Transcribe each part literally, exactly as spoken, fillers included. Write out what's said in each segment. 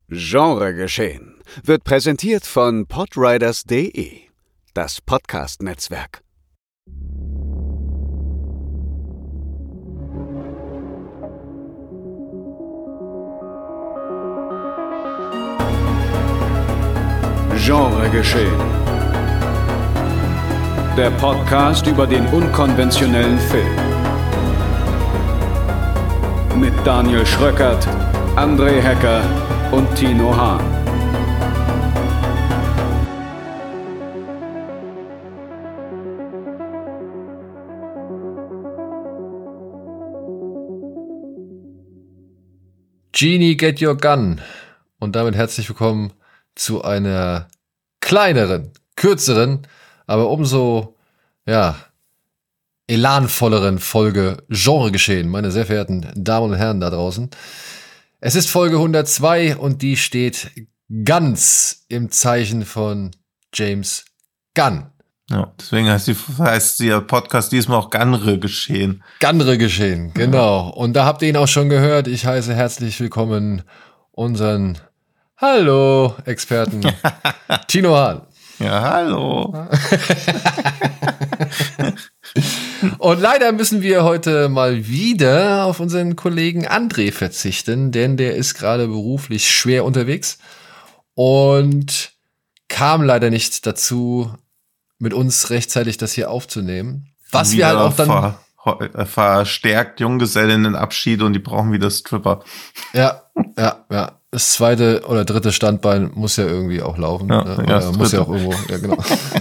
Genregeschehen wird präsentiert von podriders punkt de, das Podcast-Netzwerk. Genregeschehen. Der Podcast über den unkonventionellen Film. Mit Daniel Schröckert, André Hecker und Tino Hahn. Genie, get your gun. Und damit herzlich willkommen zu einer kleineren, kürzeren, aber umso, ja, elanvolleren Folge Genregeschehen, meine sehr verehrten Damen und Herren da draußen. Es ist Folge hundertzwei und die steht ganz im Zeichen von James Gunn. Ja, deswegen heißt, die, heißt der Podcast diesmal auch Genregeschehen. Genregeschehen, genau. Ja. Und da habt ihr ihn auch schon gehört. Ich heiße herzlich willkommen unseren Hallo-Experten Tino Hahn. Ja, hallo. Und leider müssen wir heute mal wieder auf unseren Kollegen André verzichten, denn der ist gerade beruflich schwer unterwegs und kam leider nicht dazu, mit uns rechtzeitig das hier aufzunehmen. Was wir halt auch dann ver- verstärkt Junggesellinnenabschiede und die brauchen wieder Stripper. Ja, ja, ja. Das zweite oder dritte Standbein muss ja irgendwie auch laufen. Ja, ne? ja, muss ja auch irgendwo, ja genau.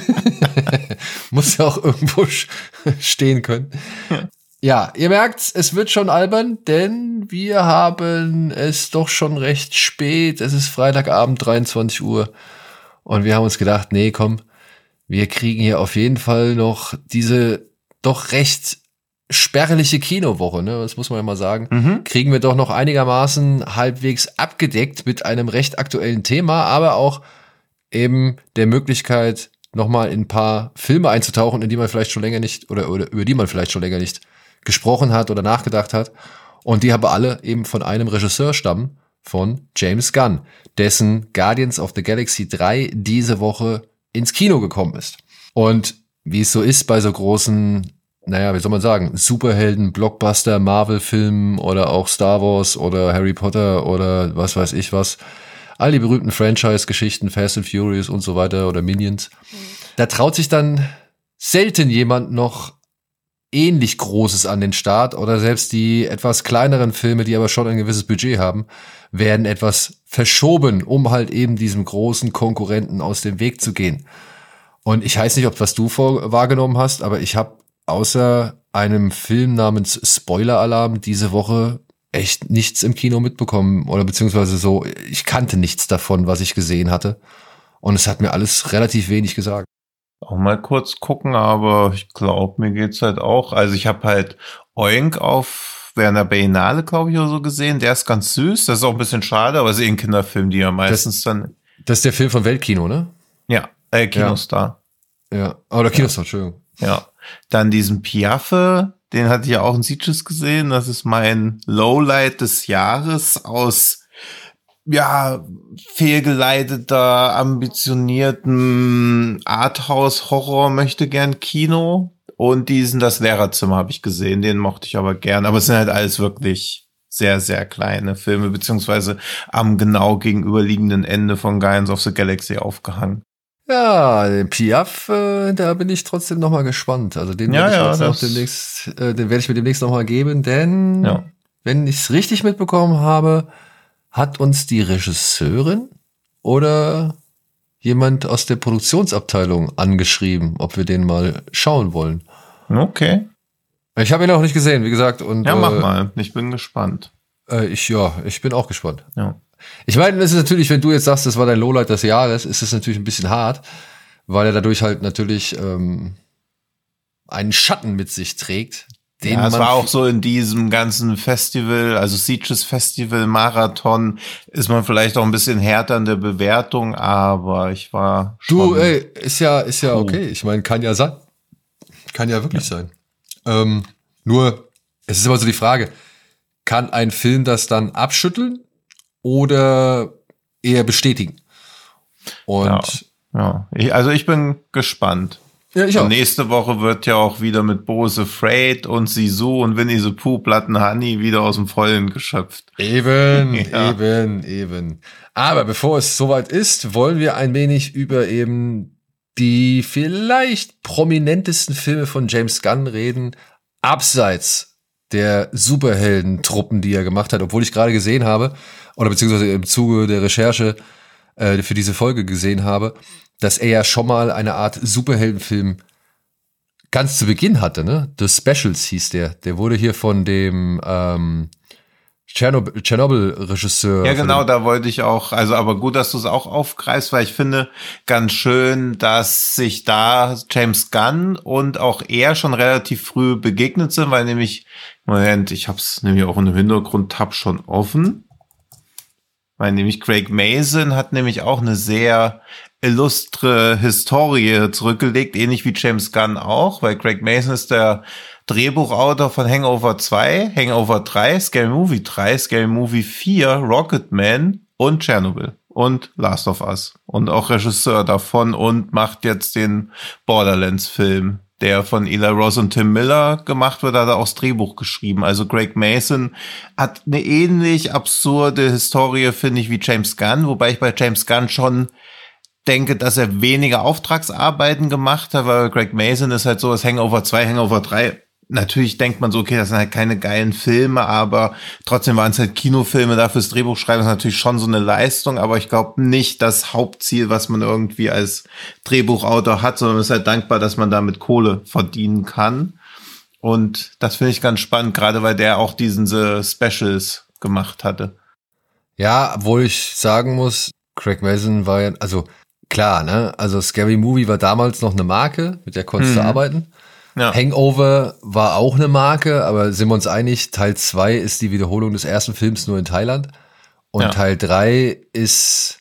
muss ja auch irgendwo stehen können. Ja. Ja, ihr merkt, es wird schon albern, denn wir haben es doch schon recht spät. Es ist Freitagabend, dreiundzwanzig Uhr. Und wir haben uns gedacht, nee, komm, wir kriegen hier auf jeden Fall noch diese doch recht sperrliche Kinowoche, ne? Das muss man ja mal sagen. Mhm. Kriegen wir doch noch einigermaßen halbwegs abgedeckt mit einem recht aktuellen Thema, aber auch eben der Möglichkeit, nochmal in ein paar Filme einzutauchen, in die man vielleicht schon länger nicht, oder, oder über die man vielleicht schon länger nicht gesprochen hat oder nachgedacht hat. Und die aber alle eben von einem Regisseur stammen, von James Gunn, dessen Guardians of the Galaxy drei diese Woche ins Kino gekommen ist. Und wie es so ist bei so großen, naja, wie soll man sagen, Superhelden, Blockbuster, Marvel-Filmen oder auch Star Wars oder Harry Potter oder was weiß ich was, all die berühmten Franchise-Geschichten, Fast and Furious und so weiter oder Minions, da traut sich dann selten jemand noch ähnlich Großes an den Start, oder selbst die etwas kleineren Filme, die aber schon ein gewisses Budget haben, werden etwas verschoben, um halt eben diesem großen Konkurrenten aus dem Weg zu gehen. Und ich weiß nicht, ob was du vor wahrgenommen hast, aber ich habe außer einem Film namens Spoiler-Alarm diese Woche echt nichts im Kino mitbekommen, oder beziehungsweise so, ich kannte nichts davon, was ich gesehen hatte. Und es hat mir alles relativ wenig gesagt. Auch mal kurz gucken, aber ich glaube, mir geht's halt auch. Also ich habe halt Oink auf der Berlinale, glaube ich, oder so gesehen. Der ist ganz süß. Das ist auch ein bisschen schade, aber es ist eh ein Kinderfilm, die ja meistens das, dann... Das ist der Film von Weltkino, ne? Ja, äh, Kinostar. Ja, ja. Oder Kinostar, Entschuldigung. Ja. Dann diesen Piaffe, den hatte ich ja auch in Sitges gesehen. Das ist mein Lowlight des Jahres aus, ja, fehlgeleiteter, ambitionierten Arthouse-Horror möchte gern Kino. Und diesen Das Lehrerzimmer habe ich gesehen. Den mochte ich aber gern. Aber es sind halt alles wirklich sehr, sehr kleine Filme, beziehungsweise am genau gegenüberliegenden Ende von Guardians of the Galaxy aufgehangen. Ja, den Piaf, äh, da bin ich trotzdem noch mal gespannt. Also den ja, werde ich ja, noch demnächst, äh, den werde ich mir demnächst noch mal geben, denn ja. wenn ich es richtig mitbekommen habe, hat uns die Regisseurin oder jemand aus der Produktionsabteilung angeschrieben, ob wir den mal schauen wollen. Okay. Ich habe ihn auch nicht gesehen, wie gesagt. Und, ja, mach äh, mal. Ich bin gespannt. Äh, ich ja, ich bin auch gespannt. Ja. Ich meine, es ist natürlich, wenn du jetzt sagst, das war dein Lowlight des Jahres, ist es natürlich ein bisschen hart, weil er dadurch halt natürlich ähm, einen Schatten mit sich trägt. Den ja, es man war auch so in diesem ganzen Festival, also Sitges Festival, Marathon, ist man vielleicht auch ein bisschen härter in der Bewertung, aber ich war schon... Du, ey, ist ja, ist ja okay. Ich meine, kann ja sein. Kann ja wirklich ja. sein. Ähm, nur, es ist immer so die Frage, kann ein Film das dann abschütteln? Oder eher bestätigen. Und ja, ja. Ich, also ich bin gespannt. Ja, ich auch. Und nächste Woche wird ja auch wieder mit Bose Afraid und Sisu und Winnie the Pooh, Platten Honey wieder aus dem Vollen geschöpft. Eben, ja. eben, eben. Aber bevor es soweit ist, wollen wir ein wenig über eben die vielleicht prominentesten Filme von James Gunn reden, abseits der Superheldentruppen, die er gemacht hat, obwohl ich gerade gesehen habe, oder beziehungsweise im Zuge der Recherche äh, für diese Folge gesehen habe, dass er ja schon mal eine Art Superheldenfilm ganz zu Beginn hatte, ne? The Specials hieß der. Der wurde hier von dem ähm, Tschernobyl- Tschernobyl-Regisseur. Ja, genau, da wollte ich auch, also aber gut, dass du es auch aufgreifst, weil ich finde ganz schön, dass sich da James Gunn und auch er schon relativ früh begegnet sind, weil nämlich, Moment, ich hab's nämlich auch in dem Hintergrund-Tab schon offen, weil nämlich Craig Mazin hat nämlich auch eine sehr illustre Historie zurückgelegt, ähnlich wie James Gunn auch, weil Craig Mazin ist der Drehbuchautor von Hangover zwei, Hangover drei, Scary Movie drei, Scary Movie vier, Rocketman und Chernobyl und Last of Us und auch Regisseur davon und macht jetzt den Borderlands-Film, der von Eli Roth und Tim Miller gemacht wird, hat er auch das Drehbuch geschrieben. Also Craig Mazin hat eine ähnlich absurde Historie, finde ich, wie James Gunn, wobei ich bei James Gunn schon denke, dass er weniger Auftragsarbeiten gemacht hat, weil Craig Mazin ist halt so, das Hangover zwei, Hangover drei, natürlich denkt man so, okay, das sind halt keine geilen Filme, aber trotzdem waren es halt Kinofilme, dafür das Drehbuch schreiben ist natürlich schon so eine Leistung, aber ich glaube nicht das Hauptziel, was man irgendwie als Drehbuchautor hat, sondern ist halt dankbar, dass man damit Kohle verdienen kann. Und das finde ich ganz spannend, gerade weil der auch diesen The Specials gemacht hatte. Ja, obwohl ich sagen muss, Craig Mazin war ja, also klar, ne, also Scary Movie war damals noch eine Marke, mit der konntest du Mhm. arbeiten. Ja. Hangover war auch eine Marke, aber sind wir uns einig, Teil zwei ist die Wiederholung des ersten Films nur in Thailand. Und Ja. Teil drei ist,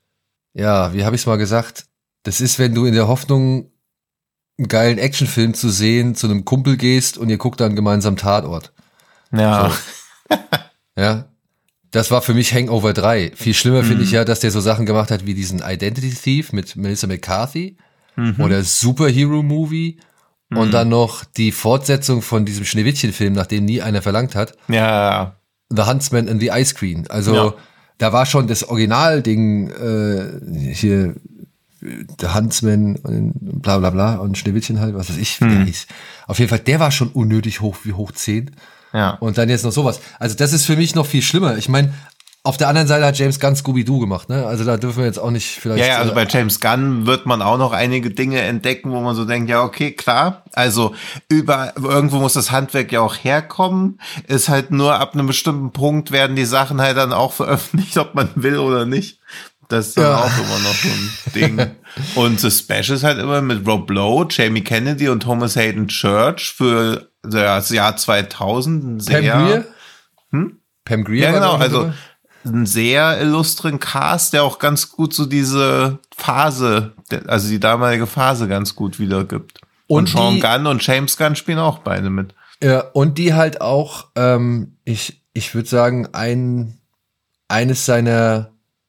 ja, wie habe ich es mal gesagt, das ist, wenn du in der Hoffnung, einen geilen Actionfilm zu sehen, zu einem Kumpel gehst und ihr guckt dann gemeinsam Tatort. Ja. So. Ja. Das war für mich Hangover drei. Viel schlimmer Mhm. finde ich ja, dass der so Sachen gemacht hat wie diesen Identity Thief mit Melissa McCarthy Mhm. oder Superhero Movie Mhm. und dann noch die Fortsetzung von diesem Schneewittchen-Film, nach dem nie einer verlangt hat. Ja. The Huntsman and the Ice Queen. Also Ja. da war schon das Originalding äh, hier der Huntsman und bla bla bla und Schneewittchen halt, was weiß ich, wie der Mhm. hieß. Auf jeden Fall, der war schon unnötig hoch wie hoch zehn. Ja. Und dann jetzt noch sowas. Also das ist für mich noch viel schlimmer. Ich meine, auf der anderen Seite hat James Gunn Scooby-Doo gemacht, ne? Also da dürfen wir jetzt auch nicht vielleicht... Ja, ja, also äh, bei James Gunn wird man auch noch einige Dinge entdecken, wo man so denkt, ja, okay, klar. Also über irgendwo muss das Handwerk ja auch herkommen. Ist halt nur ab einem bestimmten Punkt werden die Sachen halt dann auch veröffentlicht, ob man will oder nicht. Das ist dann Ja. auch immer noch so ein Ding. Und The Special ist halt immer mit Rob Lowe, Jamie Kennedy und Thomas Hayden Church für das Jahr zweitausend. Ein sehr, Pam Grier? Hm? Pam Grier Ja, war genau, da auch also dabei? einen sehr illustren Cast, der auch ganz gut so diese Phase, also die damalige Phase ganz gut wiedergibt. Und, Und Sean die- Gunn und James Gunn spielen auch beide mit. Ja, und die halt auch, ähm, ich, ich würde sagen, ein, eines seiner,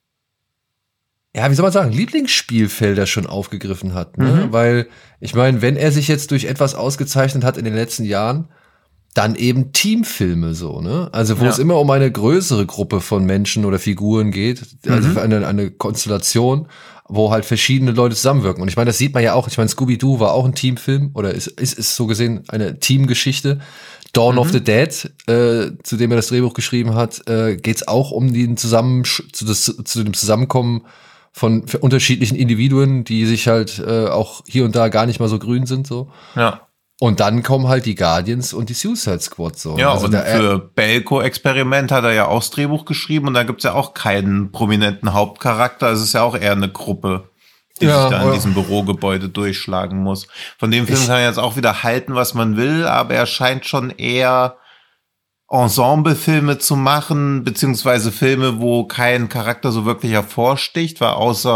ja, wie soll man sagen, Lieblingsspielfelder schon aufgegriffen hat. Ne? Mhm. Weil, ich meine, wenn er sich jetzt durch etwas ausgezeichnet hat in den letzten Jahren, dann eben Teamfilme so, ne? Also wo Ja. es immer um eine größere Gruppe von Menschen oder Figuren geht, also Mhm. eine, eine Konstellation, wo halt verschiedene Leute zusammenwirken. Und ich meine, das sieht man ja auch, ich meine, Scooby-Doo war auch ein Teamfilm oder ist, ist, ist so gesehen eine Teamgeschichte. Dawn Mhm. of the Dead, äh, zu dem er das Drehbuch geschrieben hat, äh, geht es auch um den Zusammen zu, das, zu dem Zusammenkommen von unterschiedlichen Individuen, die sich halt äh, auch hier und da gar nicht mal so grün sind, so. Ja. Und dann kommen halt die Guardians und die Suicide Squad so. Ja, also und da, äh, für Belko-Experiment hat er ja auch das Drehbuch geschrieben und da gibt's ja auch keinen prominenten Hauptcharakter. Es ist ja auch eher eine Gruppe, die Ja, sich da in aber- diesem Bürogebäude durchschlagen muss. Von dem Film Ich- kann man jetzt auch wieder halten, was man will, aber er scheint schon eher Ensemble-Filme zu machen, beziehungsweise Filme, wo kein Charakter so wirklich hervorsticht, weil außer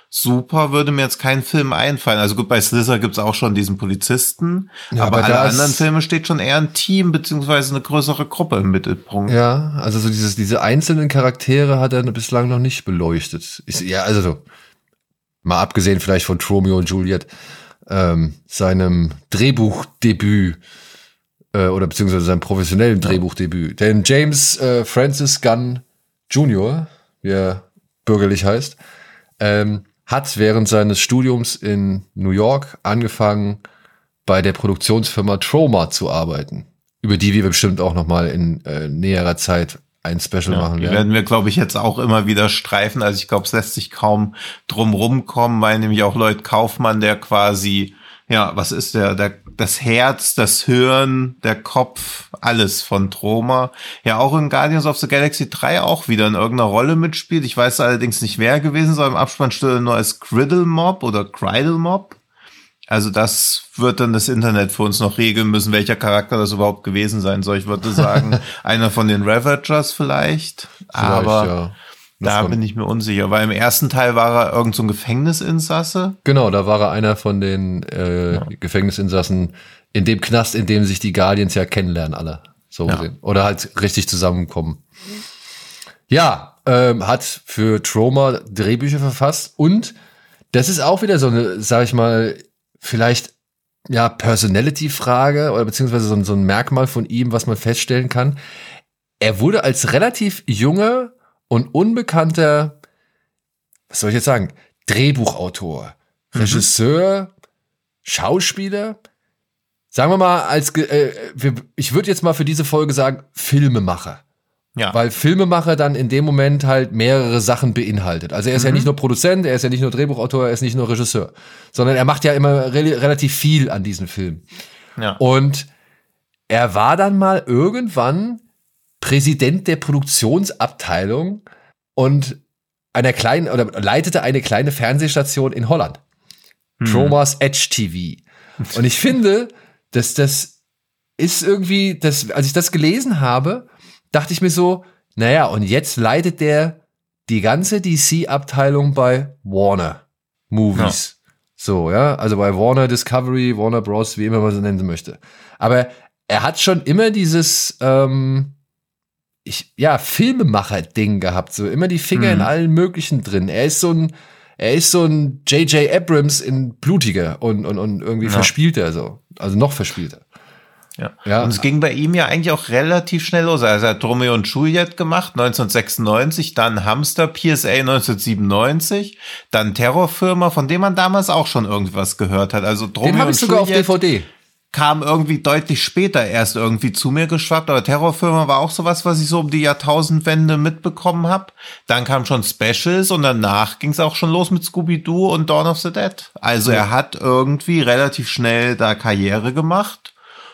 super würde mir jetzt kein Film einfallen. Also gut, bei Slither gibt's auch schon diesen Polizisten, Ja, aber, aber alle das- anderen Filme steht schon eher ein Team beziehungsweise eine größere Gruppe im Mittelpunkt. Ja, also so dieses, diese einzelnen Charaktere hat er bislang noch nicht beleuchtet. Ich, ja, also so, mal abgesehen vielleicht von Romeo und Juliet, ähm, seinem Drehbuchdebüt äh, oder beziehungsweise seinem professionellen Drehbuchdebüt. Denn James äh, Francis Gunn Junior, wie er bürgerlich heißt, ähm, hat während seines Studiums in New York angefangen, bei der Produktionsfirma Troma zu arbeiten, über die wir bestimmt auch noch mal in äh, näherer Zeit ein Special Ja, machen die werden. werden wir, glaube ich, jetzt auch immer wieder streifen. Also ich glaube, es lässt sich kaum drum rumkommen, weil nämlich auch Lloyd Kaufmann, der quasi, ja, was ist der, der das Herz, das Hirn, der Kopf, alles von Troma, ja auch in Guardians of the Galaxy drei auch wieder in irgendeiner Rolle mitspielt. Ich weiß allerdings nicht, wer gewesen soll. Im Abspann steht nur als Griddle Mob oder Cridle Mob. Also das wird dann das Internet für uns noch regeln müssen, welcher Charakter das überhaupt gewesen sein soll. Ich würde sagen, einer von den Ravagers vielleicht, aber ja. da Davon. bin ich mir unsicher, weil im ersten Teil war er irgend so ein Gefängnisinsasse. Genau, da war er einer von den äh, Ja. Gefängnisinsassen in dem Knast, in dem sich die Guardians ja kennenlernen alle. So Ja. gesehen. Oder halt richtig zusammenkommen. Ja, ähm, hat für Troma Drehbücher verfasst und das ist auch wieder so eine, sag ich mal, vielleicht ja Personality-Frage oder beziehungsweise so ein, so ein Merkmal von ihm, was man feststellen kann. Er wurde als relativ junger und unbekannter, was soll ich jetzt sagen, Drehbuchautor, Regisseur, Schauspieler, sagen wir mal, als ge- äh, wir, ich würde jetzt mal für diese Folge sagen, Filmemacher. Ja. Weil Filmemacher dann in dem Moment halt mehrere Sachen beinhaltet. Also er ist ja nicht nur Produzent, er ist ja nicht nur Drehbuchautor, er ist nicht nur Regisseur, sondern er macht ja immer re- relativ viel an diesem Film. ja. Und er war dann mal irgendwann Präsident der Produktionsabteilung und einer kleinen oder leitete eine kleine Fernsehstation in Holland. Troma's Edge T V. Und ich finde, dass das ist irgendwie, das, als ich das gelesen habe, dachte ich mir so, naja, und jetzt leitet der die ganze D C-Abteilung bei Warner Movies. So, ja, also bei Warner Discovery, Warner Bros., wie immer man sie nennen möchte. Aber er hat schon immer dieses, ähm, ich, ja, Filmemacher-Ding gehabt, so immer die Finger Mhm. in allen möglichen drin. Er ist so ein, er ist so ein J J Abrams in blutiger und, und, und irgendwie Ja. verspielter so. Also noch verspielter. Ja. Ja. Und es ging bei ihm ja eigentlich auch relativ schnell los. Also er hat Romeo und Juliet gemacht, neunzehnhundertsechsundneunzig, dann Hamster, P S A neunzehnhundertsiebenundneunzig, dann Terrorfirma, von dem man damals auch schon irgendwas gehört hat. Also Romeo Den habe und ich sogar auf Juliet D V D. kam irgendwie deutlich später erst irgendwie zu mir geschwappt, aber Terrorfirma war auch sowas, was ich so um die Jahrtausendwende mitbekommen habe. Dann kam schon Specials und danach ging es auch schon los mit Scooby-Doo und Dawn of the Dead. Also er hat irgendwie relativ schnell da Karriere gemacht.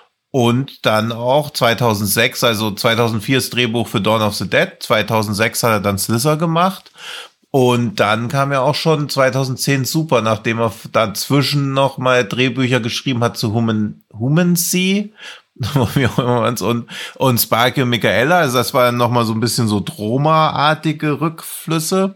Und dann auch zweitausendsechs, also zweitausendvier das Drehbuch für Dawn of the Dead, zweitausendsechs hat er dann Slither gemacht. Und dann kam ja auch schon zweitausendzehn Super, nachdem er dazwischen noch mal Drehbücher geschrieben hat zu Human, Humancy, wie auch immer man's, und, und Sparky und Michaela. Also das war noch mal so ein bisschen so Troma-artige Rückflüsse.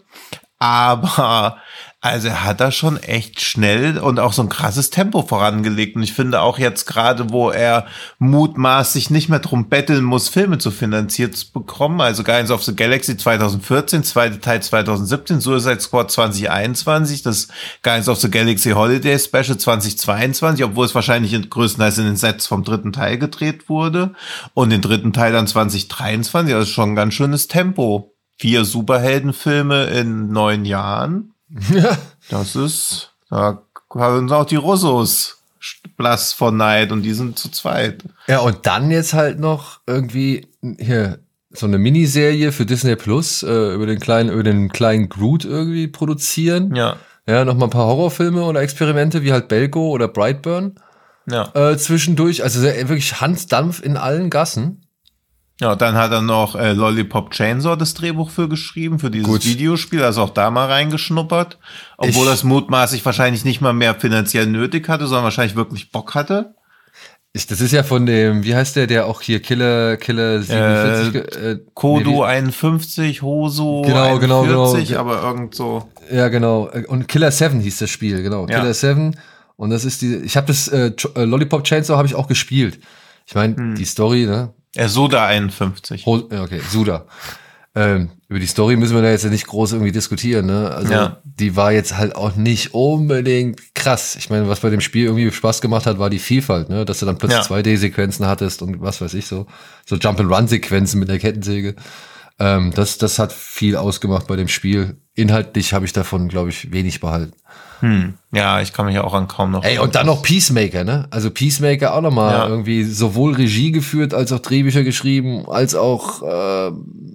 Aber also er hat da schon echt schnell und auch so ein krasses Tempo vorangelegt. Und ich finde auch jetzt gerade, wo er mutmaßlich nicht mehr drum betteln muss, Filme zu finanziert zu bekommen. Also Guardians of the Galaxy zweitausendvierzehn, zweite Teil zweitausendsiebzehn, Suicide Squad zwanzig einundzwanzig, das Guardians of the Galaxy Holiday Special zwanzig zweiundzwanzig, obwohl es wahrscheinlich in, größtenteils in den Sets vom dritten Teil gedreht wurde. Und den dritten Teil dann zwanzig dreiundzwanzig, das ist schon ein ganz schönes Tempo. Vier Superheldenfilme in neun Jahren. Das ist, da haben auch die Russos blass vor Neid und die sind zu zweit. Ja, und dann jetzt halt noch irgendwie hier so eine Miniserie für Disney Plus äh, über den kleinen, über den kleinen Groot irgendwie produzieren. Ja, Ja, noch mal ein paar Horrorfilme oder Experimente wie halt Belko oder Brightburn ja. äh, zwischendurch. Also sehr- wirklich Hansdampf in allen Gassen. Ja, dann hat er noch äh, Lollipop Chainsaw das Drehbuch für geschrieben, für dieses Gut. Videospiel, also auch da mal reingeschnuppert. Obwohl Ich- das mutmaßlich wahrscheinlich nicht mal mehr finanziell nötig hatte, sondern wahrscheinlich wirklich Bock hatte. Ich, das ist ja von dem, wie heißt der, der auch hier Killer, Killer siebenundvierzig, äh, äh, Kodo nee, einundfünfzig, Hoso genau, genau, einundvierzig, genau. aber irgend so. Ja, genau. Und Killer sieben hieß das Spiel, genau. Ja. Killer sieben. Und das ist die, ich habe das äh, Lollipop Chainsaw habe ich auch gespielt. Ich meine, hm. die Story, ne? Äh, Soda einundfünfzig. Ho- okay, Suda. Ähm, über die Story müssen wir da jetzt nicht groß irgendwie diskutieren, ne? Also ja. die war jetzt halt auch nicht unbedingt krass. Ich meine, was bei dem Spiel irgendwie Spaß gemacht hat, war die Vielfalt, ne? Dass du dann plötzlich ja. zwei D-Sequenzen hattest und was weiß ich so. So Jump-and-Run-Sequenzen mit der Kettensäge. Ähm, das, das hat viel ausgemacht bei dem Spiel. Inhaltlich habe ich davon, glaube ich, wenig behalten. Hm. Ja, ich kann mich ja auch an kaum noch. Ey, und dann noch Peacemaker, ne? Also Peacemaker auch nochmal ja. irgendwie sowohl Regie geführt, als auch Drehbücher geschrieben, als auch äh,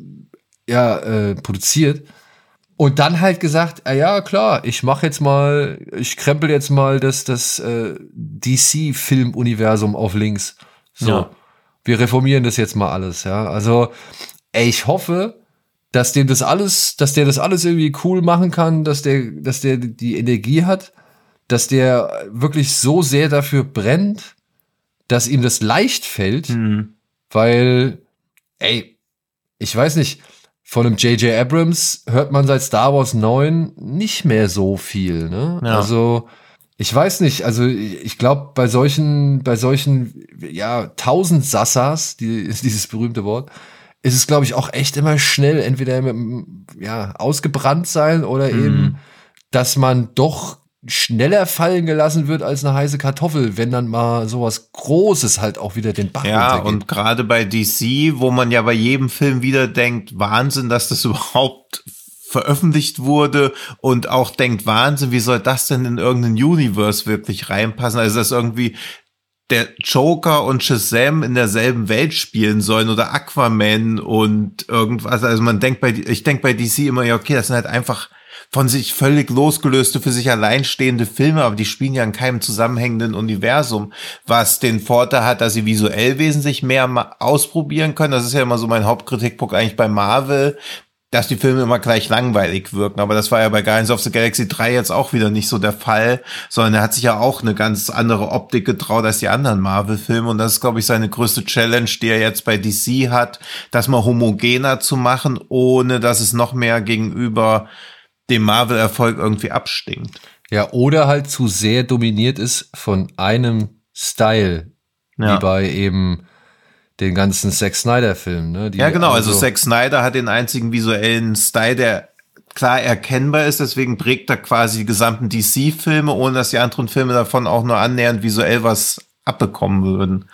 ja, äh, produziert. Und dann halt gesagt, ah ja, klar, ich mache jetzt mal, ich krempel jetzt mal das, das äh, D C-Filmuniversum auf links. So, ja. Wir reformieren das jetzt mal alles, ja. Also, ey, ich hoffe, dass dem das alles, dass der das alles irgendwie cool machen kann, dass der, dass der die Energie hat, dass der wirklich so sehr dafür brennt, dass ihm das leicht fällt, mhm. weil, ey, ich weiß nicht, von einem J J Abrams hört man seit Star Wars neun nicht mehr so viel, ne? Ja. Also, ich weiß nicht, also ich glaube, bei solchen, bei solchen, ja, tausend Sassas, die, dieses berühmte Wort, ist es, glaube ich, auch echt immer schnell, entweder mit, ja, ausgebrannt sein oder mhm. eben, dass man doch schneller fallen gelassen wird als eine heiße Kartoffel, wenn dann mal sowas Großes halt auch wieder den Bach ja, runtergeht. Und gerade bei D C, wo man ja bei jedem Film wieder denkt, Wahnsinn, dass das überhaupt veröffentlicht wurde und auch denkt, Wahnsinn, wie soll das denn in irgendein Universe wirklich reinpassen? Also, dass irgendwie der Joker und Shazam in derselben Welt spielen sollen oder Aquaman und irgendwas. Also man denkt bei, ich denke bei D C immer, ja, okay, das sind halt einfach von sich völlig losgelöste, für sich alleinstehende Filme, aber die spielen ja in keinem zusammenhängenden Universum, was den Vorteil hat, dass sie visuell wesentlich mehr ausprobieren können. Das ist ja immer so mein Hauptkritikpunkt eigentlich bei Marvel, dass die Filme immer gleich langweilig wirken. Aber das war ja bei Guardians of the Galaxy drei jetzt auch wieder nicht so der Fall, sondern er hat sich ja auch eine ganz andere Optik getraut als die anderen Marvel-Filme. Und das ist, glaube ich, seine größte Challenge, die er jetzt bei D C hat, das mal homogener zu machen, ohne dass es noch mehr gegenüber dem Marvel-Erfolg irgendwie abstinkt. Ja, oder halt zu sehr dominiert ist von einem Style, ja. wie bei eben den ganzen Zack Snyder-Filmen. Ne? Die ja, genau, also, also Zack Snyder hat den einzigen visuellen Style, der klar erkennbar ist, deswegen prägt er quasi die gesamten D C-Filme, ohne dass die anderen Filme davon auch nur annähernd visuell was abbekommen würden.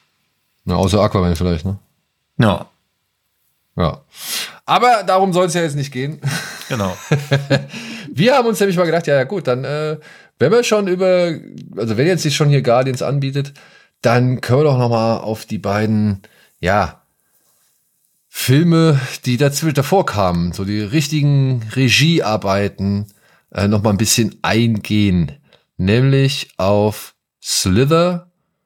Na, außer Aquaman vielleicht, ne? Ja. Ja. Aber darum soll es ja jetzt nicht gehen. Genau. Wir haben uns nämlich mal gedacht, ja, ja gut, dann, äh, wenn wir schon über, also wenn jetzt sich schon hier Guardians anbietet, dann können wir doch noch mal auf die beiden, ja, Filme, die dazwischen davor kamen, so die richtigen Regiearbeiten, äh, noch mal ein bisschen eingehen. Nämlich auf Slither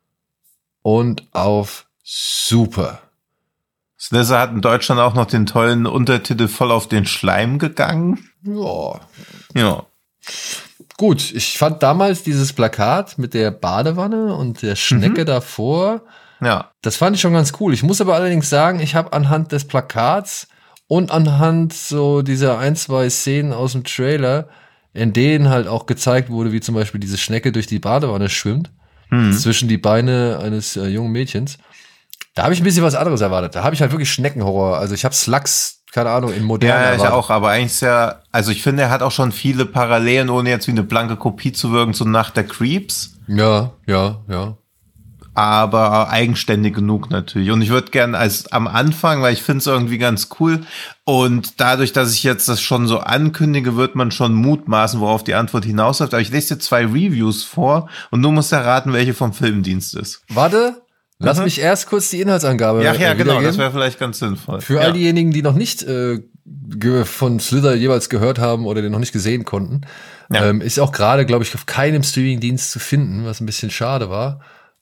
und auf Super. Slither hat in Deutschland auch noch den tollen Untertitel Voll auf den Schleim gegangen. Ja. Ja. Gut, ich fand damals dieses Plakat mit der Badewanne und der Schnecke mhm. davor, ja, das fand ich schon ganz cool. Ich muss aber allerdings sagen, ich habe anhand des Plakats und anhand so dieser ein, zwei Szenen aus dem Trailer, in denen halt auch gezeigt wurde, wie zum Beispiel diese Schnecke durch die Badewanne schwimmt, mhm. zwischen die Beine eines äh, jungen Mädchens, da habe ich ein bisschen was anderes erwartet. Da habe ich halt wirklich Schneckenhorror. Also ich habe Slugs, keine Ahnung, in modern Ja, erwartet. ich auch, aber eigentlich ist ja, also ich finde, er hat auch schon viele Parallelen, ohne jetzt wie eine blanke Kopie zu wirken, zu Nacht der Creeps. Ja, ja, ja. Aber eigenständig genug natürlich. Und ich würde gerne als am Anfang, weil ich finde es irgendwie ganz cool. Und dadurch, dass ich jetzt das schon so ankündige, wird man schon mutmaßen, worauf die Antwort hinausläuft. Aber ich lese dir zwei Reviews vor und du musst erraten, welche vom Filmdienst ist. Warte. Lass mhm. mich erst kurz die Inhaltsangabe Ja, ja, äh, genau, das wäre vielleicht ganz sinnvoll. Für ja. all diejenigen, die noch nicht äh, von Slither jeweils gehört haben oder den noch nicht gesehen konnten, ja. ähm, ist auch gerade, glaube ich, auf keinem Streamingdienst zu finden, was ein bisschen schade war.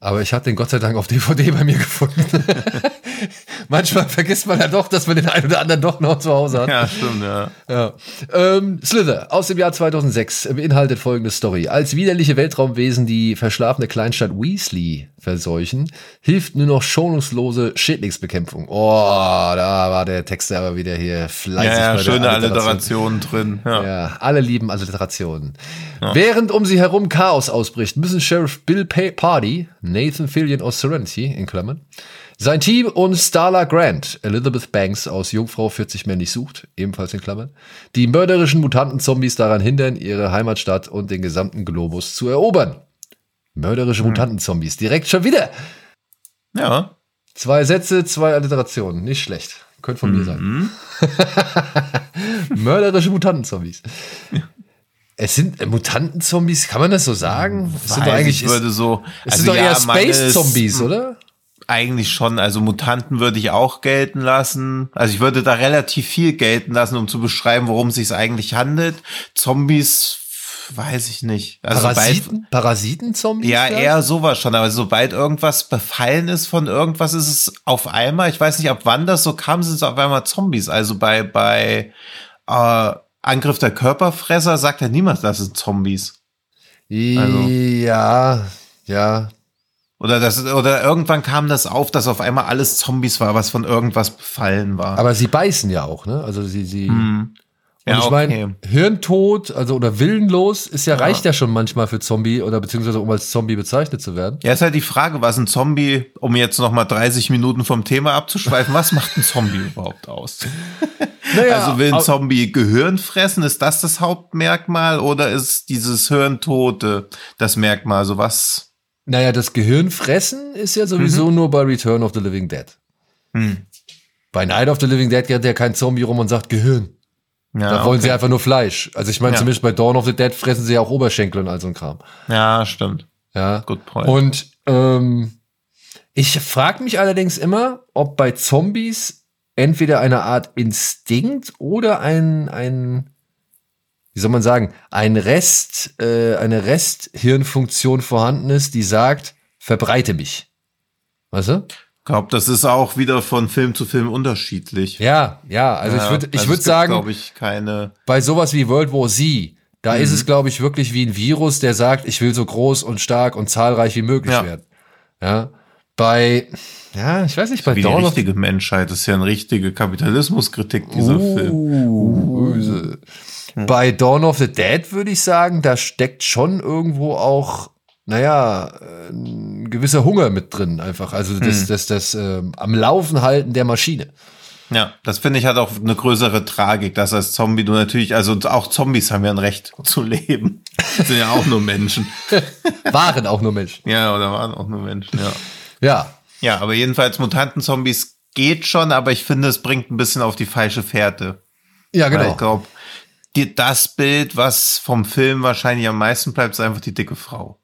Aber ich habe den Gott sei Dank auf D V D bei mir gefunden. Manchmal vergisst man ja doch, dass man den einen oder anderen doch noch zu Hause hat. Ja, stimmt, ja. ja. Ähm, Slither aus dem Jahr zweitausendsechs beinhaltet folgende Story. Als widerliche Weltraumwesen die verschlafene Kleinstadt Weasley verseuchen, hilft nur noch schonungslose Schädlingsbekämpfung. Oh, da war der Text aber wieder hier fleißig. Ja, ja, bei schöne der Alliterationen drin. Ja. ja, alle lieben Alliterationen. Ja. Während um sie herum Chaos ausbricht, müssen Sheriff Bill Party, Nathan Fillion aus Serenity, in Klammern, sein Team und Starla Grant, Elizabeth Banks aus Jungfrau vierzig männlich sucht, ebenfalls in Klammern, die mörderischen Mutanten-Zombies daran hindern, ihre Heimatstadt und den gesamten Globus zu erobern. Mörderische hm. Mutanten-Zombies, direkt schon wieder. Ja. Zwei Sätze, zwei Alliterationen, nicht schlecht. Könnte von mhm. mir sein. Mörderische Mutanten-Zombies. Ja. Es sind äh, Mutanten-Zombies, kann man das so sagen? Es Weiß, sind doch eigentlich, ich würde so, es also sind doch ja, eher Space-Zombies, oder? Eigentlich schon, also Mutanten würde ich auch gelten lassen. Also ich würde da relativ viel gelten lassen, um zu beschreiben, worum es sich eigentlich handelt. Zombies, weiß ich nicht. Also Parasiten? Parasiten-Zombies? Ja, vielleicht? Eher sowas schon. Aber sobald irgendwas befallen ist von irgendwas, ist es auf einmal, ich weiß nicht, ab wann das so kam, sind es auf einmal Zombies. Also bei, bei äh, Angriff der Körperfresser sagt ja niemand, das sind Zombies. Also. Ja, ja. Oder das, oder irgendwann kam das auf, dass auf einmal alles Zombies war, was von irgendwas befallen war. Aber sie beißen ja auch, ne? Also sie, sie. Hm. Ja, und ich okay. meine, Hirntod, also oder willenlos, ist ja, ja reicht ja schon manchmal für Zombie oder beziehungsweise um als Zombie bezeichnet zu werden. Ja, ist halt die Frage, was ein Zombie, um jetzt noch mal dreißig Minuten vom Thema abzuschweifen, was macht ein Zombie überhaupt aus? Naja, also will ein Zombie Gehirn fressen? Ist das das Hauptmerkmal oder ist dieses Hirntote das Merkmal? Also was? Naja, das Gehirn fressen ist ja sowieso mhm. nur bei Return of the Living Dead. Hm. Bei Night of the Living Dead geht ja kein Zombie rum und sagt Gehirn. Ja, da wollen okay. sie einfach nur Fleisch. Also ich meine, ja. zumindest bei Dawn of the Dead fressen sie ja auch Oberschenkel und all so ein Kram. Ja, stimmt. Ja. Good point. Und ähm, ich frage mich allerdings immer, ob bei Zombies entweder eine Art Instinkt oder ein, ein wie soll man sagen, ein Rest, äh, eine Resthirnfunktion vorhanden ist, die sagt, verbreite mich. Weißt du? Ich glaube, das ist auch wieder von Film zu Film unterschiedlich. Ja, ja, also ja, ich würde ich also würde sagen, glaube ich, keine bei sowas wie World War Z, da mhm. ist es, glaube ich, wirklich wie ein Virus, der sagt, ich will so groß und stark und zahlreich wie möglich ja. werden. Ja. Bei, ja, ich weiß nicht, bei wie Dawn die richtige of Menschheit, das ist ja eine richtige Kapitalismuskritik, dieser uh, Film. Böse. Hm. Bei Dawn of the Dead würde ich sagen, da steckt schon irgendwo auch, naja, ein gewisser Hunger mit drin einfach. Also das, hm. das, das, das ähm, am Laufen halten der Maschine. Ja, das finde ich hat auch eine größere Tragik, dass als Zombie du natürlich, also auch Zombies haben ja ein Recht zu leben. Sind ja auch nur Menschen. Waren auch nur Menschen. Ja, oder waren auch nur Menschen, ja. Ja. Ja, aber jedenfalls Mutanten-Zombies geht schon, aber ich finde, es bringt ein bisschen auf die falsche Fährte. Ja, genau. Weil ich glaube, das Bild, was vom Film wahrscheinlich am meisten bleibt, ist einfach die dicke Frau.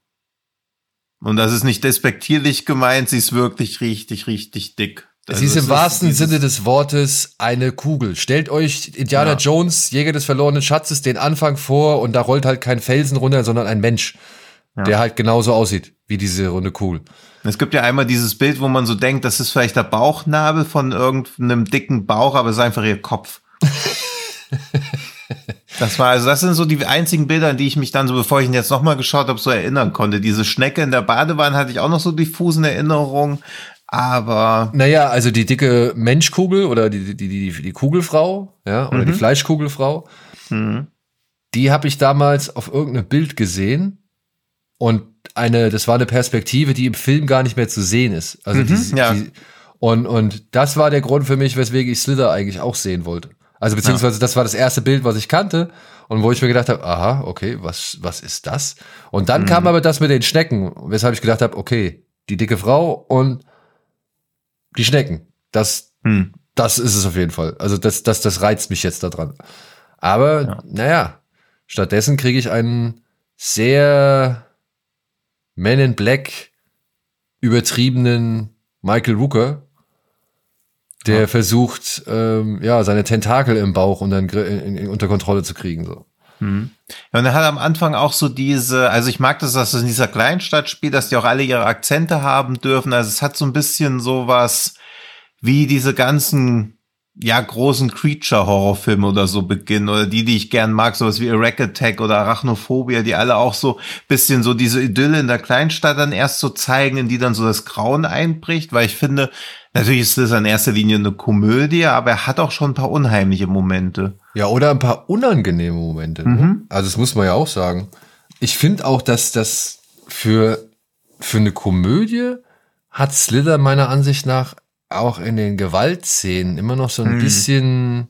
Und das ist nicht despektierlich gemeint, sie ist wirklich richtig, richtig dick. Sie ist im wahrsten Sinne des Wortes eine Kugel. Stellt euch Indiana ja. Jones, Jäger des verlorenen Schatzes, den Anfang vor und da rollt halt kein Felsen runter, sondern ein Mensch, ja. der halt genauso aussieht wie diese runde Kugel. Es gibt ja einmal dieses Bild, wo man so denkt, das ist vielleicht der Bauchnabel von irgendeinem dicken Bauch, aber es ist einfach ihr Kopf. Das war, also das sind so die einzigen Bilder, an die ich mich dann so, bevor ich ihn jetzt nochmal geschaut habe, so erinnern konnte. Diese Schnecke in der Badewanne hatte ich auch noch so diffusen Erinnerungen, aber. Naja, also die dicke Menschkugel oder die, die, die, die Kugelfrau, ja, oder mhm. die Fleischkugelfrau, mhm. die habe ich damals auf irgendeinem Bild gesehen und eine, das war eine Perspektive, die im Film gar nicht mehr zu sehen ist. Also mhm, die, ja. die, und, und das war der Grund für mich, weswegen ich Slither eigentlich auch sehen wollte. Also beziehungsweise ja. das war das erste Bild, was ich kannte und wo ich mir gedacht habe, aha, okay, was was ist das? Und dann mhm. kam aber das mit den Schnecken, weshalb ich gedacht habe, okay, die dicke Frau und die Schnecken, das mhm. das ist es auf jeden Fall. Also das das das reizt mich jetzt da dran. Aber ja. naja, stattdessen kriege ich einen sehr Men in Black übertriebenen Michael Rooker, der ja. versucht, ähm, ja, seine Tentakel im Bauch und dann in, in, unter Kontrolle zu kriegen. So. Hm. Ja, und er hat am Anfang auch so diese, also ich mag das, dass es in dieser Kleinstadt spielt, dass die auch alle ihre Akzente haben dürfen. Also es hat so ein bisschen sowas wie diese ganzen, ja, großen Creature-Horrorfilme oder so beginnen. Oder die, die ich gern mag, sowas wie Rack Attack oder Arachnophobia, die alle auch so bisschen so diese Idylle in der Kleinstadt dann erst so zeigen, in die dann so das Grauen einbricht. Weil ich finde, natürlich ist das in erster Linie eine Komödie, aber er hat auch schon ein paar unheimliche Momente. Ja, oder ein paar unangenehme Momente. Ne? Mhm. Also das muss man ja auch sagen. Ich finde auch, dass das für, für eine Komödie hat Slither meiner Ansicht nach auch in den Gewaltszenen immer noch so ein Mhm. bisschen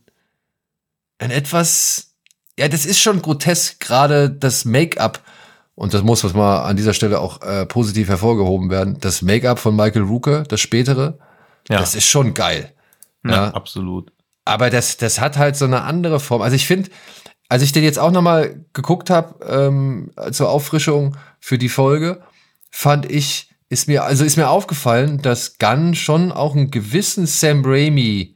ein etwas, ja, das ist schon grotesk, gerade das Make-up. Und das muss was mal an dieser Stelle auch äh, positiv hervorgehoben werden. Das Make-up von Michael Rooker, das spätere, Ja, das ist schon geil. ja, Ja. absolut. Aber das, das hat halt so eine andere Form. Also ich finde, als ich den jetzt auch nochmal geguckt habe, ähm, zur Auffrischung für die Folge, fand ich, ist mir, also ist mir aufgefallen, dass Gunn schon auch einen gewissen Sam Raimi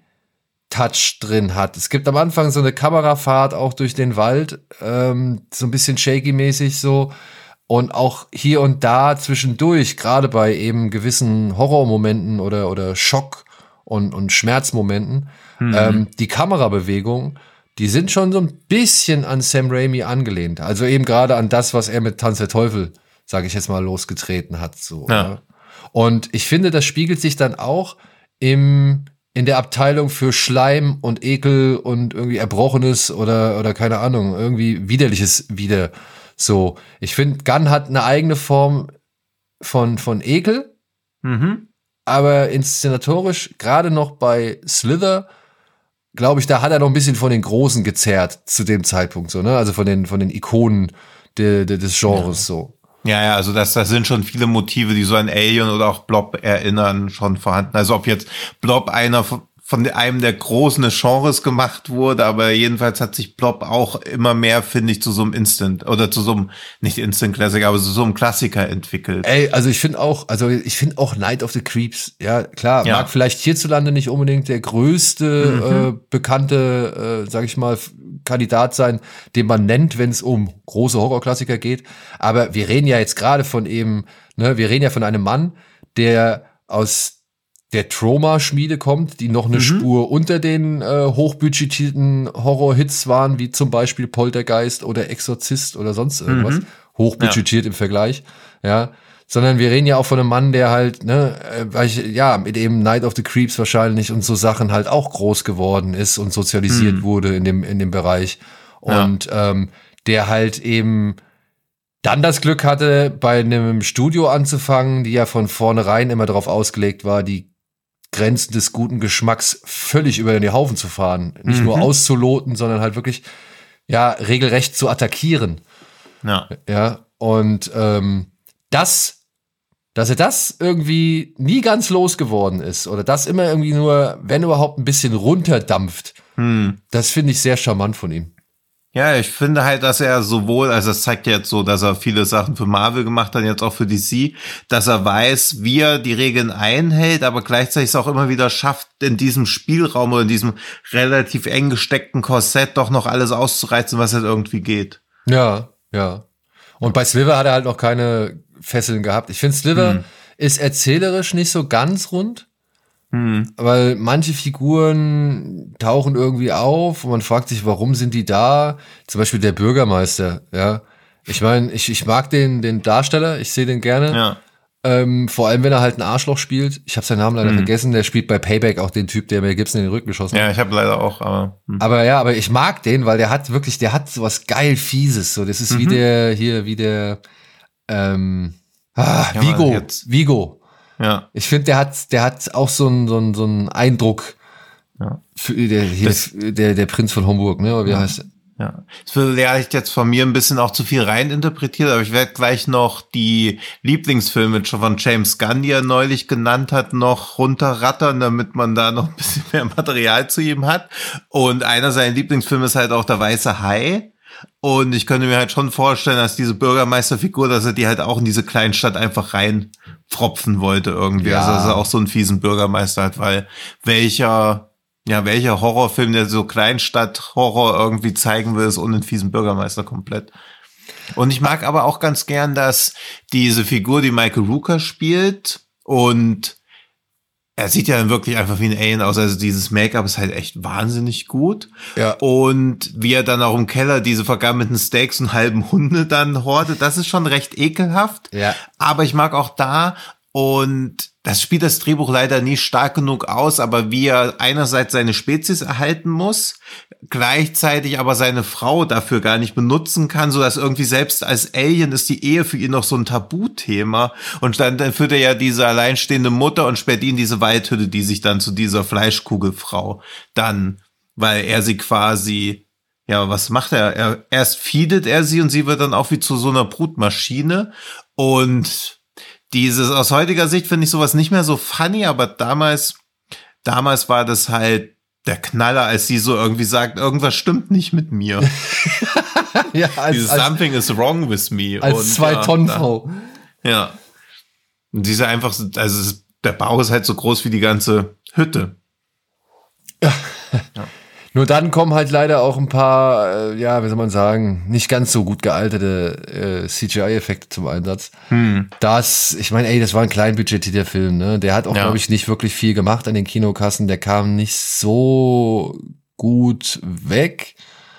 Touch drin hat. Es gibt am Anfang so eine Kamerafahrt auch durch den Wald, ähm, so ein bisschen shaky-mäßig so. Und auch hier und da zwischendurch, gerade bei eben gewissen Horrormomenten oder, oder Schock- und, und Schmerzmomenten, Mhm. ähm, die Kamerabewegung, die sind schon so ein bisschen an Sam Raimi angelehnt. Also eben gerade an das, was er mit Tanz der Teufel, sage ich jetzt mal, losgetreten hat. So, Ja. ja. Und ich finde, das spiegelt sich dann auch im, in der Abteilung für Schleim und Ekel und irgendwie Erbrochenes oder, oder keine Ahnung, irgendwie Widerliches wieder. So, ich finde, Gunn hat eine eigene Form von, von Ekel, Mhm. aber inszenatorisch, gerade noch bei Slither, glaube ich, da hat er noch ein bisschen von den Großen gezerrt zu dem Zeitpunkt, so, ne? Also von den, von den Ikonen de, de, des Genres, so. Ja, ja, also das, das sind schon viele Motive, die so an Alien oder auch Blob erinnern, schon vorhanden. Also ob jetzt Blob einer von von einem der Großen des Genres gemacht wurde, aber jedenfalls hat sich Blob auch immer mehr, finde ich, zu so einem Instant oder zu so einem, nicht Instant Classic, aber zu so einem Klassiker entwickelt. Ey, also ich finde auch, also ich finde auch Night of the Creeps, ja klar, Ja. mag vielleicht hierzulande nicht unbedingt der größte Mhm. äh, bekannte, äh, sag ich mal, Kandidat sein, den man nennt, wenn es um große Horrorklassiker geht. Aber wir reden ja jetzt gerade von eben, ne, wir reden ja von einem Mann, der aus der Trauma-Schmiede kommt, die noch eine Mhm. Spur unter den äh, hochbudgetierten Horror-Hits waren, wie zum Beispiel Poltergeist oder Exorzist oder sonst irgendwas. Mhm. Hochbudgetiert im Vergleich, ja. Sondern wir reden ja auch von einem Mann, der halt, ne, äh, weil ich, ja, mit eben Night of the Creeps wahrscheinlich und so Sachen halt auch groß geworden ist und sozialisiert Mhm. wurde in dem, in dem Bereich. Und ähm, der halt eben dann das Glück hatte, bei einem Studio anzufangen, die ja von vornherein immer darauf ausgelegt war, die Grenzen des guten Geschmacks völlig über den Haufen zu fahren. Nicht Mhm. nur auszuloten, sondern halt wirklich, ja, regelrecht zu attackieren. Ja. Ja, und ähm, das, dass er das irgendwie nie ganz losgeworden ist oder das immer irgendwie nur, wenn überhaupt, ein bisschen runterdampft, Hm. das finde ich sehr charmant von ihm. Ja, ich finde halt, dass er sowohl, also das zeigt ja jetzt so, dass er viele Sachen für Marvel gemacht hat, jetzt auch für D C, dass er weiß, wie er die Regeln einhält, aber gleichzeitig es auch immer wieder schafft, in diesem Spielraum oder in diesem relativ eng gesteckten Korsett doch noch alles auszureizen, was halt irgendwie geht. Ja, ja. Und bei Sliver hat er halt noch keine Fesseln gehabt. Ich finde, Sliver Hm. ist erzählerisch nicht so ganz rund, Hm. weil manche Figuren tauchen irgendwie auf und man fragt sich, warum sind die da? Zum Beispiel der Bürgermeister, ja. Ich meine, ich, ich mag den, den Darsteller, ich sehe den gerne. Ja. Ähm, vor allem, wenn er halt ein Arschloch spielt. Ich habe seinen Namen leider Mhm. vergessen. Der spielt bei Payback auch den Typ, der Mel Gibson in den Rücken geschossen hat. Ja, ich habe leider auch, aber. Hm. Aber ja, aber ich mag den, weil der hat wirklich, der hat sowas geil Fieses. So, das ist wie Mhm. der hier, wie der ähm, ah, Ja, Vigo, aber jetzt- Vigo. Ja. Ich finde, der hat, der hat auch so einen so einen so einen Eindruck. Ja. Für, der, hier, Das- der der Prinz von Homburg, ne? Oder wie Ja. heißt der? Ja, es wird vielleicht jetzt von mir ein bisschen auch zu viel reininterpretiert, aber ich werde gleich noch die Lieblingsfilme von James Gunn, die er neulich genannt hat, noch runterrattern, damit man da noch ein bisschen mehr Material zu ihm hat. Und einer seiner Lieblingsfilme ist halt auch Der Weiße Hai. Und ich könnte mir halt schon vorstellen, dass diese Bürgermeisterfigur, dass er die halt auch in diese Kleinstadt einfach reinpfropfen wollte irgendwie. Ja. Also dass er auch so einen fiesen Bürgermeister hat, weil welcher Ja, welcher Horrorfilm, der so Kleinstadt-Horror irgendwie zeigen will, ist ohne einen fiesen Bürgermeister komplett. Und ich mag aber auch ganz gern, dass diese Figur, die Michael Rooker spielt, und er sieht ja dann wirklich einfach wie ein Alien aus. Also dieses Make-up ist halt echt wahnsinnig gut. Ja. Und wie er dann auch im Keller diese vergammelten Steaks und halben Hunde dann hortet, das ist schon recht ekelhaft. Ja. Aber ich mag auch da, und das spielt das Drehbuch leider nie stark genug aus, aber wie er einerseits seine Spezies erhalten muss, gleichzeitig aber seine Frau dafür gar nicht benutzen kann, so dass irgendwie selbst als Alien ist die Ehe für ihn noch so ein Tabuthema. Und dann, dann führt er ja diese alleinstehende Mutter und sperrt ihn diese Waldhütte, die sich dann zu dieser Fleischkugelfrau dann, weil er sie quasi, ja, was macht er? er erst feedet er sie und sie wird dann auch wie zu so einer Brutmaschine. Und dieses, aus heutiger Sicht finde ich sowas nicht mehr so funny, aber damals, damals war das halt der Knaller, als sie so irgendwie sagt, irgendwas stimmt nicht mit mir. Ja, als, Dieses als, Something is wrong with me. Als Zwei-Tonnen-Frau. Ja, ja. Und diese einfach, also es, der Bauch ist halt so groß wie die ganze Hütte. Ja. Ja. Nur dann kommen halt leider auch ein paar, äh, ja, wie soll man sagen, nicht ganz so gut gealterte äh, C G I-Effekte zum Einsatz. Hm. Das, ich meine, ey, das war ein kleinbudgetierter Film, ne? Der hat auch, ja. glaube ich, nicht wirklich viel gemacht an den Kinokassen. Der kam nicht so gut weg.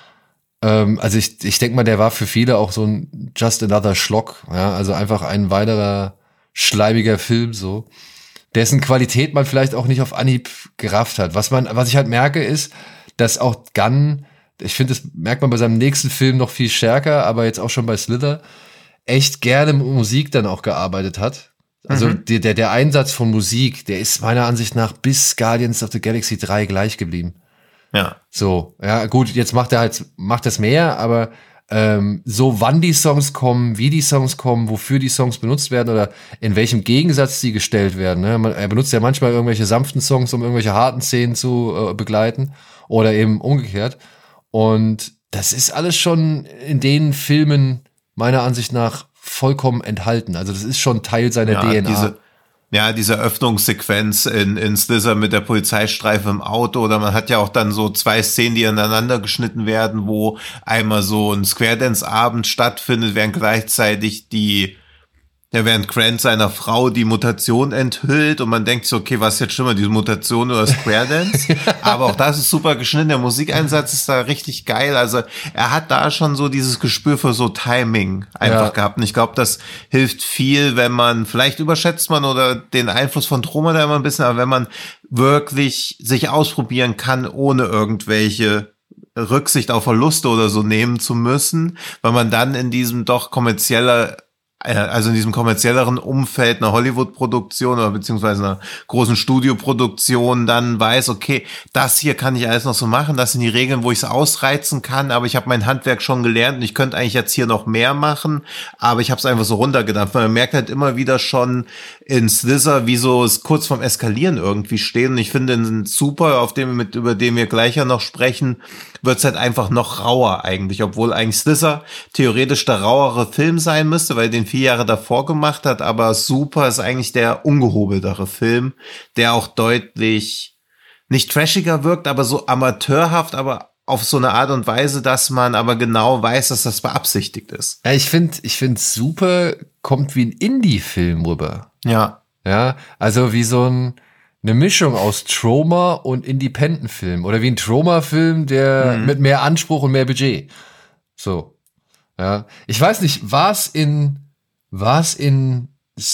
Ähm, also ich, ich denke mal, der war für viele auch so ein Just Another Schlock. Ja? Also einfach ein weiterer schleibiger Film, so. Dessen Qualität man vielleicht auch nicht auf Anhieb gerafft hat. Was man, was ich halt merke, ist, dass auch Gunn, ich finde, das merkt man bei seinem nächsten Film noch viel stärker, aber jetzt auch schon bei Slither, echt gerne mit Musik dann auch gearbeitet hat. Also mhm. der, der Einsatz von Musik, der ist meiner Ansicht nach bis Guardians of the Galaxy drei gleich geblieben. Ja. So, ja gut, jetzt macht er halt, macht das mehr, aber ähm, so wann die Songs kommen, wie die Songs kommen, wofür die Songs benutzt werden oder in welchem Gegensatz die gestellt werden. Ne? Man, er benutzt ja manchmal irgendwelche sanften Songs, um irgendwelche harten Szenen zu äh, begleiten. Oder eben umgekehrt. Und das ist alles schon in den Filmen meiner Ansicht nach vollkommen enthalten. Also das ist schon Teil seiner ja, D N A. Diese, ja, diese Öffnungssequenz in, in Slither mit der Polizeistreife im Auto. Oder man hat ja auch dann so zwei Szenen, die aneinander geschnitten werden, wo einmal so ein Square-Dance-Abend stattfindet, während gleichzeitig die Ja, während Grant seiner Frau die Mutation enthüllt und man denkt so, okay, was ist jetzt schlimmer, diese Mutation oder Square Dance? Aber auch das ist super geschnitten, der Musikeinsatz ist da richtig geil, also er hat da schon so dieses Gespür für so Timing einfach ja. gehabt und ich glaube, das hilft viel, wenn man, vielleicht überschätzt man oder den Einfluss von Troma da immer ein bisschen, aber wenn man wirklich sich ausprobieren kann, ohne irgendwelche Rücksicht auf Verluste oder so nehmen zu müssen, weil man dann in diesem doch kommerzieller also in diesem kommerzielleren Umfeld einer Hollywood-Produktion oder beziehungsweise einer großen Studioproduktion dann weiß, okay, das hier kann ich alles noch so machen, das sind die Regeln, wo ich es ausreizen kann, aber ich habe mein Handwerk schon gelernt und ich könnte eigentlich jetzt hier noch mehr machen, aber ich habe es einfach so runtergedampft. Man merkt halt immer wieder schon in Slither, wie so es kurz vorm Eskalieren irgendwie steht und ich finde super, auf dem mit über den wir gleich ja noch sprechen, wird es halt einfach noch rauer eigentlich, obwohl eigentlich Slither theoretisch der rauere Film sein müsste, weil den vier Jahre davor gemacht hat, aber Super ist eigentlich der ungehobeltere Film, der auch deutlich nicht trashiger wirkt, aber so amateurhaft, aber auf so eine Art und Weise, dass man aber genau weiß, dass das beabsichtigt ist. Ja, ich finde, ich finde Super kommt wie ein Indie-Film rüber. Ja. Ja, also wie so ein eine Mischung aus Troma und Independent-Film oder wie ein Troma-Film, der mhm. mit mehr Anspruch und mehr Budget. So. Ja. Ich weiß nicht, war es in War es in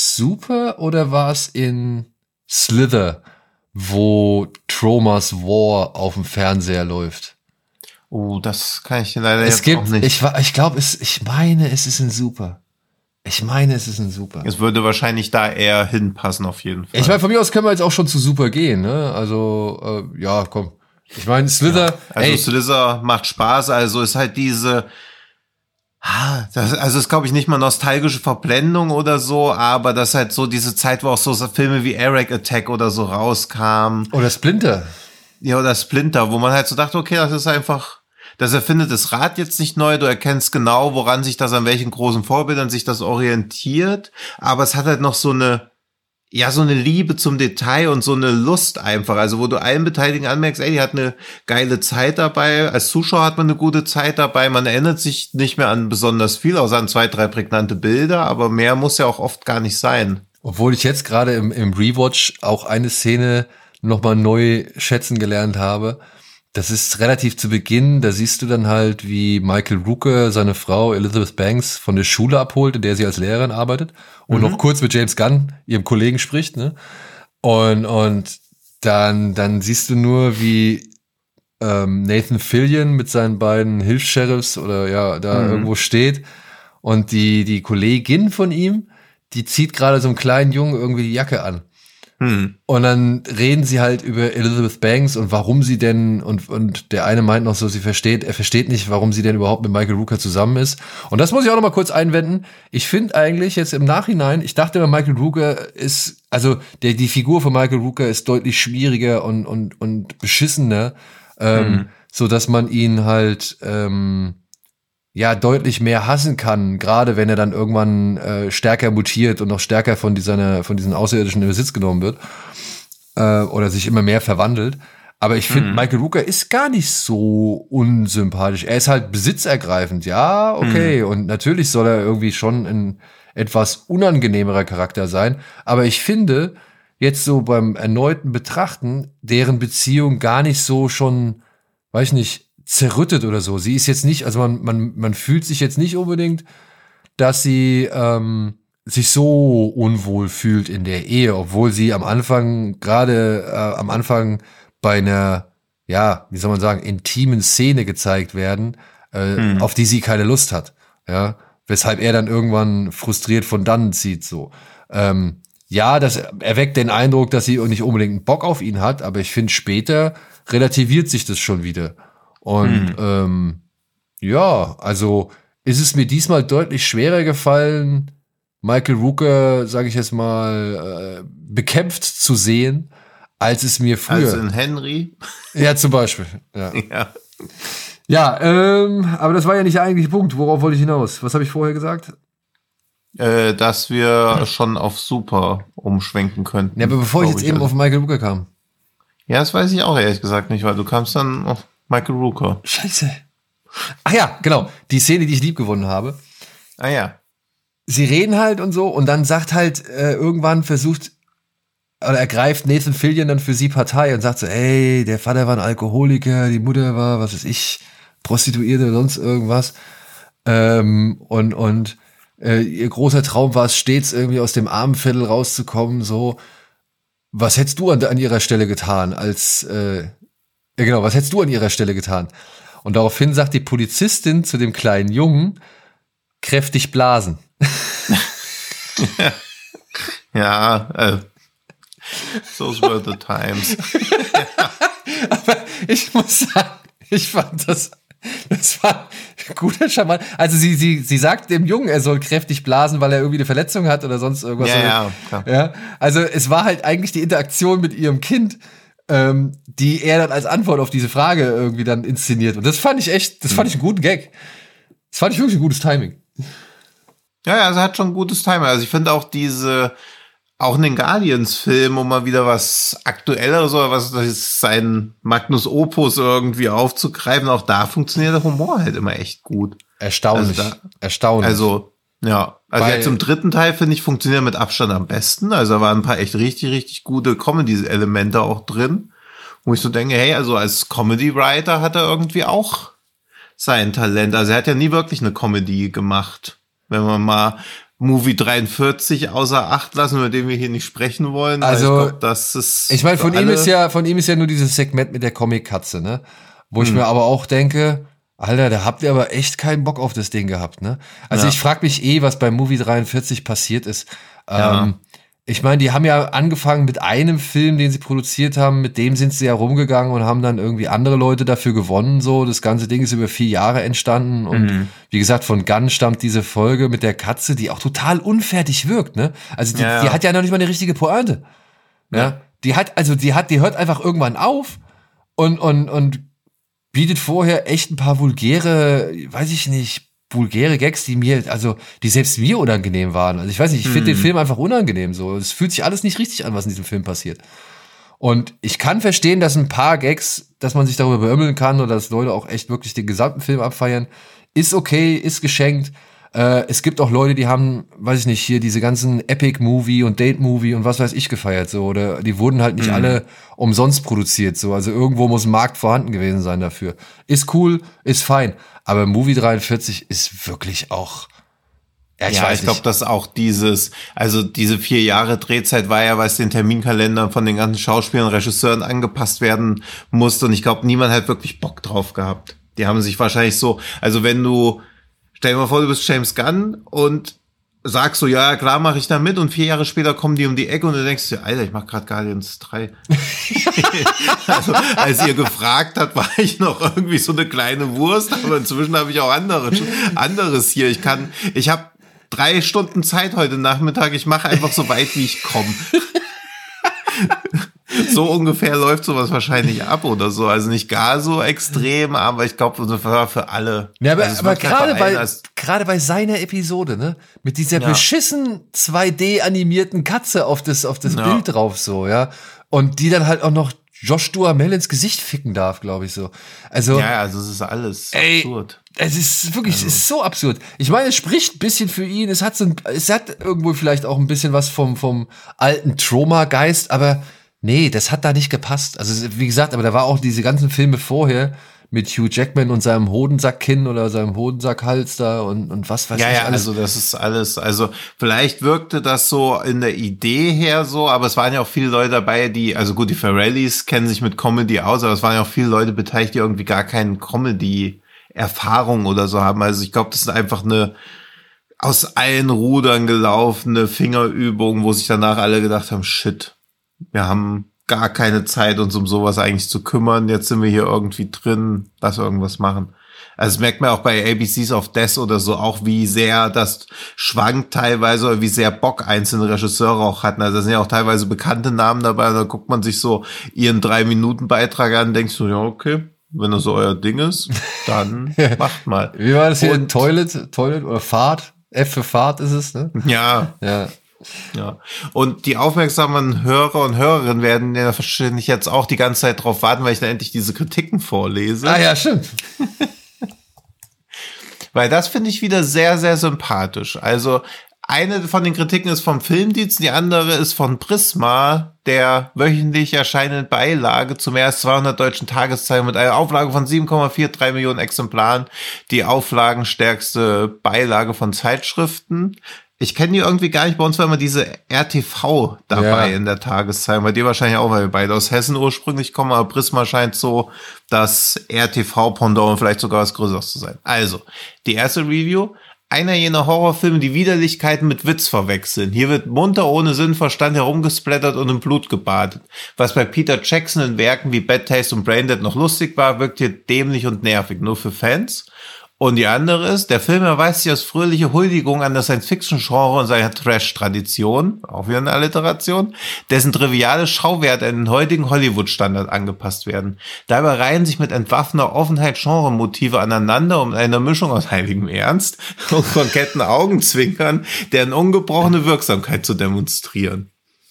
Super oder war es in Slither, wo Tromas War auf dem Fernseher läuft? Oh, das kann ich leider es jetzt gibt, auch nicht. Ich, ich glaube, es, ich meine, es ist in Super. Ich meine, es ist ein Super. Es würde wahrscheinlich da eher hinpassen, auf jeden Fall. Ich meine, von mir aus können wir jetzt auch schon zu Super gehen, ne? Also, äh, ja, komm. Ich meine, Slither. Ja, also, ey. Slither macht Spaß, also ist halt diese, das, also ist, glaube ich, nicht mal nostalgische Verblendung oder so, aber das ist halt so diese Zeit, wo auch so Filme wie Eric Attack oder so rauskamen. Oder Splinter. Ja, oder Splinter, wo man halt so dachte, okay, das ist einfach, das erfindet das Rad jetzt nicht neu, du erkennst genau, woran sich das, an welchen großen Vorbildern sich das orientiert, aber es hat halt noch so eine ja, so eine Liebe zum Detail und so eine Lust einfach, also wo du allen Beteiligten anmerkst, ey, die hat eine geile Zeit dabei, als Zuschauer hat man eine gute Zeit dabei, man erinnert sich nicht mehr an besonders viel, außer an zwei, drei prägnante Bilder, aber mehr muss ja auch oft gar nicht sein. Obwohl ich jetzt gerade im, im Rewatch auch eine Szene nochmal neu schätzen gelernt habe. Das ist relativ zu Beginn, da siehst du dann halt, wie Michael Rooker seine Frau Elizabeth Banks von der Schule abholt, in der sie als Lehrerin arbeitet und mhm. noch kurz mit James Gunn, ihrem Kollegen, spricht, ne? Und, und dann, dann siehst du nur, wie ähm, Nathan Fillion mit seinen beiden Hilfs-Sheriffs oder ja, da mhm. irgendwo steht und die, die Kollegin von ihm, die zieht gerade so einem kleinen Jungen irgendwie die Jacke an. Hm. Und dann reden sie halt über Elizabeth Banks und warum sie denn, und, und der eine meint noch so, sie versteht, er versteht nicht, warum sie denn überhaupt mit Michael Rooker zusammen ist. Und das muss ich auch noch mal kurz einwenden. Ich finde eigentlich jetzt im Nachhinein, ich dachte immer, Michael Rooker ist, also der, die Figur von Michael Rooker ist deutlich schwieriger und, und, und beschissener, ähm, hm. so dass man ihn halt, ähm, ja, deutlich mehr hassen kann, gerade wenn er dann irgendwann äh, stärker mutiert und noch stärker von dieser, von diesen Außerirdischen in Besitz genommen wird äh, oder sich immer mehr verwandelt. Aber ich finde, mhm. Michael Rooker ist gar nicht so unsympathisch. Er ist halt besitzergreifend, ja, okay. Mhm. Und natürlich soll er irgendwie schon ein etwas unangenehmerer Charakter sein. Aber ich finde, jetzt so beim erneuten Betrachten, deren Beziehung gar nicht so schon, weiß ich nicht, zerrüttet oder so. Sie ist jetzt nicht, also man, man, man fühlt sich jetzt nicht unbedingt, dass sie ähm, sich so unwohl fühlt in der Ehe, obwohl sie am Anfang, gerade äh, am Anfang bei einer, ja, wie soll man sagen, intimen Szene gezeigt werden, äh, hm. auf die sie keine Lust hat. Ja, weshalb er dann irgendwann frustriert von dannen zieht, so. Ähm, ja, das erweckt den Eindruck, dass sie nicht unbedingt einen Bock auf ihn hat, aber ich finde, später relativiert sich das schon wieder. Und hm. ähm, ja, also ist es mir diesmal deutlich schwerer gefallen, Michael Rooker, sage ich jetzt mal, äh, bekämpft zu sehen, als es mir früher. Also in Henry? Ja, zum Beispiel. Ja, ja. ja ähm, aber das war ja nicht der eigentliche Punkt. Worauf wollte ich hinaus? Was habe ich vorher gesagt? Äh, dass wir hm. schon auf Super umschwenken könnten. Ja, aber bevor ich jetzt ich eben also. auf Michael Rooker kam. Ja, das weiß ich auch ehrlich gesagt nicht, weil du kamst dann auf Michael Rooker. Scheiße. Ach ja, genau. Die Szene, die ich lieb gewonnen habe. Ah ja. Sie reden halt und so und dann sagt halt äh, irgendwann versucht oder ergreift Nathan Fillion dann für sie Partei und sagt so, ey, der Vater war ein Alkoholiker, die Mutter war, was weiß ich, Prostituierte oder sonst irgendwas. Ähm, und und äh, ihr großer Traum war es stets irgendwie aus dem Armenviertel rauszukommen, so. Was hättest du an, an ihrer Stelle getan als äh, ja genau, was hättest du an ihrer Stelle getan? Und daraufhin sagt die Polizistin zu dem kleinen Jungen, kräftig blasen. ja, äh, those were the times. Aber ich muss sagen, ich fand das, das war ein guter Charmant. Also sie, sie, sie sagt dem Jungen, er soll kräftig blasen, weil er irgendwie eine Verletzung hat oder sonst irgendwas. Ja, ja, klar. Ja, also es war halt eigentlich die Interaktion mit ihrem Kind, ähm, die er dann als Antwort auf diese Frage irgendwie dann inszeniert. Und das fand ich echt, das fand ich einen guten Gag. Das fand ich wirklich ein gutes Timing. Ja, ja, also hat schon ein gutes Timing. Also ich finde auch diese, auch in den Guardians-Film, um mal wieder was Aktuelleres oder was das ist, sein Magnus Opus irgendwie aufzugreifen, auch da funktioniert der Humor halt immer echt gut. Erstaunlich. Also da, Erstaunlich. Also, ja. Also Weil, jetzt im dritten Teil, finde ich, funktioniert mit Abstand am besten. Also da waren ein paar echt richtig, richtig gute Comedy-Elemente auch drin. Wo ich so denke, hey, also als Comedy-Writer hat er irgendwie auch sein Talent. Also er hat ja nie wirklich eine Comedy gemacht. Wenn wir mal Movie dreiundvierzig außer Acht lassen, über den wir hier nicht sprechen wollen. Also, ich glaub, das ist ich meine, von ihm ist ja, von ihm ist ja nur dieses Segment mit der Comic-Katze, ne? Wo hm. ich mir aber auch denke, Alter, da habt ihr aber echt keinen Bock auf das Ding gehabt, ne? Also ja. ich frage mich eh, was bei Movie dreiundvierzig passiert ist. Ja. Ähm, ich meine, die haben ja angefangen mit einem Film, den sie produziert haben, mit dem sind sie ja rumgegangen und haben dann irgendwie andere Leute dafür gewonnen, so. Das ganze Ding ist über vier Jahre entstanden und mhm. wie gesagt, von Gunn stammt diese Folge mit der Katze, die auch total unfertig wirkt, ne? Also die, ja. die hat ja noch nicht mal eine richtige Pointe. Ja. ja. Die hat, also die hat, die hört einfach irgendwann auf und, und, und bietet vorher echt ein paar vulgäre, weiß ich nicht, vulgäre Gags, die mir, also die selbst mir unangenehm waren. Also ich weiß nicht, ich finde Hm. den Film einfach unangenehm so. Es fühlt sich alles nicht richtig an, was in diesem Film passiert. Und ich kann verstehen, dass ein paar Gags, dass man sich darüber beömmeln kann oder dass Leute auch echt wirklich den gesamten Film abfeiern. Ist okay, ist geschenkt. Äh, es gibt auch Leute, die haben, weiß ich nicht, hier diese ganzen Epic-Movie und Date-Movie und was weiß ich gefeiert. So. Oder die wurden halt nicht Mhm. alle umsonst produziert. So. Also irgendwo muss ein Markt vorhanden gewesen sein dafür. Ist cool, ist fein. Aber Movie dreiundvierzig ist wirklich auch... Ja, ich, ja, weiß ich glaube, nicht. dass auch dieses, also diese vier Jahre Drehzeit war ja, weil es den Terminkalendern von den ganzen Schauspielern und Regisseuren angepasst werden musste. Und ich glaube, niemand hat wirklich Bock drauf gehabt. Die haben sich wahrscheinlich so, also wenn du, stell dir mal vor, du bist James Gunn und sagst so, ja, klar, mache ich da mit, und vier Jahre später kommen die um die Ecke und du denkst dir, Alter, ich mach gerade Guardians drei. Also, als ihr gefragt habt, war ich noch irgendwie so eine kleine Wurst, aber inzwischen habe ich auch andere, anderes hier. Ich kann, ich habe drei Stunden Zeit heute Nachmittag, ich mache einfach so weit, wie ich komme. So ungefähr läuft sowas wahrscheinlich ab oder so. Also nicht gar so extrem, aber ich glaube, das war für alle. Ja, aber, also es aber wirkt halt gerade bei bei, allen als- gerade bei seiner Episode, ne, mit dieser Ja. beschissen zwei D animierten Katze auf das, auf das Ja. Bild drauf, so, ja. Und die dann halt auch noch Josh Duhamel ins Gesicht ficken darf, glaube ich, so. Also, Ja, also es ist alles Ey, absurd. es ist wirklich, es ist so absurd. Ich meine, es spricht ein bisschen für ihn. Es hat so ein, es hat irgendwo vielleicht auch ein bisschen was vom, vom alten Trauma-Geist, aber nee, das hat da nicht gepasst. Also, wie gesagt, aber da war auch diese ganzen Filme vorher mit Hugh Jackman und seinem Hodensack-Kinn oder seinem Hodensack-Hals da und, und was weiß Ja, ich ja, alles. also das ist alles, also vielleicht wirkte das so in der Idee her so, aber es waren ja auch viele Leute dabei, die, also gut, die Farrellies kennen sich mit Comedy aus, aber es waren ja auch viele Leute beteiligt, die irgendwie gar keinen Comedy-Erfahrung oder so haben. Also ich glaube, das ist einfach eine aus allen Rudern gelaufene Fingerübung, wo sich danach alle gedacht haben, shit, wir haben gar keine Zeit, uns um sowas eigentlich zu kümmern. Jetzt sind wir hier irgendwie drin, lass irgendwas machen. Also das merkt man auch bei A B Cs of Death oder so, auch wie sehr das schwankt teilweise, oder wie sehr Bock einzelne Regisseure auch hatten. Also da sind ja auch teilweise bekannte Namen dabei, und da guckt man sich so ihren drei-Minuten-Beitrag an und denkt so, ja, okay, wenn das so euer Ding ist, dann macht mal. Wie war das hier? Und- Toilet, Toilet oder Fahrt? F für Fahrt ist es, ne? Ja, Ja. ja. Und die aufmerksamen Hörer und Hörerinnen werden ja wahrscheinlich jetzt auch die ganze Zeit drauf warten, weil ich dann endlich diese Kritiken vorlese. Ah ja, stimmt. Weil das finde ich wieder sehr, sehr sympathisch. Also eine von den Kritiken ist vom Filmdienst, die andere ist von Prisma, der wöchentlich erscheinenden Beilage zu mehr als zweihundert deutschen Tageszeitungen mit einer Auflage von sieben Komma drei Millionen Exemplaren. Die auflagenstärkste Beilage von Zeitschriften. Ich kenne die irgendwie gar nicht. Bei uns war immer diese R T V dabei Ja. in der Tageszeitung. Bei dir wahrscheinlich auch, weil wir beide aus Hessen ursprünglich kommen. Aber Prisma scheint so das R T V-Pendant und vielleicht sogar was Größeres zu sein. Also, die erste Review. Einer jener Horrorfilme, die Widerlichkeiten mit Witz verwechseln. Hier wird munter ohne Sinn Verstand herumgesplattert und im Blut gebadet. Was bei Peter Jackson in Werken wie Bad Taste und Braindead noch lustig war, wirkt hier dämlich und nervig. Nur für Fans. Und die andere ist, der Film erweist sich als fröhliche Huldigung an das Science-Fiction-Genre und seiner Trash-Tradition, auch wieder eine Alliteration, dessen triviale Schauwerte an den heutigen Hollywood-Standard angepasst werden. Dabei reihen sich mit entwaffneter Offenheit Genremotive aneinander, um eine Mischung aus heiligem Ernst und koketten Augenzwinkern, deren ungebrochene Wirksamkeit zu demonstrieren.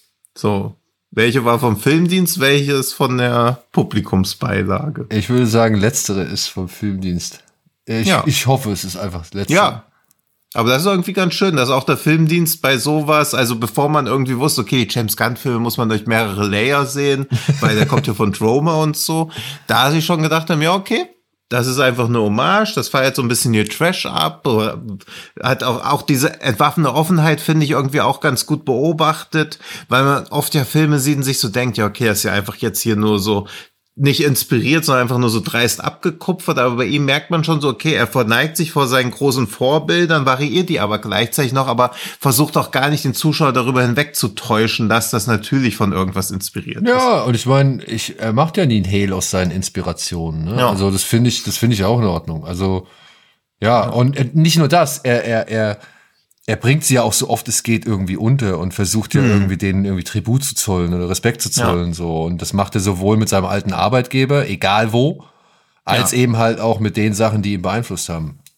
So, welche war vom Filmdienst, welche ist von der Publikumsbeilage? Ich würde sagen, letztere ist vom Filmdienst. Ich, Ja. ich hoffe, es ist einfach das letzte. Ja, aber das ist irgendwie ganz schön, dass auch der Filmdienst bei sowas, also bevor man irgendwie wusste, okay, James Gunn-Filme muss man durch mehrere Layer sehen, weil der kommt ja von Troma und so, da sie schon gedacht haben, ja, okay, das ist einfach eine Hommage, das feiert so ein bisschen hier Trash ab, oder hat auch, auch diese entwaffnende Offenheit, finde ich, irgendwie auch ganz gut beobachtet, weil man oft ja Filme sieht und sich so denkt, ja, okay, das ist ja einfach jetzt hier nur so nicht inspiriert, sondern einfach nur so dreist abgekupfert, aber bei ihm merkt man schon so, okay, er verneigt sich vor seinen großen Vorbildern, variiert die aber gleichzeitig noch, aber versucht auch gar nicht den Zuschauer darüber hinwegzutäuschen, dass das natürlich von irgendwas inspiriert ist. Ja, und ich meine, ich, er macht ja nie einen Hehl aus seinen Inspirationen. Ne? Ja. Also das finde ich, das finde ich auch in Ordnung. Also ja, und äh, nicht nur das, er, er, er, er bringt sie ja auch so oft es geht irgendwie unter und versucht ja Mhm. irgendwie denen irgendwie Tribut zu zollen oder Respekt zu zollen, so. Und das macht er sowohl mit seinem alten Arbeitgeber, egal wo, als Ja. eben halt auch mit den Sachen, die ihn beeinflusst haben.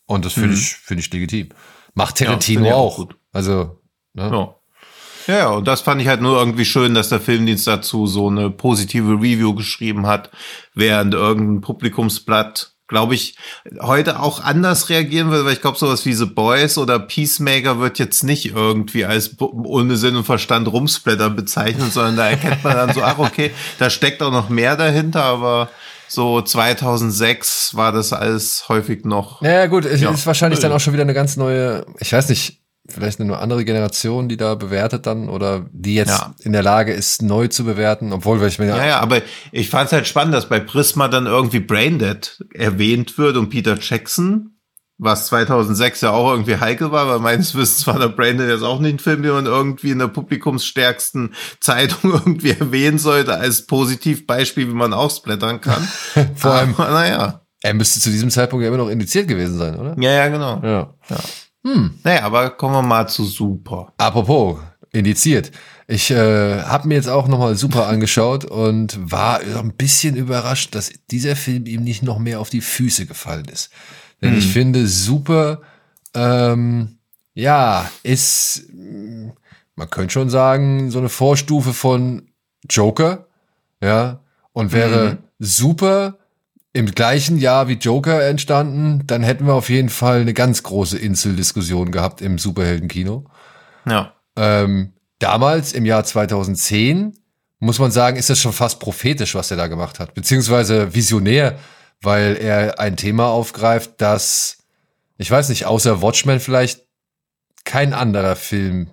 Und das finde Mhm. ich, finde ich legitim. Macht Ja, Tarantino finde ich auch auch. gut. Also, ne? Ja. Ja, ja, und das fand ich halt nur irgendwie schön, dass der Filmdienst dazu so eine positive Review geschrieben hat, während irgendein Publikumsblatt, glaube ich, heute auch anders reagieren würde, weil ich glaube, sowas wie The Boys oder Peacemaker wird jetzt nicht irgendwie als bu- ohne Sinn und Verstand rumsplattern bezeichnet, sondern da erkennt man dann so, ach okay, da steckt auch noch mehr dahinter, aber so zweitausendsechs war das alles häufig noch. Naja, gut, es Ja. ist wahrscheinlich dann auch schon wieder eine ganz neue, ich weiß nicht, vielleicht eine andere Generation, die da bewertet dann oder die jetzt Ja. in der Lage ist, neu zu bewerten, obwohl ich mir Ja, ja, aber ich fand es halt spannend, dass bei Prisma dann irgendwie Braindead erwähnt wird und Peter Jackson, was zweitausendsechs ja auch irgendwie heikel war, weil meines Wissens war der Braindead jetzt auch nicht ein Film, den man irgendwie in der publikumsstärksten Zeitung irgendwie erwähnen sollte, als Positivbeispiel, wie man auch splattern kann. vor allem, Aber, naja. er müsste zu diesem Zeitpunkt ja immer noch indiziert gewesen sein, oder? Ja, ja, genau. Ja. Naja, aber kommen wir mal zu Super. Apropos, indiziert. Ich äh, habe mir jetzt auch nochmal Super angeschaut und war ein bisschen überrascht, dass dieser Film ihm nicht noch mehr auf die Füße gefallen ist. Denn ich finde, Super, ähm, ja, ist, mh, man könnte schon sagen, so eine Vorstufe von Joker, ja, und wäre Super im gleichen Jahr wie Joker entstanden, dann hätten wir auf jeden Fall eine ganz große Inseldiskussion gehabt im Superheldenkino. Ja. Ähm, damals, im Jahr zweitausendzehn, muss man sagen, ist das schon fast prophetisch, was er da gemacht hat. Beziehungsweise visionär, weil er ein Thema aufgreift, das, ich weiß nicht, außer Watchmen vielleicht kein anderer Film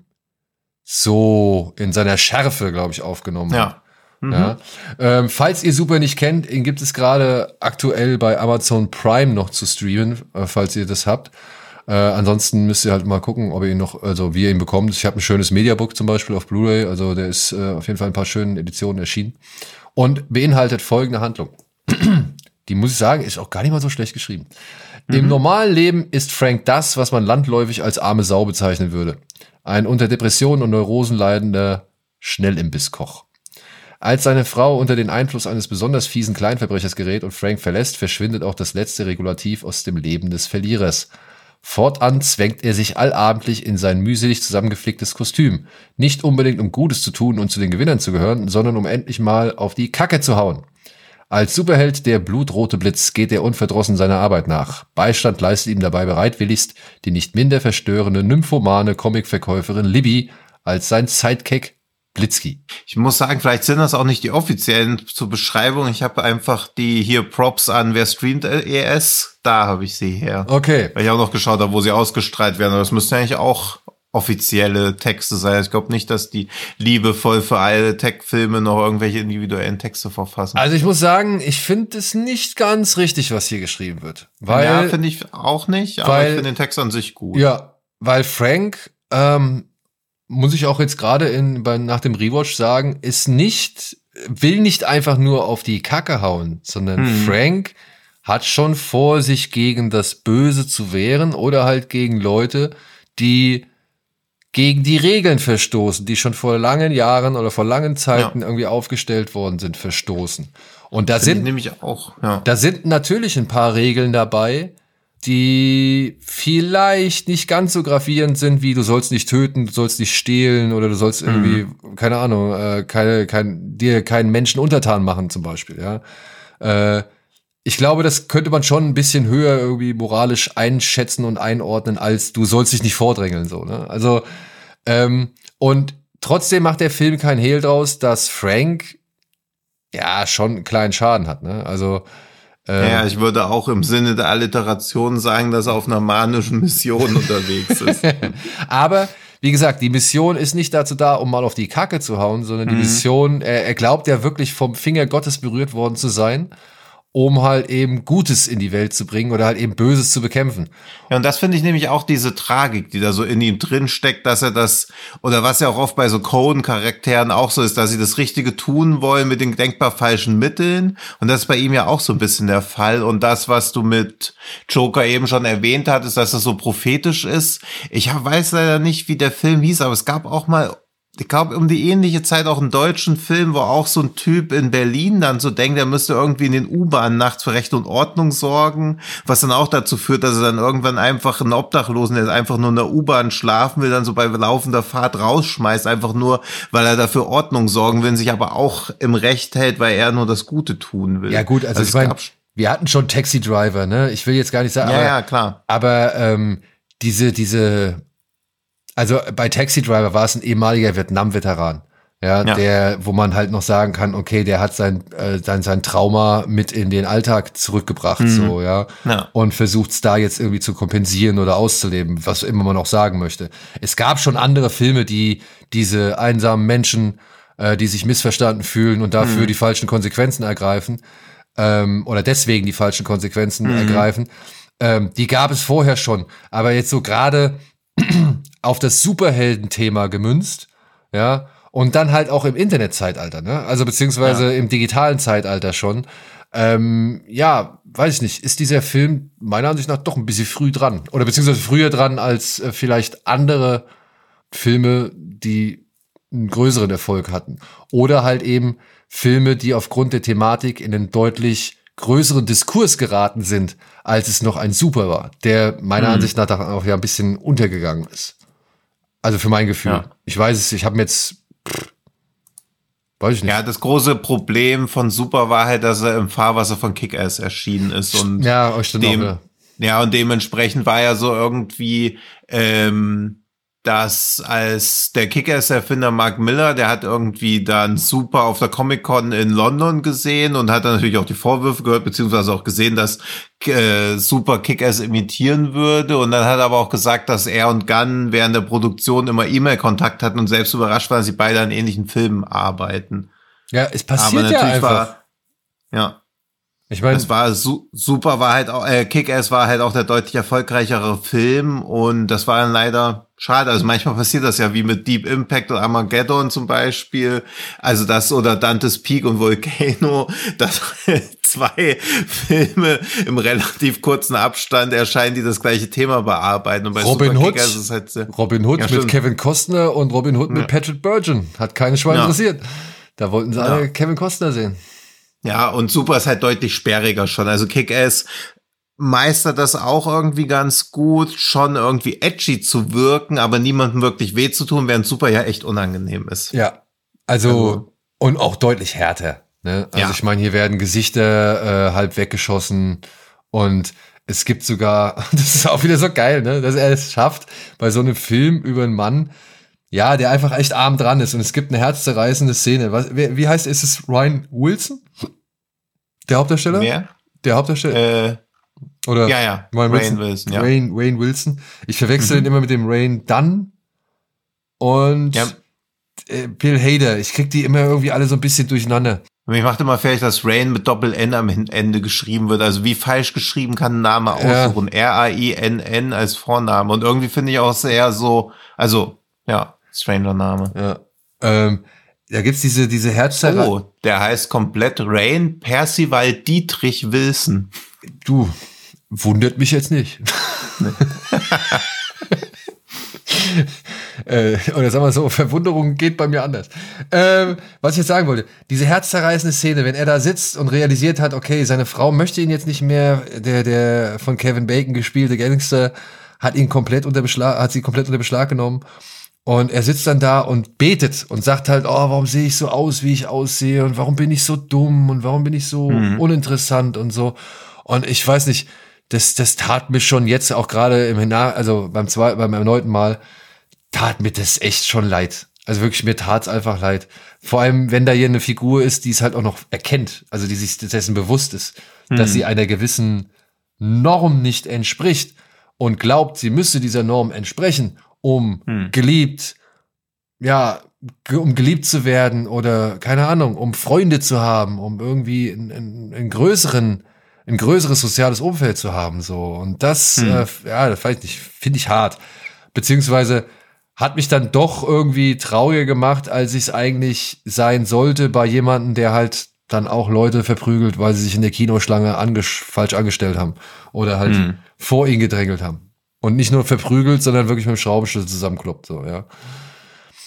so in seiner Schärfe, glaube ich, aufgenommen hat. Ja. Mhm. Ja. Ähm, falls ihr Super nicht kennt, ihn gibt es gerade aktuell bei Amazon Prime noch zu streamen, äh, falls ihr das habt. Äh, ansonsten müsst ihr halt mal gucken, ob ihr ihn noch, also wie ihr ihn bekommt. Ich habe ein schönes Mediabook zum Beispiel auf Blu-ray, also der ist äh, auf jeden Fall in ein paar schönen Editionen erschienen und beinhaltet folgende Handlung. Die, muss ich sagen, ist auch gar nicht mal so schlecht geschrieben. Mhm. Im normalen Leben ist Frank das, was man landläufig als arme Sau bezeichnen würde. Ein unter Depressionen und Neurosen leidender Schnellimbisskoch. Als seine Frau unter den Einfluss eines besonders fiesen Kleinverbrechers gerät und Frank verlässt, verschwindet auch das letzte Regulativ aus dem Leben des Verlierers. Fortan zwängt er sich allabendlich in sein mühselig zusammengeflicktes Kostüm. Nicht unbedingt um Gutes zu tun und zu den Gewinnern zu gehören, sondern um endlich mal auf die Kacke zu hauen. Als Superheld der blutrote Blitz geht er unverdrossen seiner Arbeit nach. Beistand leistet ihm dabei bereitwilligst die nicht minder verstörende, nymphomane Comicverkäuferin Libby als sein Sidekick Blitzky. Ich muss sagen, vielleicht sind das auch nicht die offiziellen zur Beschreibung. Ich habe einfach die hier Props an, wer streamt E S, da habe ich sie her. Okay. Weil ich auch noch geschaut habe, wo sie ausgestrahlt werden. Aber das müssten eigentlich auch offizielle Texte sein. Ich glaube nicht, dass die liebevoll für alle Tech-Filme noch irgendwelche individuellen Texte verfassen. Also ich muss sagen, ich finde es nicht ganz richtig, was hier geschrieben wird. Weil, ja, finde ich auch nicht, aber weil, ich finde den Text an sich gut. Ja, weil Frank, ähm, muss ich auch jetzt gerade in bei, nach dem Rewatch sagen, ist nicht, will nicht einfach nur auf die Kacke hauen, sondern hm. Frank hat schon vor, sich gegen das Böse zu wehren oder halt gegen Leute, die gegen die Regeln verstoßen, die schon vor langen Jahren oder vor langen Zeiten ja. irgendwie aufgestellt worden sind, verstoßen. Und da Find sind nämlich auch, ja. da sind natürlich ein paar Regeln dabei, die vielleicht nicht ganz so gravierend sind, wie du sollst nicht töten, du sollst nicht stehlen oder du sollst irgendwie, mhm. keine Ahnung, äh, keine, kein, dir keinen Menschen untertan machen zum Beispiel, ja. Äh, ich glaube, das könnte man schon ein bisschen höher irgendwie moralisch einschätzen und einordnen, als du sollst dich nicht vordrängeln, so, ne? Also, ähm, und trotzdem macht der Film kein Hehl draus, dass Frank ja schon einen kleinen Schaden hat, ne? Also, Ja, ich würde auch im Sinne der Alliteration sagen, dass er auf einer manischen Mission unterwegs ist. Aber, wie gesagt, die Mission ist nicht dazu da, um mal auf die Kacke zu hauen, sondern die mhm. Mission, er, er glaubt ja wirklich vom Finger Gottes berührt worden zu sein, um halt eben Gutes in die Welt zu bringen oder halt eben Böses zu bekämpfen. Ja, und das finde ich nämlich auch diese Tragik, die da so in ihm drin steckt, dass er das, oder was ja auch oft bei so Coen-Charakteren auch so ist, dass sie das Richtige tun wollen mit den denkbar falschen Mitteln. Und das ist bei ihm ja auch so ein bisschen der Fall. Und das, was du mit Joker eben schon erwähnt hattest, dass das so prophetisch ist. Ich weiß leider nicht, wie der Film hieß, aber es gab auch mal, ich glaube, um die ähnliche Zeit auch einen deutschen Film, wo auch so ein Typ in Berlin dann so denkt, er müsste irgendwie in den U-Bahnen nachts für Recht und Ordnung sorgen, was dann auch dazu führt, dass er dann irgendwann einfach einen Obdachlosen, der einfach nur in der U-Bahn schlafen will, dann so bei laufender Fahrt rausschmeißt, einfach nur, weil er dafür Ordnung sorgen will, sich aber auch im Recht hält, weil er nur das Gute tun will. Ja gut, also, also ich meine, wir hatten schon Taxi Driver, ne? Ich will jetzt gar nicht sagen, ja, aber, ja, klar. aber ähm, diese, diese Also bei Taxi Driver war es ein ehemaliger Vietnam-Veteran, ja, ja, der, wo man halt noch sagen kann, okay, der hat sein, äh, sein, sein Trauma mit in den Alltag zurückgebracht, mhm. so, ja, ja. und versucht es da jetzt irgendwie zu kompensieren oder auszuleben, was immer man auch sagen möchte. Es gab schon andere Filme, die diese einsamen Menschen, äh, die sich missverstanden fühlen und dafür mhm. die falschen Konsequenzen ergreifen, ähm, oder deswegen die falschen Konsequenzen mhm. ergreifen, ähm, die gab es vorher schon, aber jetzt so gerade auf das Superhelden-Thema gemünzt, ja, und dann halt auch im Internetzeitalter, ne, also beziehungsweise ja. im digitalen Zeitalter schon, ähm, ja, weiß ich nicht, ist dieser Film meiner Ansicht nach doch ein bisschen früh dran, oder beziehungsweise früher dran als äh, vielleicht andere Filme, die einen größeren Erfolg hatten, oder halt eben Filme, die aufgrund der Thematik in einen deutlich größeren Diskurs geraten sind, als es noch ein Super war, der meiner hm. Ansicht nach auch ja ein bisschen untergegangen ist. Also für mein Gefühl. Ja. Ich weiß es, ich habe mir jetzt, pff, weiß ich nicht. Ja, das große Problem von Super war halt, dass er im Fahrwasser von Kick-Ass erschienen ist und ja, euch stimmt dem, auch, ja. ja, und dementsprechend war ja so irgendwie, ähm, dass als der Kick-Ass-Erfinder Mark Miller, der hat irgendwie dann Super auf der Comic-Con in London gesehen und hat dann natürlich auch die Vorwürfe gehört, beziehungsweise auch gesehen, dass äh, Super Kick-Ass imitieren würde. Und dann hat er aber auch gesagt, dass er und Gunn während der Produktion immer E-Mail-Kontakt hatten und selbst überrascht waren, dass sie beide an ähnlichen Filmen arbeiten. Ja, es passiert aber ja einfach. War, ja. Ich meine, es war su- super, war halt auch, äh, Kick-Ass war halt auch der deutlich erfolgreichere Film und das war dann leider schade. Also manchmal passiert das ja wie mit Deep Impact und Armageddon zum Beispiel. Also das oder Dante's Peak und Volcano, dass zwei Filme im relativ kurzen Abstand erscheinen, die das gleiche Thema bearbeiten. Und bei Robin Hood, ist es halt sehr, Robin Hood ja, mit Kevin Costner und Robin Hood mit ja. Patrick Bergin. Hat keine Schwein ja. interessiert. Da wollten sie ja. alle Kevin Costner sehen. Ja, und Super ist halt deutlich sperriger schon. Also Kick-Ass meistert das auch irgendwie ganz gut, schon irgendwie edgy zu wirken, aber niemandem wirklich weh zu tun, während Super ja echt unangenehm ist. Ja, also, also und auch deutlich härter. Ne? Also ja. ich meine, hier werden Gesichter äh, halb weggeschossen und es gibt sogar, das ist auch wieder so geil, ne, dass er es schafft, bei so einem Film über einen Mann, ja, der einfach echt arm dran ist und es gibt eine herzzerreißende Szene. Was, wie, wie heißt, ist es Rainn Wilson? Der Hauptdarsteller? Wer? Der Hauptdarsteller? Äh, Oder ja, ja. Rainn Wilson. Wilson, ja. Rainn, Rainn Wilson. Ich verwechsel mhm. den immer mit dem Rainn Dunn und ja. äh, Bill Hader. Ich krieg die immer irgendwie alle so ein bisschen durcheinander. Mich macht immer fertig, dass Rainn mit Doppel-N am Ende geschrieben wird. Also wie falsch geschrieben kann ein Name aussuchen? Ja. R A I N N als Vorname. Und irgendwie finde ich auch sehr so, also, ja, stranger Name. Ja. Ähm, da gibt's diese, diese Herzzerreißer. Oh, der heißt komplett Rainn Percival Dietrich Wilson. Du, wundert mich jetzt nicht. äh, oder sagen wir so, Verwunderung geht bei mir anders. Ähm, was ich jetzt sagen wollte, diese herzzerreißende Szene, wenn er da sitzt und realisiert hat, okay, seine Frau möchte ihn jetzt nicht mehr, der, der von Kevin Bacon gespielte Gangster hat ihn komplett unter Beschlag, hat sie komplett unter Beschlag genommen. Und er sitzt dann da und betet und sagt halt, oh, warum sehe ich so aus, wie ich aussehe und warum bin ich so dumm und warum bin ich so mhm. uninteressant und so. Und ich weiß nicht, das, das tat mir schon jetzt auch gerade im Nach, also beim zweiten, beim erneuten Mal, tat mir das echt schon leid. Also wirklich, mir tat's einfach leid. Vor allem, wenn da hier eine Figur ist, die es halt auch noch erkennt, also die sich dessen bewusst ist, mhm. dass sie einer gewissen Norm nicht entspricht und glaubt, sie müsste dieser Norm entsprechen, um hm. geliebt, ja, ge- um geliebt zu werden oder, keine Ahnung, um Freunde zu haben, um irgendwie ein, ein größeren, ein größeres soziales Umfeld zu haben, so. Und das, hm. äh, ja, das weiß ich nicht, finde ich hart. Beziehungsweise hat mich dann doch irgendwie trauriger gemacht, als ich es eigentlich sein sollte bei jemandem, der halt dann auch Leute verprügelt, weil sie sich in der Kinoschlange anges- falsch angestellt haben oder halt hm. vor ihn gedrängelt haben. Und nicht nur verprügelt, sondern wirklich mit dem Schraubenschlüssel zusammenkloppt, so, ja.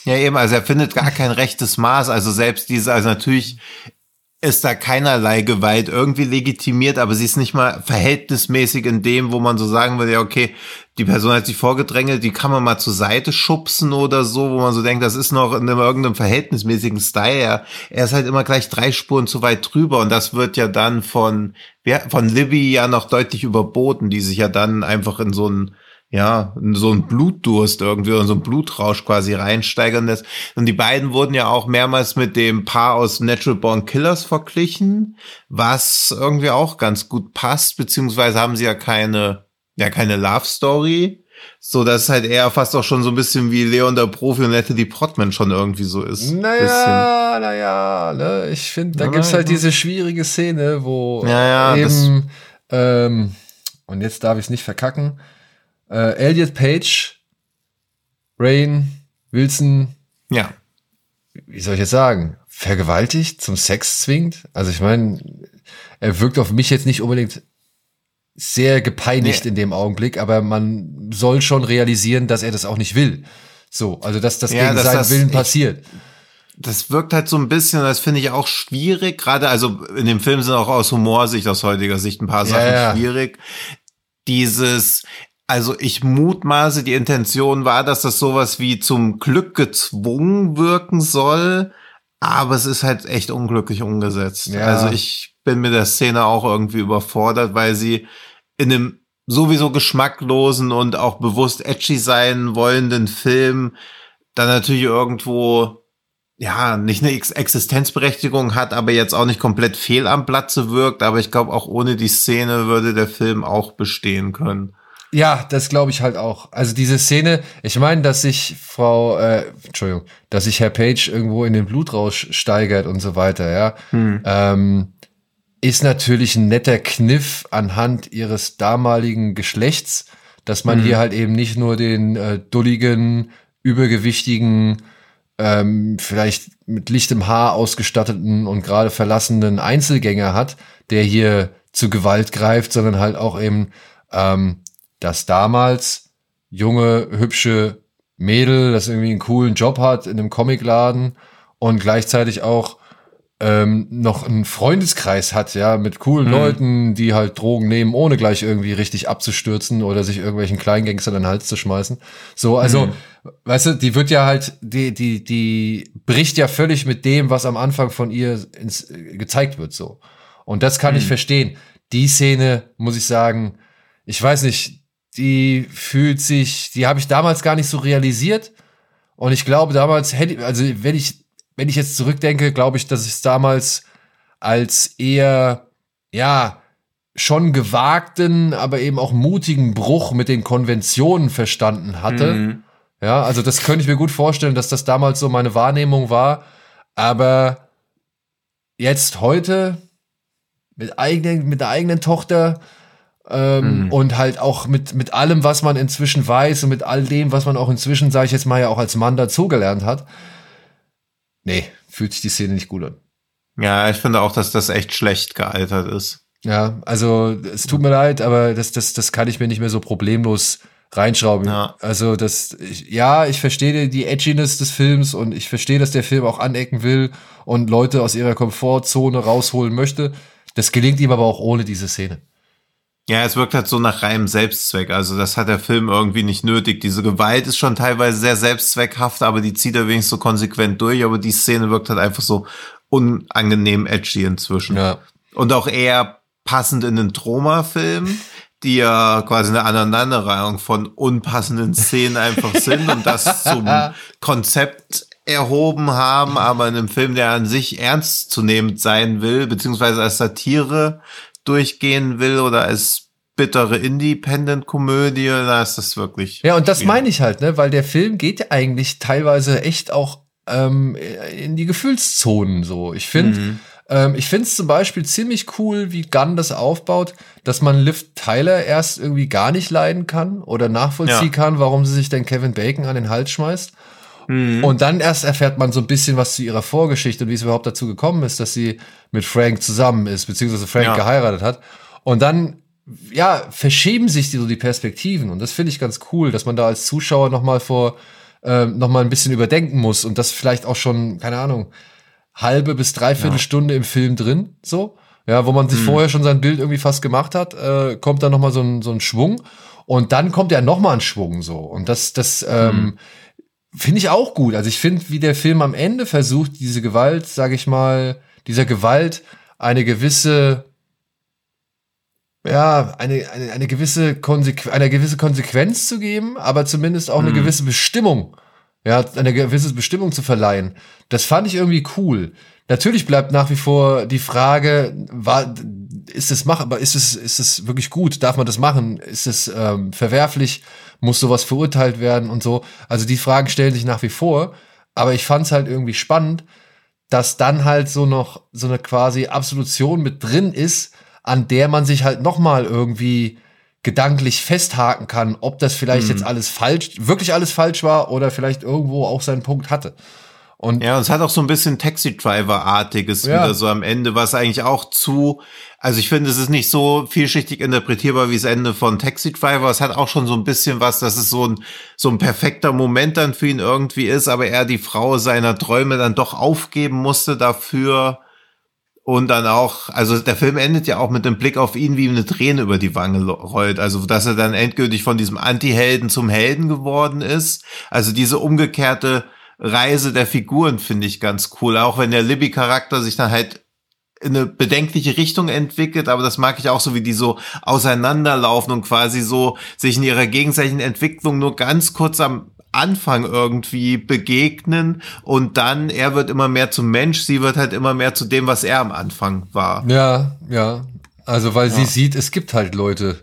Ja, eben, also er findet gar kein rechtes Maß. Also selbst diese, also natürlich ist da keinerlei Gewalt irgendwie legitimiert, aber sie ist nicht mal verhältnismäßig in dem, wo man so sagen würde, ja, okay, die Person hat sich vorgedrängelt, die kann man mal zur Seite schubsen oder so, wo man so denkt, das ist noch in einem, irgendeinem verhältnismäßigen Style. Er, er ist halt immer gleich drei Spuren zu weit drüber und das wird ja dann von, von Libby ja noch deutlich überboten, die sich ja dann einfach in so ein ja, so ein Blutdurst irgendwie und so ein Blutrausch quasi reinsteigern lässt. Und die beiden wurden ja auch mehrmals mit dem Paar aus Natural Born Killers verglichen, was irgendwie auch ganz gut passt, beziehungsweise haben sie ja keine, ja, keine Love Story, so dass es halt eher fast auch schon so ein bisschen wie Leon der Profi und Natalie Portman schon irgendwie so ist. Naja, naja, ne, ich finde, da ja, gibt's halt ja. diese schwierige Szene, wo ja, ja, eben, ähm, und jetzt darf ich es nicht verkacken, Uh, Elliot Page, Rain, Wilson, ja, wie soll ich jetzt sagen, vergewaltigt, zum Sex zwingt. Also ich meine, er wirkt auf mich jetzt nicht unbedingt sehr gepeinigt nee. in dem Augenblick, aber man soll schon realisieren, dass er das auch nicht will. So, also dass das ja, gegen dass seinen das Willen passiert. Das wirkt halt so ein bisschen, das finde ich auch schwierig, gerade, also in dem Film sind auch aus Humorsicht, aus heutiger Sicht ein paar Sachen ja, ja. schwierig. Dieses Also ich mutmaße, die Intention war, dass das sowas wie zum Glück gezwungen wirken soll, aber es ist halt echt unglücklich umgesetzt. Ja. Also ich bin mit der Szene auch irgendwie überfordert, weil sie in einem sowieso geschmacklosen und auch bewusst edgy sein wollenden Film dann natürlich irgendwo ja nicht eine Existenzberechtigung hat, aber jetzt auch nicht komplett fehl am Platze wirkt. Aber ich glaube, auch ohne die Szene würde der Film auch bestehen können. Ja, das glaube ich halt auch. Also diese Szene, ich meine, dass sich Frau, äh, Entschuldigung, dass sich Herr Page irgendwo in den Blutrausch steigert und so weiter, ja, hm. ähm, ist natürlich ein netter Kniff anhand ihres damaligen Geschlechts, dass man hm. hier halt eben nicht nur den äh, dulligen, übergewichtigen, ähm, vielleicht mit lichtem Haar ausgestatteten und gerade verlassenen Einzelgänger hat, der hier zu Gewalt greift, sondern halt auch eben ähm, dass damals junge, hübsche Mädel, das irgendwie einen coolen Job hat in einem Comicladen und gleichzeitig auch ähm, noch einen Freundeskreis hat, ja, mit coolen mhm. Leuten, die halt Drogen nehmen, ohne gleich irgendwie richtig abzustürzen oder sich irgendwelchen Kleingangstern in den Hals zu schmeißen. So, also, mhm. weißt du, die wird ja halt, die, die, die bricht ja völlig mit dem, was am Anfang von ihr ins, äh, gezeigt wird, so. Und das kann mhm. ich verstehen. Die Szene, muss ich sagen, ich weiß nicht, die fühlt sich, die habe ich damals gar nicht so realisiert. Und ich glaube, damals hätte, also wenn ich, wenn ich jetzt zurückdenke, glaube ich, dass ich es damals als eher, ja, schon gewagten, aber eben auch mutigen Bruch mit den Konventionen verstanden hatte. Mhm. Ja, also das könnte ich mir gut vorstellen, dass das damals so meine Wahrnehmung war. Aber jetzt heute mit eigenen, mit der eigenen Tochter, Ähm, mhm. und halt auch mit mit allem, was man inzwischen weiß und mit all dem, was man auch inzwischen, sage ich jetzt mal, ja auch als Mann dazugelernt hat. Nee, fühlt sich die Szene nicht gut an. Ja, ich finde auch, dass das echt schlecht gealtert ist. Ja, also es tut mir leid, aber das das das kann ich mir nicht mehr so problemlos reinschrauben. Ja. Also das, ich, ja, ich verstehe die Edginess des Films und ich verstehe, dass der Film auch anecken will und Leute aus ihrer Komfortzone rausholen möchte. Das gelingt ihm aber auch ohne diese Szene. Ja, es wirkt halt so nach reinem Selbstzweck. Also das hat der Film irgendwie nicht nötig. Diese Gewalt ist schon teilweise sehr selbstzweckhaft, aber die zieht er wenigstens so konsequent durch. Aber die Szene wirkt halt einfach so unangenehm edgy inzwischen. Ja. Und auch eher passend in den Troma-Film, die ja quasi eine Aneinanderreihung von unpassenden Szenen einfach sind und das zum Konzept erhoben haben, aber in einem Film, der an sich ernstzunehmend sein will, beziehungsweise als Satire durchgehen will oder als bittere Independent-Komödie, da ist das wirklich ja, und das schwierig. Meine ich halt, ne, weil der Film geht ja eigentlich teilweise echt auch ähm, in die Gefühlszonen so. Ich finde, mhm. ähm, ich finde es zum Beispiel ziemlich cool, wie Gunn das aufbaut, dass man Liv Tyler erst irgendwie gar nicht leiden kann oder nachvollziehen ja. kann, warum sie sich denn Kevin Bacon an den Hals schmeißt. Mhm. Und dann erst erfährt man so ein bisschen was zu ihrer Vorgeschichte und wie es überhaupt dazu gekommen ist, dass sie mit Frank zusammen ist, beziehungsweise Frank ja. geheiratet hat. Und dann, ja, verschieben sich die, so die Perspektiven. Und das finde ich ganz cool, dass man da als Zuschauer noch mal vor äh, noch mal ein bisschen überdenken muss und das vielleicht auch schon, keine Ahnung, halbe bis dreiviertel ja. Stunde im Film drin, so, ja, wo man sich hm. vorher schon sein Bild irgendwie fast gemacht hat, äh, kommt dann noch mal so ein, so ein Schwung und dann kommt ja noch mal ein Schwung, so, und das, das, ähm, hm. finde ich auch gut. Also ich finde, wie der Film am Ende versucht, diese Gewalt, sage ich mal, dieser Gewalt eine gewisse, ja, eine, eine, eine gewisse Konsequ- eine gewisse Konsequenz zu geben, aber zumindest auch eine mhm. gewisse Bestimmung, ja, eine gewisse Bestimmung zu verleihen. Das fand ich irgendwie cool. Natürlich bleibt nach wie vor die Frage, war, ist es machbar, ist es, ist es wirklich gut? Darf man das machen? Ist es ähm, verwerflich? Muss sowas verurteilt werden und so? Also die Fragen stellen sich nach wie vor. Aber ich fand es halt irgendwie spannend, dass dann halt so noch so eine quasi Absolution mit drin ist, an der man sich halt noch mal irgendwie gedanklich festhaken kann, ob das vielleicht mhm. jetzt alles falsch, wirklich alles falsch war oder vielleicht irgendwo auch seinen Punkt hatte. Und ja, und es hat auch so ein bisschen Taxi-Driver-artiges ja. wieder so am Ende, was eigentlich auch zu, also ich finde, es ist nicht so vielschichtig interpretierbar wie das Ende von Taxi-Driver. Es hat auch schon so ein bisschen was, dass es so ein, so ein perfekter Moment dann für ihn irgendwie ist, aber er die Frau seiner Träume dann doch aufgeben musste dafür. Und dann auch, also der Film endet ja auch mit dem Blick auf ihn, wie ihm eine Träne über die Wange rollt. Also, dass er dann endgültig von diesem Anti-Helden zum Helden geworden ist. Also diese umgekehrte Reise der Figuren finde ich ganz cool. Auch wenn der Libby-Charakter sich dann halt in eine bedenkliche Richtung entwickelt, aber das mag ich auch so, wie die so auseinanderlaufen und quasi so sich in ihrer gegenseitigen Entwicklung nur ganz kurz am Anfang irgendwie begegnen und dann, er wird immer mehr zum Mensch, sie wird halt immer mehr zu dem, was er am Anfang war. Ja, ja. Also, weil ja. sie sieht, es gibt halt Leute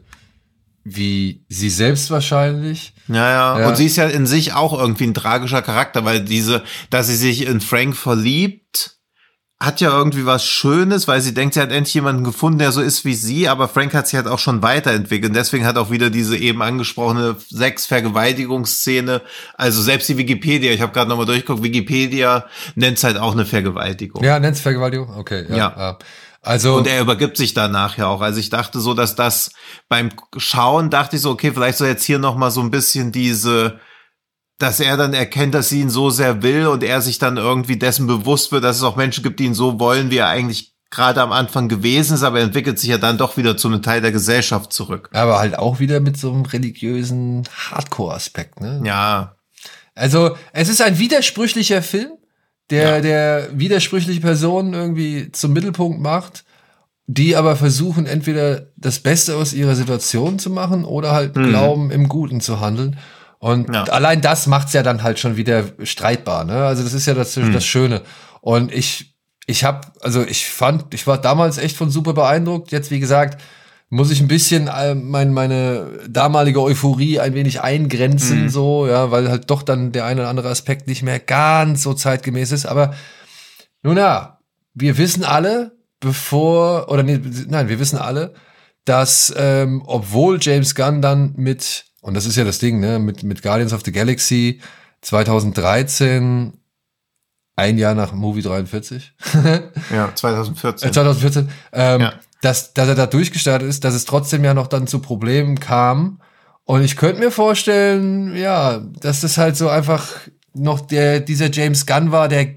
wie sie selbst wahrscheinlich. Ja, ja, ja. Und sie ist ja in sich auch irgendwie ein tragischer Charakter, weil diese, dass sie sich in Frank verliebt, hat ja irgendwie was Schönes, weil sie denkt, sie hat endlich jemanden gefunden, der so ist wie sie, aber Frank hat sich halt auch schon weiterentwickelt. Und deswegen hat auch wieder diese eben angesprochene Sex-Vergewaltigungsszene, also selbst die Wikipedia, ich habe gerade nochmal durchgeguckt, Wikipedia nennt es halt auch eine Vergewaltigung. Ja, nennt es Vergewaltigung? Okay, ja. ja. ja. Also, und er übergibt sich danach ja auch. Also ich dachte so, dass das beim Schauen dachte ich so, okay, vielleicht soll jetzt hier nochmal so ein bisschen diese, dass er dann erkennt, dass sie ihn so sehr will und er sich dann irgendwie dessen bewusst wird, dass es auch Menschen gibt, die ihn so wollen, wie er eigentlich gerade am Anfang gewesen ist, aber er entwickelt sich ja dann doch wieder zu einem Teil der Gesellschaft zurück. Aber halt auch wieder mit so einem religiösen Hardcore-Aspekt, ne? Ja. Also es ist ein widersprüchlicher Film, der ja. der widersprüchliche Personen irgendwie zum Mittelpunkt macht, die aber versuchen, entweder das Beste aus ihrer Situation zu machen oder halt mhm. glauben, im Guten zu handeln. Und ja. allein das macht's ja dann halt schon wieder streitbar, ne? Also das ist ja das, mhm. das Schöne. Und ich, ich hab, also ich fand, ich war damals echt von super beeindruckt. Jetzt, wie gesagt, muss ich ein bisschen äh, mein, meine damalige Euphorie ein wenig eingrenzen, mhm. so, ja, weil halt doch dann der eine oder andere Aspekt nicht mehr ganz so zeitgemäß ist. Aber nun ja, wir wissen alle, bevor, oder nee, nein, wir wissen alle, dass ähm, obwohl James Gunn dann mit, und das ist ja das Ding, ne, mit, mit Guardians of the Galaxy zwanzig dreizehn, ein Jahr nach Movie dreiundvierzig. Ja, zwanzig vierzehn. Äh, zwanzig vierzehn, ähm, ja. dass, dass er da durchgestartet ist, dass es trotzdem ja noch dann zu Problemen kam. Und ich könnte mir vorstellen, ja, dass das halt so einfach noch der, dieser James Gunn war, der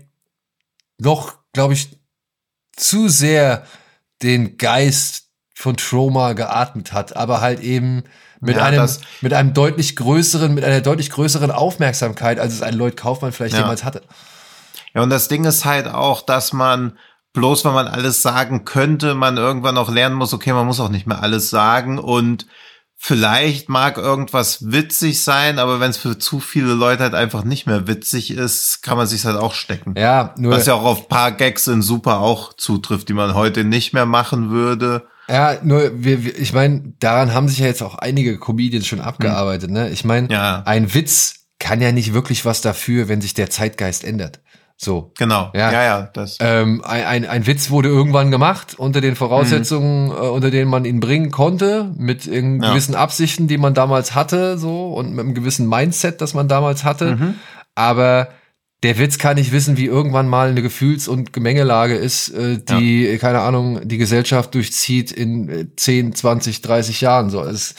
noch, glaube ich, zu sehr den Geist von Troma geatmet hat, aber halt eben mit ja, einem, mit einem deutlich größeren, mit einer deutlich größeren Aufmerksamkeit, als es ein Lloyd Kaufman vielleicht ja. jemals hatte. Ja, und das Ding ist halt auch, dass man bloß, weil man alles sagen könnte, man irgendwann auch lernen muss, okay, man muss auch nicht mehr alles sagen und vielleicht mag irgendwas witzig sein, aber wenn es für zu viele Leute halt einfach nicht mehr witzig ist, kann man sich halt auch stecken. Ja, nur was ja auch auf ein paar Gags in Super auch zutrifft, die man heute nicht mehr machen würde. Ja, nur wir, wir ich meine, daran haben sich ja jetzt auch einige Comedians schon abgearbeitet, hm. ne? Ich meine, ja. ein Witz kann ja nicht wirklich was dafür, wenn sich der Zeitgeist ändert. So. Genau. Ja, ja, ja das. Ähm, ein, ein, ein Witz wurde irgendwann gemacht, unter den Voraussetzungen, mhm. äh, unter denen man ihn bringen konnte, mit in ja. gewissen Absichten, die man damals hatte, so, und mit einem gewissen Mindset, das man damals hatte. Mhm. Aber der Witz kann nicht wissen, wie irgendwann mal eine Gefühls- und Gemengelage ist, äh, die, ja. keine Ahnung, die Gesellschaft durchzieht in zehn, zwanzig, dreißig Jahren. So. Es,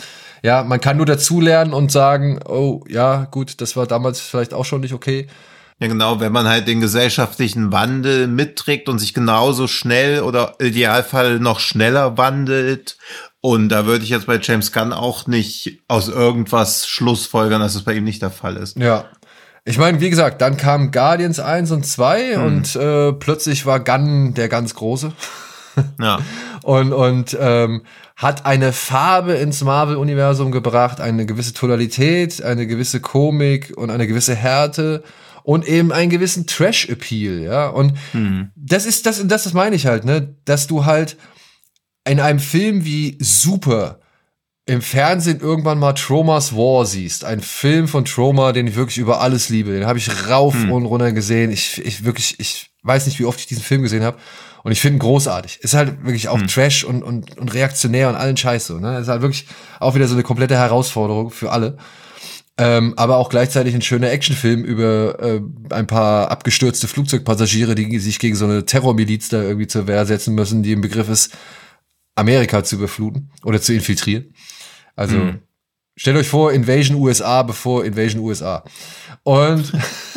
Ja, man kann nur dazulernen und sagen, oh, ja, gut, das war damals vielleicht auch schon nicht okay. Ja, genau, wenn man halt den gesellschaftlichen Wandel mitträgt und sich genauso schnell oder im Idealfall noch schneller wandelt. Und da würde ich jetzt bei James Gunn auch nicht aus irgendwas schlussfolgern, dass es bei ihm nicht der Fall ist. Ja. Ich meine, wie gesagt, dann kamen Guardians eins und zwei hm. und äh, plötzlich war Gunn der ganz Große. Ja. und und ähm, hat eine Farbe ins Marvel-Universum gebracht, eine gewisse Tonalität, eine gewisse Komik und eine gewisse Härte und eben einen gewissen Trash-Appeal, ja. Und hm. das ist das, das, das meine ich halt, ne, dass du halt in einem Film wie Super im Fernsehen irgendwann mal Troma's War siehst. Ein Film von Troma, den ich wirklich über alles liebe. Den habe ich rauf hm. und runter gesehen. Ich, ich wirklich, ich weiß nicht, wie oft ich diesen Film gesehen habe. Und ich finde ihn großartig. Ist halt wirklich auch hm. Trash und, und, und reaktionär und allen Scheiß so, ne? Ist halt wirklich auch wieder so eine komplette Herausforderung für alle. Ähm, aber auch gleichzeitig ein schöner Actionfilm über äh, ein paar abgestürzte Flugzeugpassagiere, die sich gegen so eine Terrormiliz da irgendwie zur Wehr setzen müssen, die im Begriff ist, Amerika zu überfluten oder zu infiltrieren. Also, hm. stellt euch vor, Invasion U S A bevor Invasion U S A. Und,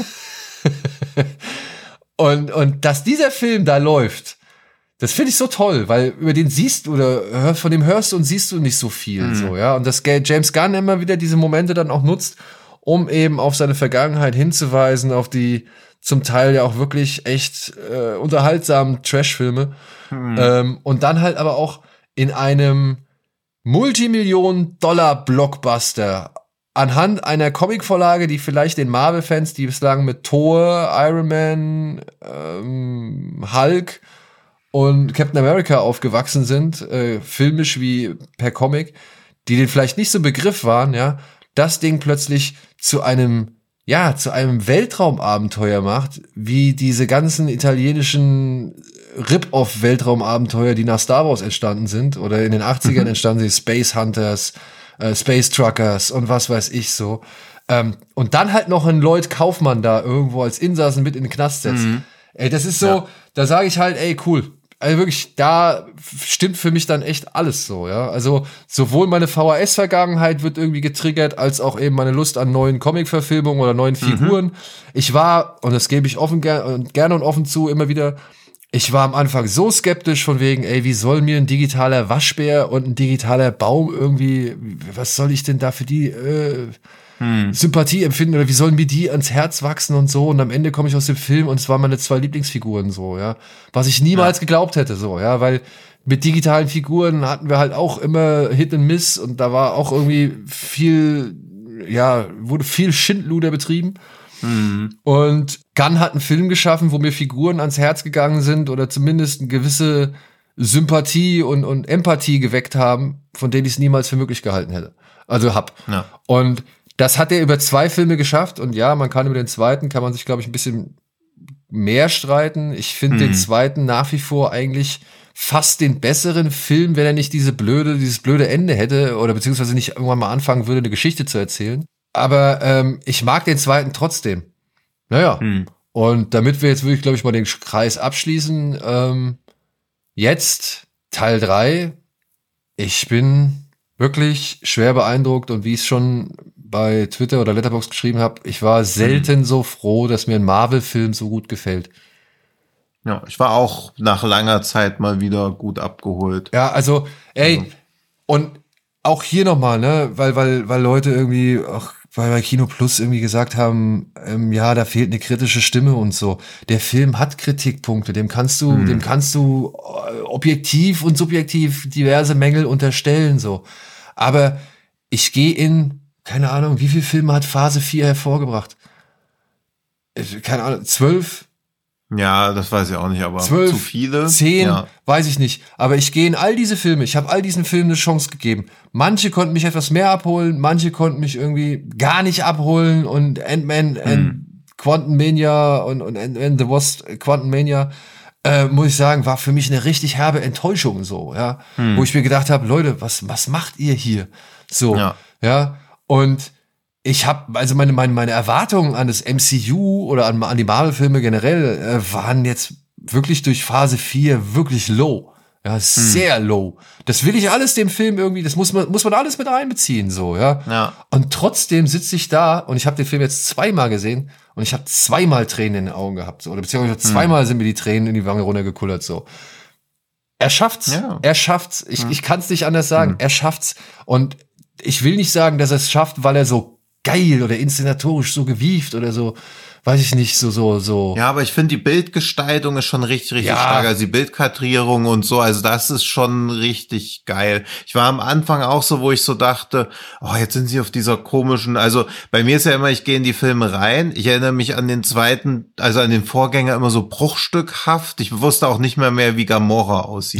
und, und dass dieser Film da läuft, das finde ich so toll, weil über den siehst du oder von dem hörst du und siehst du nicht so viel, hm. so, ja. Und dass James Gunn immer wieder diese Momente dann auch nutzt, um eben auf seine Vergangenheit hinzuweisen, auf die zum Teil ja auch wirklich echt äh, unterhaltsamen Trash-Filme. Hm. Ähm, und dann halt aber auch in einem Multimillionen-Dollar-Blockbuster anhand einer Comicvorlage, die vielleicht den Marvel-Fans, die bislang mit Thor, Iron Man, ähm, Hulk und Captain America aufgewachsen sind, äh, filmisch wie per Comic, die den vielleicht nicht so im Begriff waren, ja, das Ding plötzlich zu einem ja, zu einem Weltraumabenteuer macht, wie diese ganzen italienischen Rip-Off-Weltraumabenteuer, die nach Star Wars entstanden sind oder in den achtzigern mhm. entstanden sind, Space Hunters, äh, Space Truckers und was weiß ich so. Ähm, und dann halt noch ein Lloyd Kaufmann da irgendwo als Insassen mit in den Knast setzt. Mhm. Ey, das ist so, ja. da sage ich halt, ey, cool. Also wirklich, da stimmt für mich dann echt alles so, ja. Also sowohl meine V H S-Vergangenheit wird irgendwie getriggert, als auch eben meine Lust an neuen Comic-Verfilmungen oder neuen Figuren. Mhm. Ich war, und das gebe ich offen ger- gerne und offen zu, immer wieder, ich war am Anfang so skeptisch von wegen, ey, wie soll mir ein digitaler Waschbär und ein digitaler Baum irgendwie, was soll ich denn da für die äh, hm. Sympathie empfinden oder wie sollen mir die ans Herz wachsen und so, und am Ende komme ich aus dem Film und es waren meine zwei Lieblingsfiguren so, ja, was ich niemals ja. geglaubt hätte, so, ja, weil mit digitalen Figuren hatten wir halt auch immer Hit and Miss und da war auch irgendwie viel, ja, wurde viel Schindluder betrieben. Mhm. Und Gunn hat einen Film geschaffen, wo mir Figuren ans Herz gegangen sind oder zumindest eine gewisse Sympathie und, und Empathie geweckt haben, von denen ich es niemals für möglich gehalten hätte. Also hab. Ja. Und das hat er über zwei Filme geschafft und ja, man kann über den zweiten, kann man sich, glaube ich, ein bisschen mehr streiten. Ich finde mhm. den zweiten nach wie vor eigentlich fast den besseren Film, wenn er nicht diese blöde, dieses blöde Ende hätte oder beziehungsweise nicht irgendwann mal anfangen würde, eine Geschichte zu erzählen. Aber ähm, ich mag den zweiten trotzdem. Naja. Hm. Und damit wir jetzt wirklich, glaube ich, mal den Kreis abschließen, ähm, jetzt Teil drei. Ich bin wirklich schwer beeindruckt und wie ich es schon bei Twitter oder Letterboxd geschrieben habe, ich war selten hm. so froh, dass mir ein Marvel-Film so gut gefällt. Ja, ich war auch nach langer Zeit mal wieder gut abgeholt. Ja, also, ey, also. Und auch hier nochmal, ne, weil, weil, weil Leute irgendwie, auch weil bei Kino Plus irgendwie gesagt haben, ähm, ja, da fehlt eine kritische Stimme und so. Der Film hat Kritikpunkte, dem kannst du, hm. dem kannst du objektiv und subjektiv diverse Mängel unterstellen, so. Aber ich gehe in, keine Ahnung, wie viele Filme hat Phase vier hervorgebracht? Keine Ahnung, zwölf? Ja, das weiß ich auch nicht, aber zwölf, zu viele. zehn, ja. weiß ich nicht. Aber ich gehe in all diese Filme, ich habe all diesen Filmen eine Chance gegeben. Manche konnten mich etwas mehr abholen, manche konnten mich irgendwie gar nicht abholen und Ant-Man and hm. Quantumania und, und Ant-Man the Wasp, Quantumania, äh, muss ich sagen, war für mich eine richtig herbe Enttäuschung so, ja. Hm. Wo ich mir gedacht habe, Leute, was, was macht ihr hier? So, ja. ja? Und ich habe, also meine, meine, meine Erwartungen an das M C U oder an, an die Marvel-Filme generell äh, waren jetzt wirklich durch Phase vier wirklich low. Ja, sehr hm. low. Das will ich alles dem Film irgendwie, das muss man, muss man alles mit einbeziehen, so, ja. ja. Und trotzdem sitze ich da und ich habe den Film jetzt zweimal gesehen und ich habe zweimal Tränen in den Augen gehabt, so. Oder beziehungsweise zweimal hm. sind mir die Tränen in die Wange runtergekullert, so. Er schafft's. Ja. Er schafft's. Ich, hm. ich kann es nicht anders sagen. Hm. Er schafft's. Und ich will nicht sagen, dass er es schafft, weil er so geil oder inszenatorisch so gewieft oder so, weiß ich nicht, so, so, so. Ja, aber ich finde, die Bildgestaltung ist schon richtig, richtig ja. stark. Also die Bildkartierung und so, also das ist schon richtig geil. Ich war am Anfang auch so, wo ich so dachte, oh, jetzt sind sie auf dieser komischen, also bei mir ist ja immer, ich gehe in die Filme rein. Ich erinnere mich an den zweiten, also an den Vorgänger immer so bruchstückhaft. Ich wusste auch nicht mehr mehr, wie Gamora aussieht.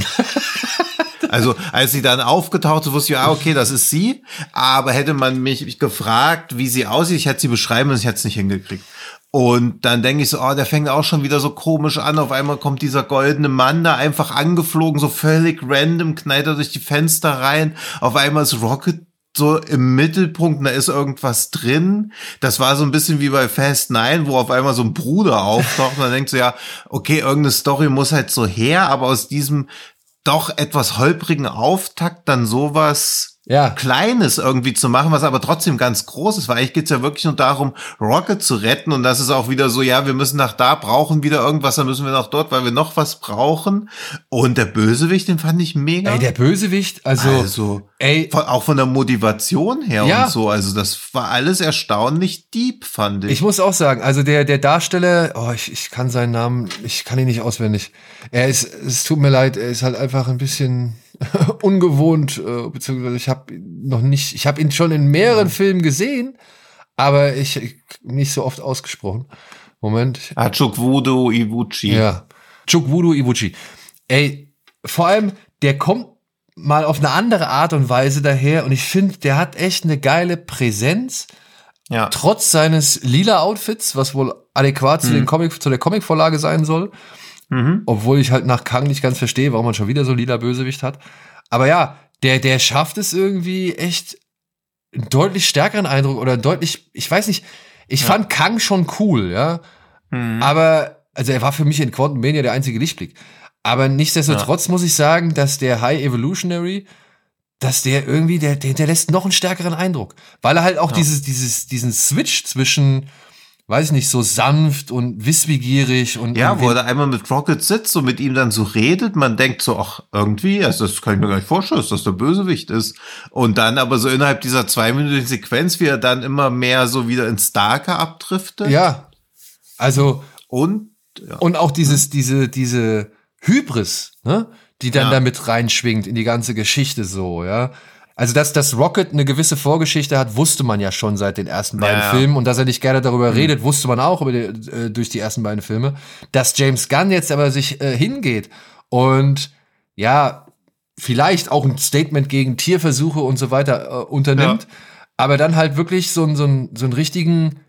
Also, als sie dann aufgetaucht ist, wusste ich, ah, okay, das ist sie. Aber hätte man mich gefragt, wie sie aussieht, ich hätte sie beschreiben müssen, ich hätte es nicht hingekriegt. Und dann denke ich so, oh, der fängt auch schon wieder so komisch an. Auf einmal kommt dieser goldene Mann da einfach angeflogen, so völlig random, knallt er durch die Fenster rein. Auf einmal ist Rocket so im Mittelpunkt, da ist irgendwas drin. Das war so ein bisschen wie bei Fast Nine, wo auf einmal so ein Bruder auftaucht. Und dann denkst du, ja, okay, irgendeine Story muss halt so her, aber aus diesem doch etwas holprigen Auftakt dann sowas ja. Kleines irgendwie zu machen, was aber trotzdem ganz groß ist, weil eigentlich geht's ja wirklich nur darum, Rocket zu retten und das ist auch wieder so, ja, wir müssen nach da, brauchen wieder irgendwas, dann müssen wir nach dort, weil wir noch was brauchen und der Bösewicht, den fand ich mega. Ey, der Bösewicht, also, also ey, von, auch von der Motivation her ja. und so, also das war alles erstaunlich deep, fand ich. Ich muss auch sagen, also der der Darsteller, oh, ich, ich kann seinen Namen, ich kann ihn nicht auswendig. Er ist, es tut mir leid, er ist halt einfach ein bisschen ungewohnt, äh, beziehungsweise ich habe noch nicht, ich habe ihn schon in mehreren Filmen gesehen, aber ich, ich nicht so oft ausgesprochen. Moment. Ah, Chukwudu Iwuchi. Ja, Chukwudu Iwuchi. Ey, vor allem, der kommt mal auf eine andere Art und Weise daher und ich finde, der hat echt eine geile Präsenz. Ja. Trotz seines lila Outfits, was wohl adäquat mhm. zu den Comic, zu der Comicvorlage sein soll. Mhm. Obwohl ich halt nach Kang nicht ganz verstehe, warum man schon wieder so lila Bösewicht hat. Aber ja, der, der schafft es irgendwie echt einen deutlich stärkeren Eindruck oder deutlich, ich weiß nicht, ich ja. fand Kang schon cool, ja. Mhm. Aber, also er war für mich in Quantum Mania der einzige Lichtblick. Aber nichtsdestotrotz ja. muss ich sagen, dass der High Evolutionary, dass der irgendwie, der, der, der lässt noch einen stärkeren Eindruck. Weil er halt auch ja. dieses, dieses, diesen Switch zwischen, weiß ich nicht, so sanft und wissbegierig und ja, wo er einmal mit Rocket sitzt und mit ihm dann so redet, man denkt so, ach, irgendwie, also das kann ich mir gar nicht vorstellen, dass das der Bösewicht ist. Und dann aber so innerhalb dieser zweiminütigen Sequenz, wie er dann immer mehr so wieder ins Darker abdriftet. Ja, also und ja. und auch dieses, diese, diese Hybris, ne, die dann ja. damit reinschwingt in die ganze Geschichte so, ja. Also, dass, dass Rocket eine gewisse Vorgeschichte hat, wusste man ja schon seit den ersten beiden ja. Filmen. Und dass er nicht gerne darüber mhm. redet, wusste man auch über die, äh, durch die ersten beiden Filme. Dass James Gunn jetzt aber sich äh, hingeht und ja, vielleicht auch ein Statement gegen Tierversuche und so weiter äh, unternimmt, ja. aber dann halt wirklich so, so, ein, so einen richtigen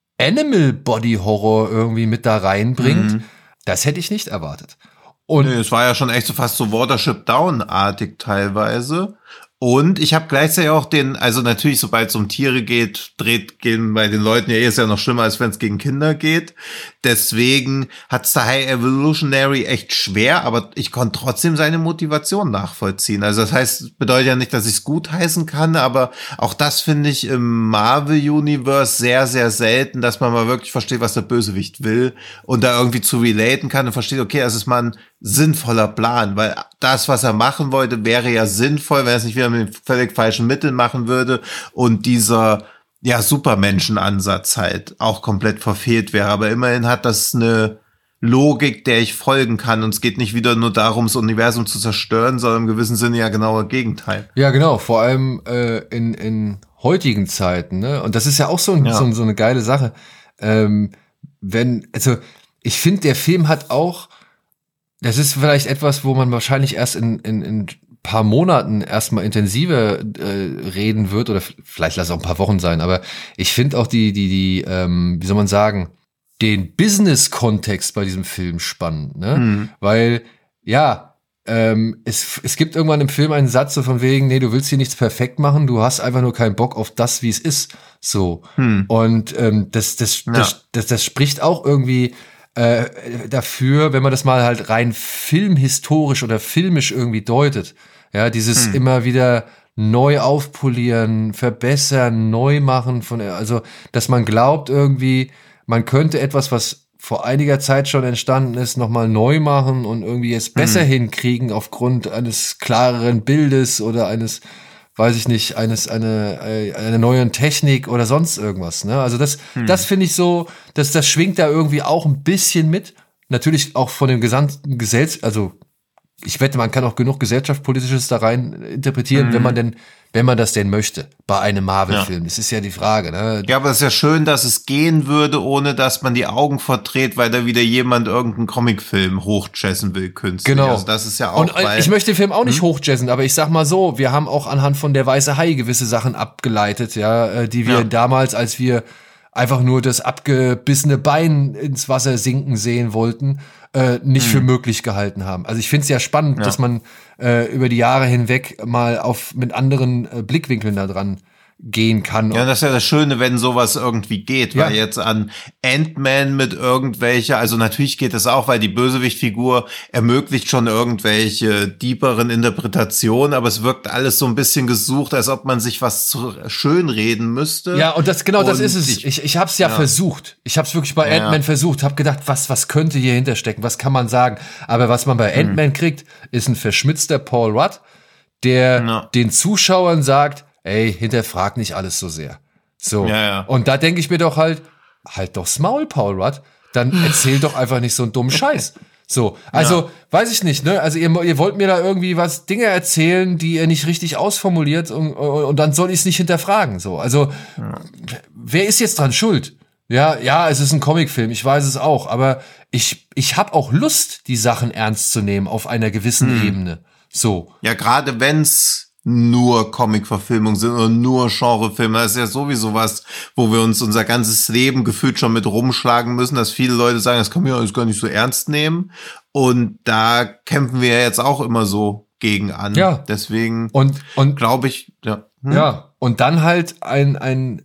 Animal-Body-Horror irgendwie mit da reinbringt, mhm. das hätte ich nicht erwartet. Und nee, es war ja schon echt so fast so Watership Down-artig teilweise. Und ich habe gleichzeitig auch den, also natürlich, sobald es um Tiere geht, dreht gehen bei den Leuten ja eh, ist ja noch schlimmer, als wenn es gegen Kinder geht. Deswegen hat's der High Evolutionary echt schwer, aber ich konnte trotzdem seine Motivation nachvollziehen. Also das heißt, bedeutet ja nicht, dass ich es gut heißen kann, aber auch das finde ich im Marvel-Universe sehr, sehr selten, dass man mal wirklich versteht, was der Bösewicht will und da irgendwie zu relaten kann und versteht, okay, das ist mal ein sinnvoller Plan, weil das, was er machen wollte, wäre ja sinnvoll, wenn er es nicht wieder mit völlig falschen Mitteln machen würde und dieser ja Supermenschen-Ansatz halt auch komplett verfehlt wäre. Aber immerhin hat das eine Logik, der ich folgen kann und es geht nicht wieder nur darum, das Universum zu zerstören, sondern im gewissen Sinne ja genau das Gegenteil. Ja, genau, vor allem äh, in, in heutigen Zeiten, ne? Und das ist ja auch so, ein, ja. so, so eine geile Sache. Ähm, wenn, also ich finde, der Film hat auch, das ist vielleicht etwas, wo man wahrscheinlich erst in, in, in paar Monaten erstmal intensiver äh, reden wird oder vielleicht lass es auch ein paar Wochen sein, aber ich finde auch die, die, die, ähm, wie soll man sagen, den Business-Kontext bei diesem Film spannend, ne? Mhm. Weil, ja, ähm, es, es gibt irgendwann im Film einen Satz so von wegen, nee, du willst hier nichts perfekt machen, du hast einfach nur keinen Bock auf das, wie es ist, so. Mhm. Und ähm, das, das, ja. das, das, das spricht auch irgendwie äh, dafür, wenn man das mal halt rein filmhistorisch oder filmisch irgendwie deutet. Ja, dieses hm. immer wieder neu aufpolieren, verbessern, neu machen von, also, dass man glaubt irgendwie, man könnte etwas, was vor einiger Zeit schon entstanden ist, nochmal neu machen und irgendwie es besser hm. hinkriegen aufgrund eines klareren Bildes oder eines, weiß ich nicht, eines, eine, eine neuen Technik oder sonst irgendwas, ne? Also das, hm. das finde ich so, dass das schwingt da irgendwie auch ein bisschen mit. Natürlich auch von dem gesamten Gesellschaft, also, ich wette, man kann auch genug gesellschaftspolitisches da rein interpretieren, mhm. wenn man denn, wenn man das denn möchte, bei einem Marvel-Film. Ja. Das ist ja die Frage, ne? Ja, aber es ist ja schön, dass es gehen würde, ohne dass man die Augen verdreht, weil da wieder jemand irgendeinen Comicfilm hochjazzen will, künstlich. Genau. Also das ist ja auch. Und weil, ich möchte den Film auch nicht hm? hochjazzen, aber ich sag mal so, wir haben auch anhand von Der Weiße Hai gewisse Sachen abgeleitet, ja, die wir ja. damals, als wir einfach nur das abgebissene Bein ins Wasser sinken sehen wollten, äh, nicht hm. für möglich gehalten haben. Also ich finde es ja spannend, ja. dass man äh, über die Jahre hinweg mal auf mit anderen äh, Blickwinkeln da dran gehen kann. Ja, das ist ja das Schöne, wenn sowas irgendwie geht, ja. weil jetzt an Ant-Man mit irgendwelcher, also natürlich geht es auch, weil die Bösewichtfigur ermöglicht schon irgendwelche tieferen Interpretationen, aber es wirkt alles so ein bisschen gesucht, als ob man sich was zu schönreden müsste. Ja, und das genau und das ist es. Ich, ich, ich habe es ja, ja versucht. Ich habe es wirklich bei ja, Ant-Man ja. versucht, habe gedacht, was was könnte hier hinterstecken, was kann man sagen? Aber was man bei hm. Ant-Man kriegt, ist ein verschmitzter Paul Rudd, der ja. den Zuschauern sagt, ey, hinterfrag nicht alles so sehr. So. Ja, ja. Und da denke ich mir doch halt, halt doch's Maul, Paul Rudd. Dann erzähl doch einfach nicht so einen dummen Scheiß. So. Also, ja. weiß ich nicht, ne? Also, ihr, ihr wollt mir da irgendwie was, Dinge erzählen, die ihr nicht richtig ausformuliert und, und dann soll ich es nicht hinterfragen. So. Also, ja. wer ist jetzt dran schuld? Ja, ja, es ist ein Comicfilm, ich weiß es auch, aber ich, ich habe auch Lust, die Sachen ernst zu nehmen auf einer gewissen hm. Ebene. So. Ja, gerade wenn's nur Comic-Verfilmungen sind oder nur Genrefilme. Das ist ja sowieso was, wo wir uns unser ganzes Leben gefühlt schon mit rumschlagen müssen, dass viele Leute sagen, das kann man ja alles gar nicht so ernst nehmen. Und da kämpfen wir ja jetzt auch immer so gegen an. Ja. Deswegen und, und glaube ich, ja. Hm? Ja, und dann halt ein, ein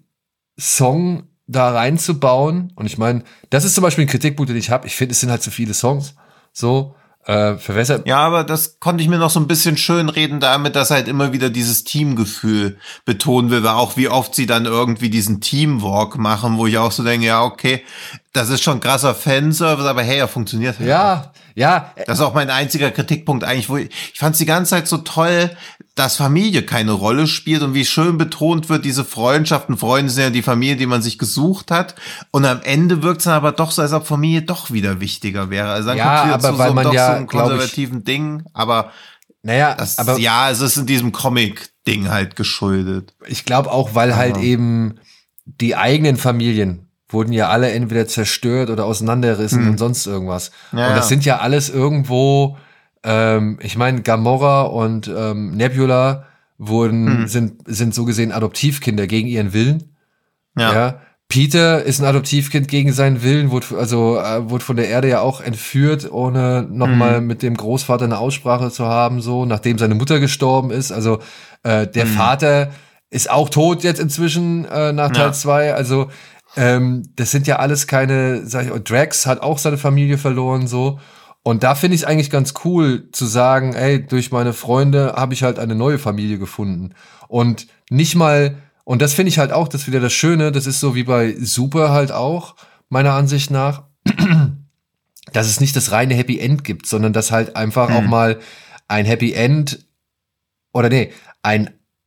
Song da reinzubauen. Und ich meine, das ist zum Beispiel ein Kritikpunkt, den ich habe. Ich finde, es sind halt zu viele Songs. So. Äh, verwässert. Ja, aber das konnte ich mir noch so ein bisschen schön reden damit, dass halt immer wieder dieses Teamgefühl betonen will, weil auch wie oft sie dann irgendwie diesen Teamwalk machen, wo ich auch so denke, ja, okay, das ist schon krasser Fanservice, aber hey, er funktioniert halt. Ja, auch. ja. Das ist auch mein einziger Kritikpunkt eigentlich, wo ich, ich fand es die ganze Zeit so toll, dass Familie keine Rolle spielt und wie schön betont wird, diese Freundschaften, Freunde sind ja die Familie, die man sich gesucht hat. Und am Ende wirkt es dann aber doch so, als ob Familie doch wieder wichtiger wäre. Also dann ja, kommt aber zu weil so, man doch ja, so einem konservativen ich, Ding, aber naja, das, aber ja, es ist in diesem Comic-Ding halt geschuldet. Ich glaube auch, weil halt ja. eben die eigenen Familien wurden ja alle entweder zerstört oder auseinanderrissen hm. und sonst irgendwas. Ja, und das sind ja alles irgendwo, ähm, ich meine, Gamora und ähm, Nebula wurden, hm. sind, sind so gesehen Adoptivkinder gegen ihren Willen. Ja. ja. Peter ist ein Adoptivkind gegen seinen Willen, wurde, also, äh, wurde von der Erde ja auch entführt, ohne nochmal hm. mit dem Großvater eine Aussprache zu haben, so, nachdem seine Mutter gestorben ist. Also, äh, der hm. Vater ist auch tot jetzt inzwischen, äh, nach Teil zwei. Ja. Also, ähm, das sind ja alles keine, sag ich, Drax hat auch seine Familie verloren, so. Und da finde ich es eigentlich ganz cool zu sagen, ey, durch meine Freunde habe ich halt eine neue Familie gefunden. Und nicht mal, und das finde ich halt auch, das ist wieder das Schöne, das ist so wie bei Super halt auch, meiner Ansicht nach, dass es nicht das reine Happy End gibt, sondern dass halt einfach hm. auch mal ein Happy End oder nee, ein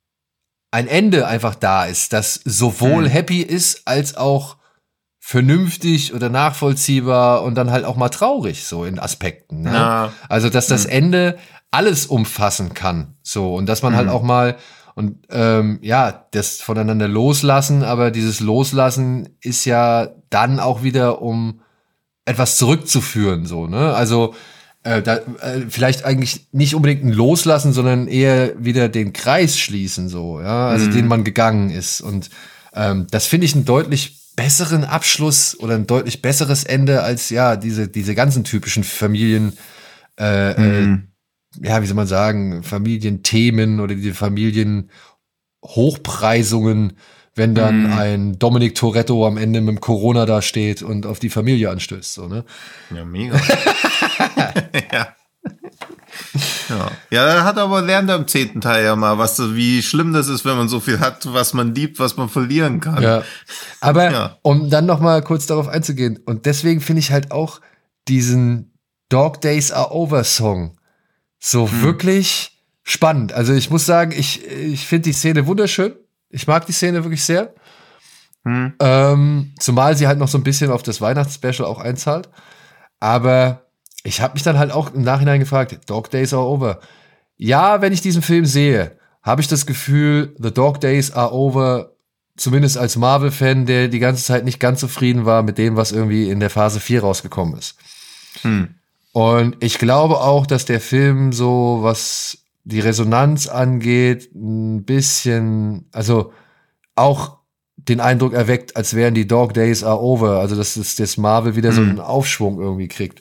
ein Ende einfach da ist, das sowohl hm. happy ist, als auch vernünftig oder nachvollziehbar und dann halt auch mal traurig, so in Aspekten. Ne? Ja. Also, dass das hm. Ende alles umfassen kann, so, und dass man hm. halt auch mal, und ähm, ja, das voneinander loslassen, aber dieses Loslassen ist ja dann auch wieder, um etwas zurückzuführen, so, ne? Also, Äh, da, äh, vielleicht eigentlich nicht unbedingt ein Loslassen, sondern eher wieder den Kreis schließen, so, ja, also mhm. den man gegangen ist. Und ähm, das finde ich einen deutlich besseren Abschluss oder ein deutlich besseres Ende als ja diese diese ganzen typischen Familien, äh, mhm. äh, ja, wie soll man sagen, Familienthemen oder diese Familienhochpreisungen, wenn dann Mhm. ein Dominic Toretto am Ende mit dem Corona da steht und auf die Familie anstößt, so, ne? Ja, mega. ja. Ja. Ja, er hat aber lernt er im zehnten Teil ja mal, was wie schlimm das ist, wenn man so viel hat, was man liebt, was man verlieren kann. Ja. Aber Ja. um dann noch mal kurz darauf einzugehen, und deswegen finde ich halt auch diesen Dog Days Are Over Song so Hm. wirklich spannend. Also ich muss sagen, ich, ich finde die Szene wunderschön. Ich mag die Szene wirklich sehr. Hm. Ähm, zumal sie halt noch so ein bisschen auf das Weihnachtsspecial auch einzahlt. Aber ich habe mich dann halt auch im Nachhinein gefragt, Dog Days Are Over. Ja, wenn ich diesen Film sehe, habe ich das Gefühl, The Dog Days Are Over, zumindest als Marvel-Fan, der die ganze Zeit nicht ganz zufrieden war mit dem, was irgendwie in der Phase vier rausgekommen ist. Hm. Und ich glaube auch, dass der Film so, was die Resonanz angeht, ein bisschen, also auch den Eindruck erweckt, als wären die Dog Days Are Over. Also, dass das, das Marvel wieder so Hm. einen Aufschwung irgendwie kriegt.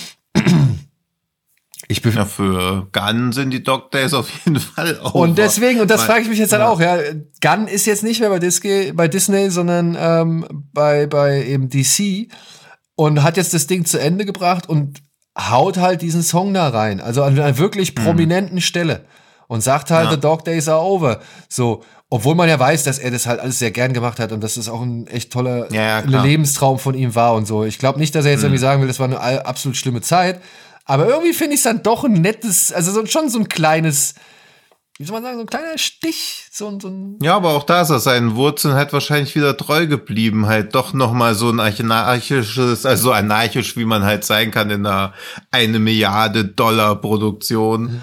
Ich bef- Ja, für Gunn sind die Dog Days auf jeden Fall over. Und deswegen, und das Weil- frage ich mich jetzt halt ja. auch, ja, Gunn ist jetzt nicht mehr bei Disney, bei Disney, sondern ähm, bei, bei eben D C und hat jetzt das Ding zu Ende gebracht und haut halt diesen Song da rein, also an einer wirklich prominenten Stelle und sagt halt, Ja. The Dog Days Are Over. So, obwohl man ja weiß, dass er das halt alles sehr gern gemacht hat und dass das auch ein echt toller Ja, ja, ein klar. Lebenstraum von ihm war und so. Ich glaube nicht, dass er jetzt irgendwie sagen will, das war eine all- absolut schlimme Zeit, aber irgendwie finde ich es dann doch ein nettes, also so, schon so ein kleines, wie soll man sagen, so ein kleiner Stich, so, ein- so ein Ja, aber auch da ist er seinen Wurzeln halt wahrscheinlich wieder treu geblieben, halt doch nochmal so ein anarchisches, also so anarchisch, wie man halt sein kann in einer eine Milliarde Dollar Produktion.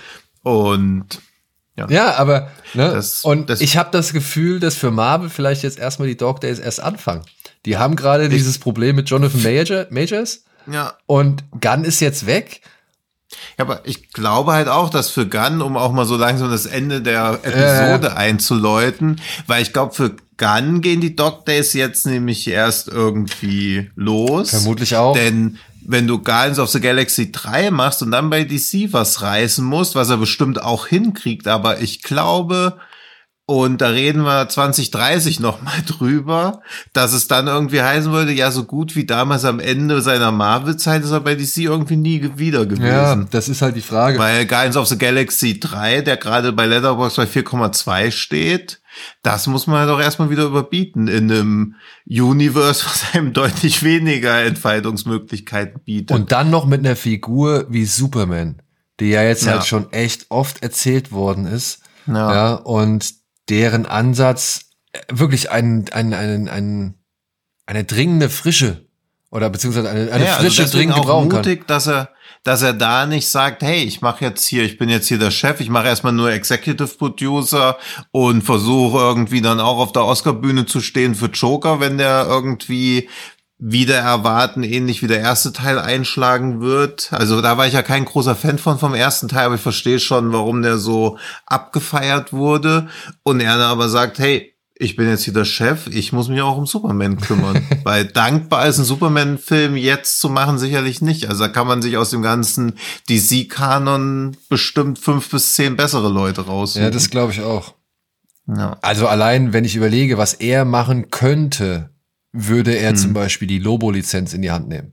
Und Ja, aber ne, Das- und das- ich habe das Gefühl, dass für Marvel vielleicht jetzt erstmal die Dog Days erst anfangen. Die haben gerade dieses Problem mit Jonathan Major, Majors ja, und Gunn ist jetzt weg. Ja, aber ich glaube halt auch, dass für Gunn, um auch mal so langsam das Ende der Episode Äh. einzuläuten, weil ich glaube, für Gunn gehen die Dog Days jetzt nämlich erst irgendwie los. Vermutlich auch. Denn wenn du Guardians of the Galaxy drei machst und dann bei D C was reißen musst, was er bestimmt auch hinkriegt, aber ich glaube, und da reden wir zwanzig dreißig noch mal drüber, dass es dann irgendwie heißen würde, ja, so gut wie damals am Ende seiner Marvel-Zeit ist er bei D C irgendwie nie ge- wieder gewesen. Ja, das ist halt die Frage. Weil Guardians of the Galaxy drei, der gerade bei Letterboxd bei vier Komma zwei steht, das muss man doch erstmal wieder überbieten in einem Universe, was einem deutlich weniger Entfaltungsmöglichkeiten bietet. Und dann noch mit einer Figur wie Superman, die ja jetzt Ja. halt schon echt oft erzählt worden ist. Ja. Ja, und deren Ansatz äh, wirklich ein, ein, ein, ein, eine dringende Frische oder beziehungsweise eine, eine ja, Frische also deswegen dringend auch gebrauchen kann. mutig, dass er, dass er da nicht sagt, hey, ich mache jetzt hier, ich bin jetzt hier der Chef, ich mache erstmal nur Executive Producer und versuche irgendwie dann auch auf der Oscar-Bühne zu stehen für Joker, wenn der irgendwie wieder erwarten, ähnlich wie der erste Teil einschlagen wird. Also da war ich ja kein großer Fan von vom ersten Teil, aber ich verstehe schon, warum der so abgefeiert wurde. Und er dann aber sagt, hey, ich bin jetzt hier der Chef, ich muss mich auch um Superman kümmern. Weil dankbar ist, einen Superman-Film jetzt zu machen, sicherlich nicht. Also da kann man sich aus dem ganzen D C-Kanon bestimmt fünf bis zehn bessere Leute raussuchen. Ja, das glaube ich auch. ja. Also allein, wenn ich überlege, was er machen könnte, würde er Hm. zum Beispiel die Lobo-Lizenz in die Hand nehmen.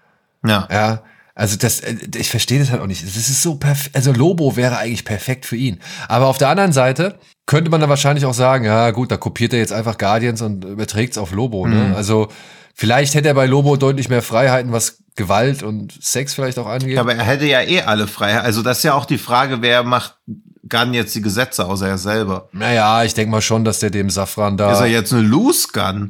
Ja. Ja, also das, äh, ich verstehe das halt auch nicht. Das ist so perfekt. Also Lobo wäre eigentlich perfekt für ihn. Aber auf der anderen Seite könnte man dann wahrscheinlich auch sagen, ja gut, da kopiert er jetzt einfach Guardians und überträgt es auf Lobo. Ne? Mhm. Also vielleicht hätte er bei Lobo deutlich mehr Freiheiten, was Gewalt und Sex vielleicht auch angeht. Ja, aber er hätte ja eh alle frei. Also das ist ja auch die Frage, wer macht Gunn jetzt die Gesetze, außer er selber. Naja, ich denke mal schon, dass der dem Safran da... Ist er jetzt eine Loose Gun?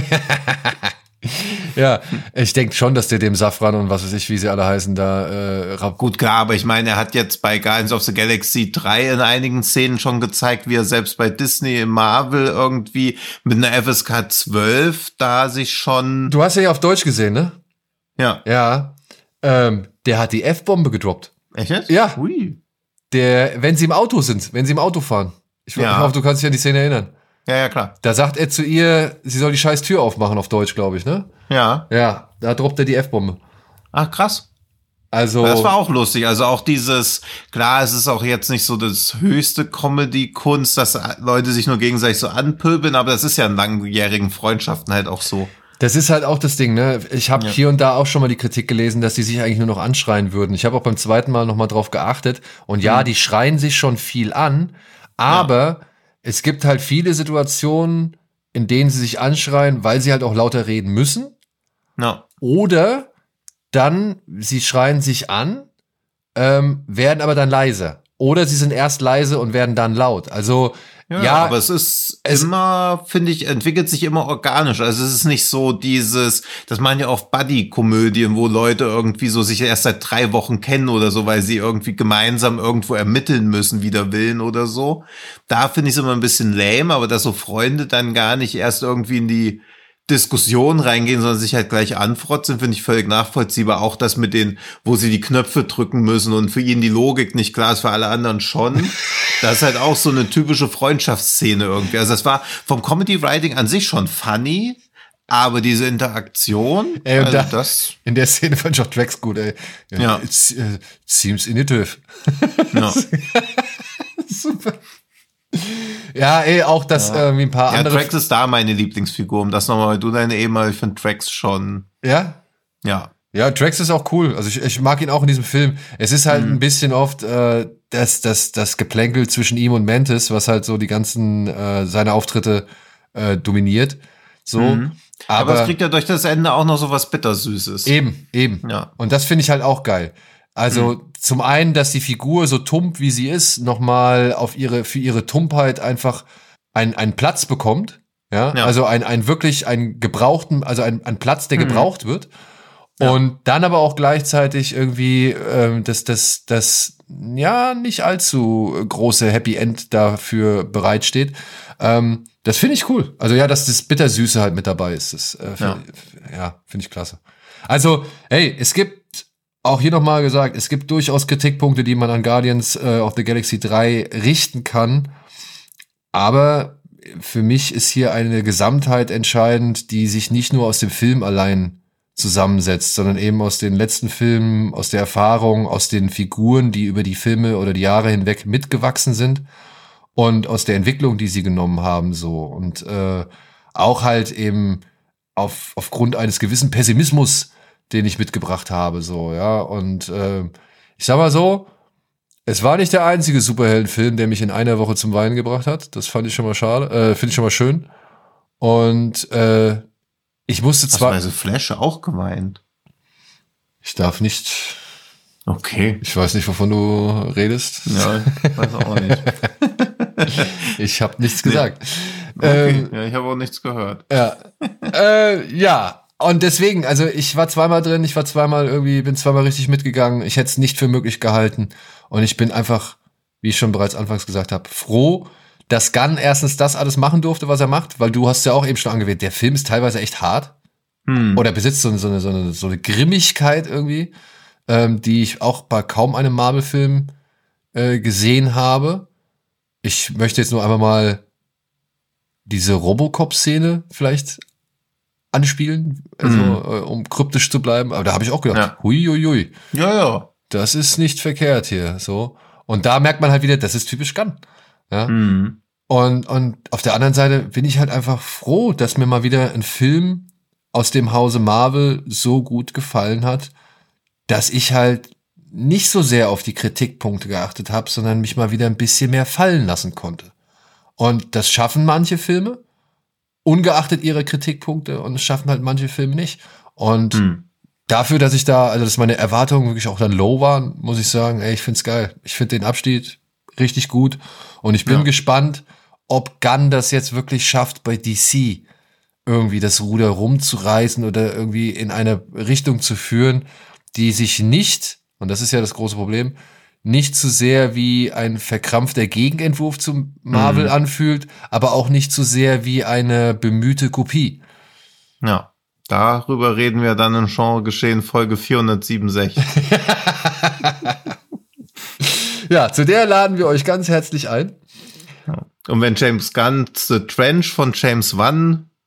Ja, ich denke schon, dass der dem Safran und was weiß ich, wie sie alle heißen, da äh, rab- Gut, klar, aber ich meine, er hat jetzt bei Guardians of the Galaxy drei in einigen Szenen schon gezeigt, wie er selbst bei Disney im Marvel irgendwie mit einer F S K zwölf da sich schon... Du hast ja auf Deutsch gesehen, ne? Ja. Ja. Ähm, der hat die F-Bombe gedroppt. Echt jetzt? Ja. Ui. Der, wenn sie im Auto sind, wenn sie im Auto fahren. Ich, Ja. ich hoffe, du kannst dich an die Szene erinnern. Ja, ja, klar. Da sagt er zu ihr, sie soll die scheiß Tür aufmachen auf Deutsch, glaube ich, ne? Ja. Ja, da droppt er die F-Bombe. Ach, krass. Also das war auch lustig. Also auch dieses, klar, es ist auch jetzt nicht so das höchste Comedy-Kunst, dass Leute sich nur gegenseitig so anpöbeln, aber das ist ja in langjährigen Freundschaften halt auch so. Das ist halt auch das Ding, ne? Ich habe ja. hier und da auch schon mal die Kritik gelesen, dass die sich eigentlich nur noch anschreien würden. Ich habe auch beim zweiten Mal noch mal drauf geachtet. Und ja, mhm. die schreien sich schon viel an, aber ja. es gibt halt viele Situationen, in denen sie sich anschreien, weil sie halt auch lauter reden müssen. Ja. Oder dann, sie schreien sich an, ähm, werden aber dann leiser. Oder sie sind erst leise und werden dann laut. Also ja, ja, aber es ist es immer, finde ich, entwickelt sich immer organisch. Also es ist nicht so dieses, das meinen ja auch Buddy-Komödien, wo Leute irgendwie so sich erst seit drei Wochen kennen oder so, weil sie irgendwie gemeinsam irgendwo ermitteln müssen, wider Willen oder so. Da finde ich es immer ein bisschen lame, aber dass so Freunde dann gar nicht erst irgendwie in die Diskussion reingehen, sondern sich halt gleich anfrotzen, finde ich völlig nachvollziehbar. Auch das mit den, wo sie die Knöpfe drücken müssen und für ihn die Logik nicht klar ist, für alle anderen schon. Das ist halt auch so eine typische Freundschaftsszene irgendwie. Also das war vom Comedy-Writing an sich schon funny, aber diese Interaktion, ey, und also da, das... In der Szene fand ich auch Drax gut, ey. Ja. It uh, seems intuitive. Ja. Super. Ja, ey, auch das ja. irgendwie ein paar ja, andere... Ja, Drax ist da meine Lieblingsfigur, um das nochmal, du deine ehemalige, ich finde Drax schon... Ja? Ja. Ja, Drax ist auch cool. Also ich, ich mag ihn auch in diesem Film. Es ist halt mhm. ein bisschen oft äh, das, das, das Geplänkel zwischen ihm und Mantis, was halt so die ganzen, äh, seine Auftritte äh, dominiert. So. Mhm. Aber, Aber es kriegt ja durch das Ende auch noch so was Bittersüßes. Eben, eben. Ja. Und das finde ich halt auch geil. Also mhm. zum einen, dass die Figur so tump wie sie ist, nochmal auf ihre, für ihre Tumpheit einfach einen, einen Platz bekommt. Ja, ja. Also ein, ein wirklich einen gebrauchten, also ein, ein Platz, der mhm. gebraucht wird. Ja. Und dann aber auch gleichzeitig irgendwie ähm, das, das, das, ja, nicht allzu große Happy End dafür bereitsteht. Ähm, das finde ich cool. Also ja, dass das Bittersüße halt mit dabei ist. Das äh, find, ja, ja finde ich klasse. Also, hey, es gibt auch hier nochmal gesagt, es gibt durchaus Kritikpunkte, die man an Guardians äh, of the Galaxy drei richten kann. Aber für mich ist hier eine Gesamtheit entscheidend, die sich nicht nur aus dem Film allein zusammensetzt, sondern eben aus den letzten Filmen, aus der Erfahrung, aus den Figuren, die über die Filme oder die Jahre hinweg mitgewachsen sind und aus der Entwicklung, die sie genommen haben, so. Und äh, auch halt eben auf aufgrund eines gewissen Pessimismus, den ich mitgebracht habe, so, ja. Und äh, ich sag mal so, es war nicht der einzige Superheldenfilm, der mich in einer Woche zum Weinen gebracht hat. Das fand ich schon mal schade, äh, finde ich schon mal schön. Und äh, ich musste zwar... Hast du bei The Flash auch geweint? Ich darf nicht... Okay. Ich weiß nicht, wovon du redest. Ja, ich weiß auch nicht. Ich habe nichts gesagt. Nee. Okay, ähm, ja, ich habe auch nichts gehört. Ja. äh, ja. Und deswegen, also ich war zweimal drin, ich war zweimal irgendwie, bin zweimal richtig mitgegangen. Ich hätte es nicht für möglich gehalten. Und ich bin einfach, wie ich schon bereits anfangs gesagt habe, froh, dass Gunn erstens das alles machen durfte, was er macht, weil du hast ja auch eben schon angewählt, der Film ist teilweise echt hart. Hm. Oder besitzt so eine, so eine, so eine, so eine Grimmigkeit irgendwie, ähm, die ich auch bei kaum einem Marvel-Film äh, gesehen habe. Ich möchte jetzt nur einmal mal diese Robocop-Szene vielleicht anspielen, also mhm. äh, um kryptisch zu bleiben. Aber da habe ich auch gedacht, ja. hui, hui, hui. Ja, ja. Das ist nicht verkehrt hier, so. Und da merkt man halt wieder, das ist typisch Gunn. Ja. Mhm. Und, und auf der anderen Seite bin ich halt einfach froh, dass mir mal wieder ein Film aus dem Hause Marvel so gut gefallen hat, dass ich halt nicht so sehr auf die Kritikpunkte geachtet habe, sondern mich mal wieder ein bisschen mehr fallen lassen konnte. Und das schaffen manche Filme, ungeachtet ihrer Kritikpunkte, und es schaffen halt manche Filme nicht. Und hm. dafür, dass ich da, also dass meine Erwartungen wirklich auch dann low waren, muss ich sagen, ey, ich find's geil. Ich find den Abschied richtig gut. Und ich bin ja. gespannt, ob Gunn das jetzt wirklich schafft, bei D C irgendwie das Ruder rumzureißen oder irgendwie in eine Richtung zu führen, die sich nicht, und das ist ja das große Problem, nicht zu sehr wie ein verkrampfter Gegenentwurf zum Marvel mhm. anfühlt, aber auch nicht zu sehr wie eine bemühte Kopie. Ja, darüber reden wir dann in Genregeschehen Folge vierhundertsiebenundsechzig. Ja, zu der laden wir euch ganz herzlich ein. Und wenn James Gunn The Trench von James Wan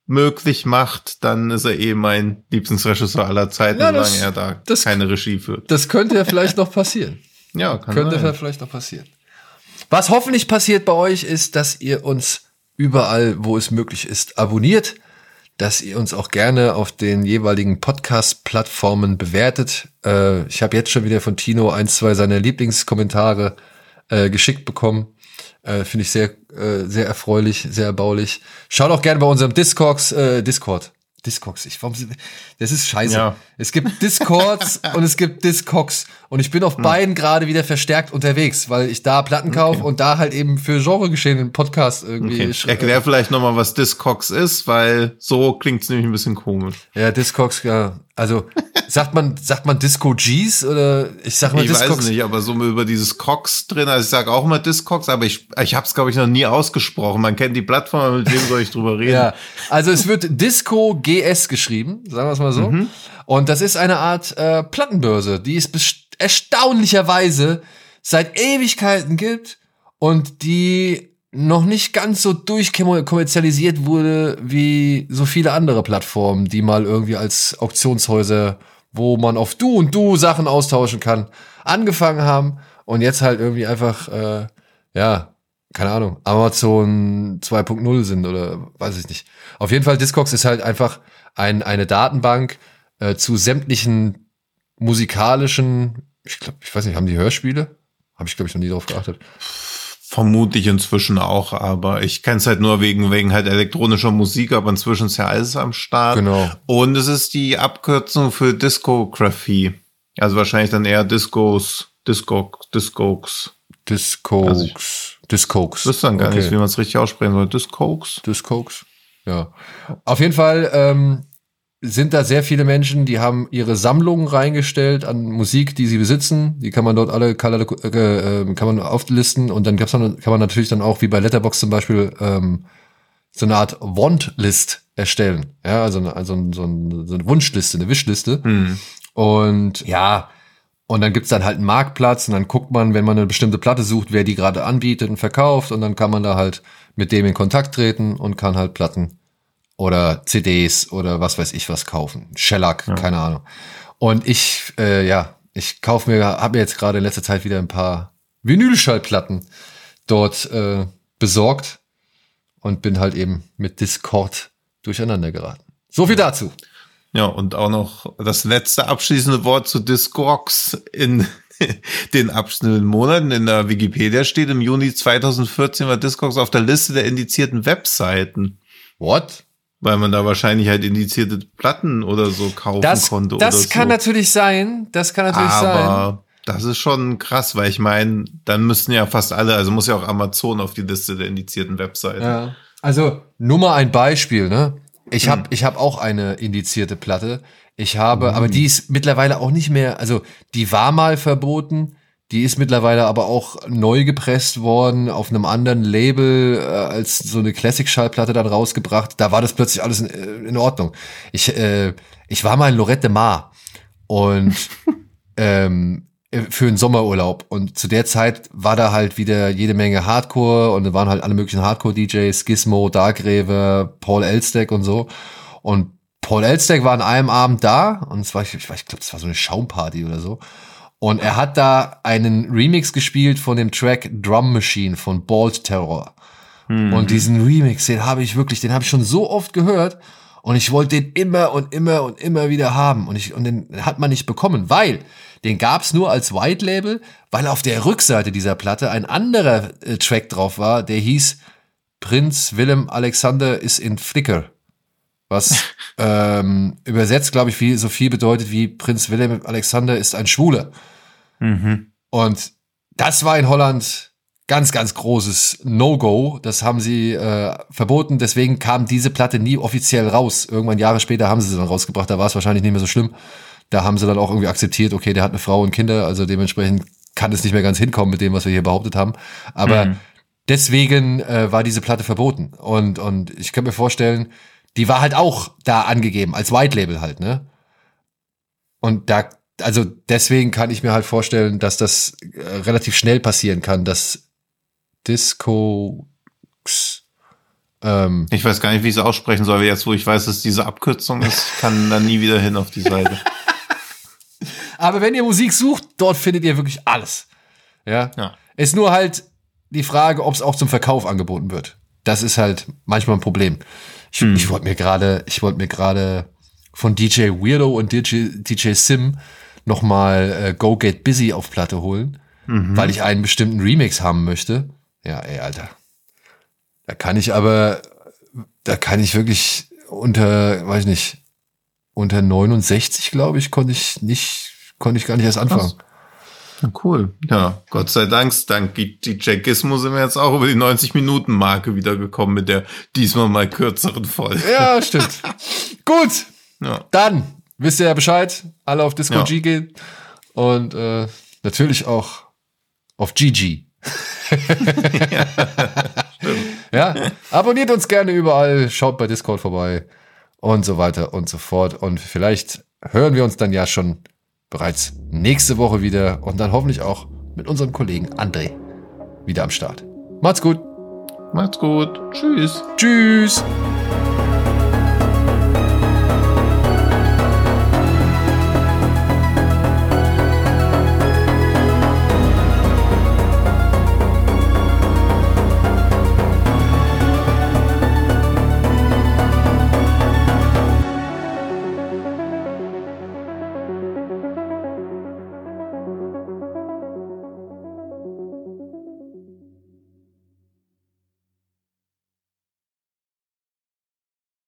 möglich macht, dann ist er eh mein Lieblingsregisseur aller Zeiten, Ja, solange das- er da das- keine Regie führt. Das könnte ja vielleicht noch passieren. Ja, kann Könnte sein. vielleicht noch passieren. Was hoffentlich passiert bei euch ist, dass ihr uns überall, wo es möglich ist, abonniert, dass ihr uns auch gerne auf den jeweiligen Podcast-Plattformen bewertet. Äh, ich habe jetzt schon wieder von Tino ein, zwei seiner Lieblingskommentare äh, geschickt bekommen. Äh, Finde ich sehr, äh, sehr erfreulich, sehr erbaulich. Schaut auch gerne bei unserem Discogs, äh, Discord. Discogs, ich, warum, das ist scheiße. Ja. Es gibt Discords und es gibt Discogs. Und ich bin auf beiden gerade wieder verstärkt unterwegs, weil ich da Platten kaufe und da halt eben für Genregeschehen einen Podcast irgendwie. Okay. sch- Erklär vielleicht nochmal, was Discogs ist, weil so klingt's nämlich ein bisschen komisch. Ja, Discogs, ja. Also, sagt man, sagt man Disco G's oder ich sag mal Ich Discogs. weiß nicht, aber so über dieses Cox drin, also ich sage auch immer Discogs, aber ich, ich habe es, glaube ich, noch nie ausgesprochen. Man kennt die Plattform, aber mit wem soll ich drüber reden? Ja, also es wird Disco G S geschrieben, sagen wir es mal so. Mhm. Und das ist eine Art äh, Plattenbörse, die es best- erstaunlicherweise seit Ewigkeiten gibt und die noch nicht ganz so durchkommerzialisiert wurde wie so viele andere Plattformen, die mal irgendwie als Auktionshäuser, wo man auf Du und Du Sachen austauschen kann, angefangen haben und jetzt halt irgendwie einfach, äh, ja, keine Ahnung, Amazon zwei Punkt null sind oder weiß ich nicht. Auf jeden Fall, Discogs ist halt einfach ein, eine Datenbank äh, zu sämtlichen musikalischen, ich glaube, ich weiß nicht, haben die Hörspiele? Habe ich, glaube ich, noch nie drauf geachtet. Vermutlich inzwischen auch, aber ich kenne es halt nur wegen, wegen halt elektronischer Musik, aber inzwischen ist ja alles am Start. Genau. Und es ist die Abkürzung für Discography. Also wahrscheinlich dann eher Discos, Disco, Discogs. Discogs. Also Discogs. Ich wüsste dann gar Okay. nicht, wie man es richtig aussprechen soll. Discogs? Discogs. Ja. Auf jeden Fall ähm, sind da sehr viele Menschen, die haben ihre Sammlungen reingestellt an Musik, die sie besitzen. Die kann man dort alle kalal- äh, äh, kann man auflisten und dann gab's dann, kann man natürlich dann auch, wie bei Letterboxd zum Beispiel, ähm, so eine Art Want-List erstellen. Ja, also, eine, also so, ein, so eine Wunschliste, eine Wischliste. Hm. Und ja, und dann gibt's dann halt einen Marktplatz und dann guckt man, wenn man eine bestimmte Platte sucht, wer die gerade anbietet und verkauft und dann kann man da halt mit dem in Kontakt treten und kann halt Platten oder C Ds oder was weiß ich was kaufen. Shellac, keine Ahnung. Und ich, äh, ja, ich kaufe mir, habe mir jetzt gerade in letzter Zeit wieder ein paar Vinylschallplatten dort äh, besorgt und bin halt eben mit Discord durcheinander geraten. So viel dazu. Ja, und auch noch das letzte abschließende Wort zu Discogs in den abschließenden Monaten. In der Wikipedia steht, im Juni zweitausendvierzehn war Discogs auf der Liste der indizierten Webseiten. What? Weil man da wahrscheinlich halt indizierte Platten oder so kaufen Das, konnte das oder so. kann natürlich sein. Das kann natürlich sein. Aber das ist schon krass, weil ich meine, dann müssten ja fast alle, also muss ja auch Amazon auf die Liste der indizierten Webseiten. Ja. Also nur mal ein Beispiel, ne? Ich habe ich hab auch eine indizierte Platte. Ich habe, aber die ist mittlerweile auch nicht mehr, also die war mal verboten, die ist mittlerweile aber auch neu gepresst worden, auf einem anderen Label, äh, als so eine Classic-Schallplatte dann rausgebracht. Da war das plötzlich alles in, in Ordnung. Ich, äh, ich war mal in Lorette de Mar und ähm, für einen Sommerurlaub. Und zu der Zeit war da halt wieder jede Menge Hardcore und da waren halt alle möglichen Hardcore-D Js, Gizmo, Darkreaver, Paul Elstak und so. Und Paul Elstak war an einem Abend da und es war, ich, ich, ich glaube, es war so eine Schaumparty oder so. Und er hat da einen Remix gespielt von dem Track Drum Machine von Bald Terror. Mhm. Und diesen Remix, den habe ich wirklich, den habe ich schon so oft gehört und ich wollte den immer und immer und immer wieder haben. Und ich, und den hat man nicht bekommen, weil den gab's nur als White Label, weil auf der Rückseite dieser Platte ein anderer äh, Track drauf war, der hieß Prinz Willem Alexander ist in Flicker. Was ähm, übersetzt, glaube ich, wie, so viel bedeutet wie Prinz Willem Alexander ist ein Schwuler. Mhm. Und das war in Holland ganz, ganz großes No-Go. Das haben sie äh, verboten. Deswegen kam diese Platte nie offiziell raus. Irgendwann Jahre später haben sie sie dann rausgebracht. Da war es wahrscheinlich nicht mehr so schlimm. Da haben sie dann auch irgendwie akzeptiert, okay, der hat eine Frau und Kinder. Also dementsprechend kann es nicht mehr ganz hinkommen mit dem, was wir hier behauptet haben. Aber mhm. deswegen äh, war diese Platte verboten. Und, und ich kann mir vorstellen, die war halt auch da angegeben, als White Label halt, ne? Und da, also deswegen kann ich mir halt vorstellen, dass das äh, relativ schnell passieren kann, dass Discogs Ähm, ich weiß gar nicht, wie ich es aussprechen soll, aber jetzt, wo ich weiß, dass diese Abkürzung ist, kann dann nie wieder hin auf die Seite. Aber wenn ihr Musik sucht, dort findet ihr wirklich alles. Ja. Ja. Ist nur halt die Frage, ob es auch zum Verkauf angeboten wird. Das ist halt manchmal ein Problem. Ich, hm. ich wollte mir gerade, ich wollte mir gerade von D J Weirdo und D J, D J Sim nochmal äh, Go Get Busy auf Platte holen, mhm. weil ich einen bestimmten Remix haben möchte. Ja, ey, Alter. Da kann ich aber, da kann ich wirklich unter, weiß ich nicht, unter neunundsechzig, glaube ich, konnte ich nicht, konnte ich gar nicht erst anfangen. Ja, cool. Ja, Gott sei Dank, dank D J Gizmo sind wir jetzt auch über die neunzig-Minuten-Marke wiedergekommen mit der diesmal mal kürzeren Folge. Ja, stimmt. Gut. Ja. Dann wisst ihr ja Bescheid. Alle auf Disco ja. G gehen. Und äh, natürlich auch auf G G. ja, ja, abonniert uns gerne überall. Schaut bei Discord vorbei. Und so weiter und so fort. Und vielleicht hören wir uns dann ja schon bereits nächste Woche wieder und dann hoffentlich auch mit unserem Kollegen André wieder am Start. Macht's gut. Macht's gut. Tschüss. Tschüss.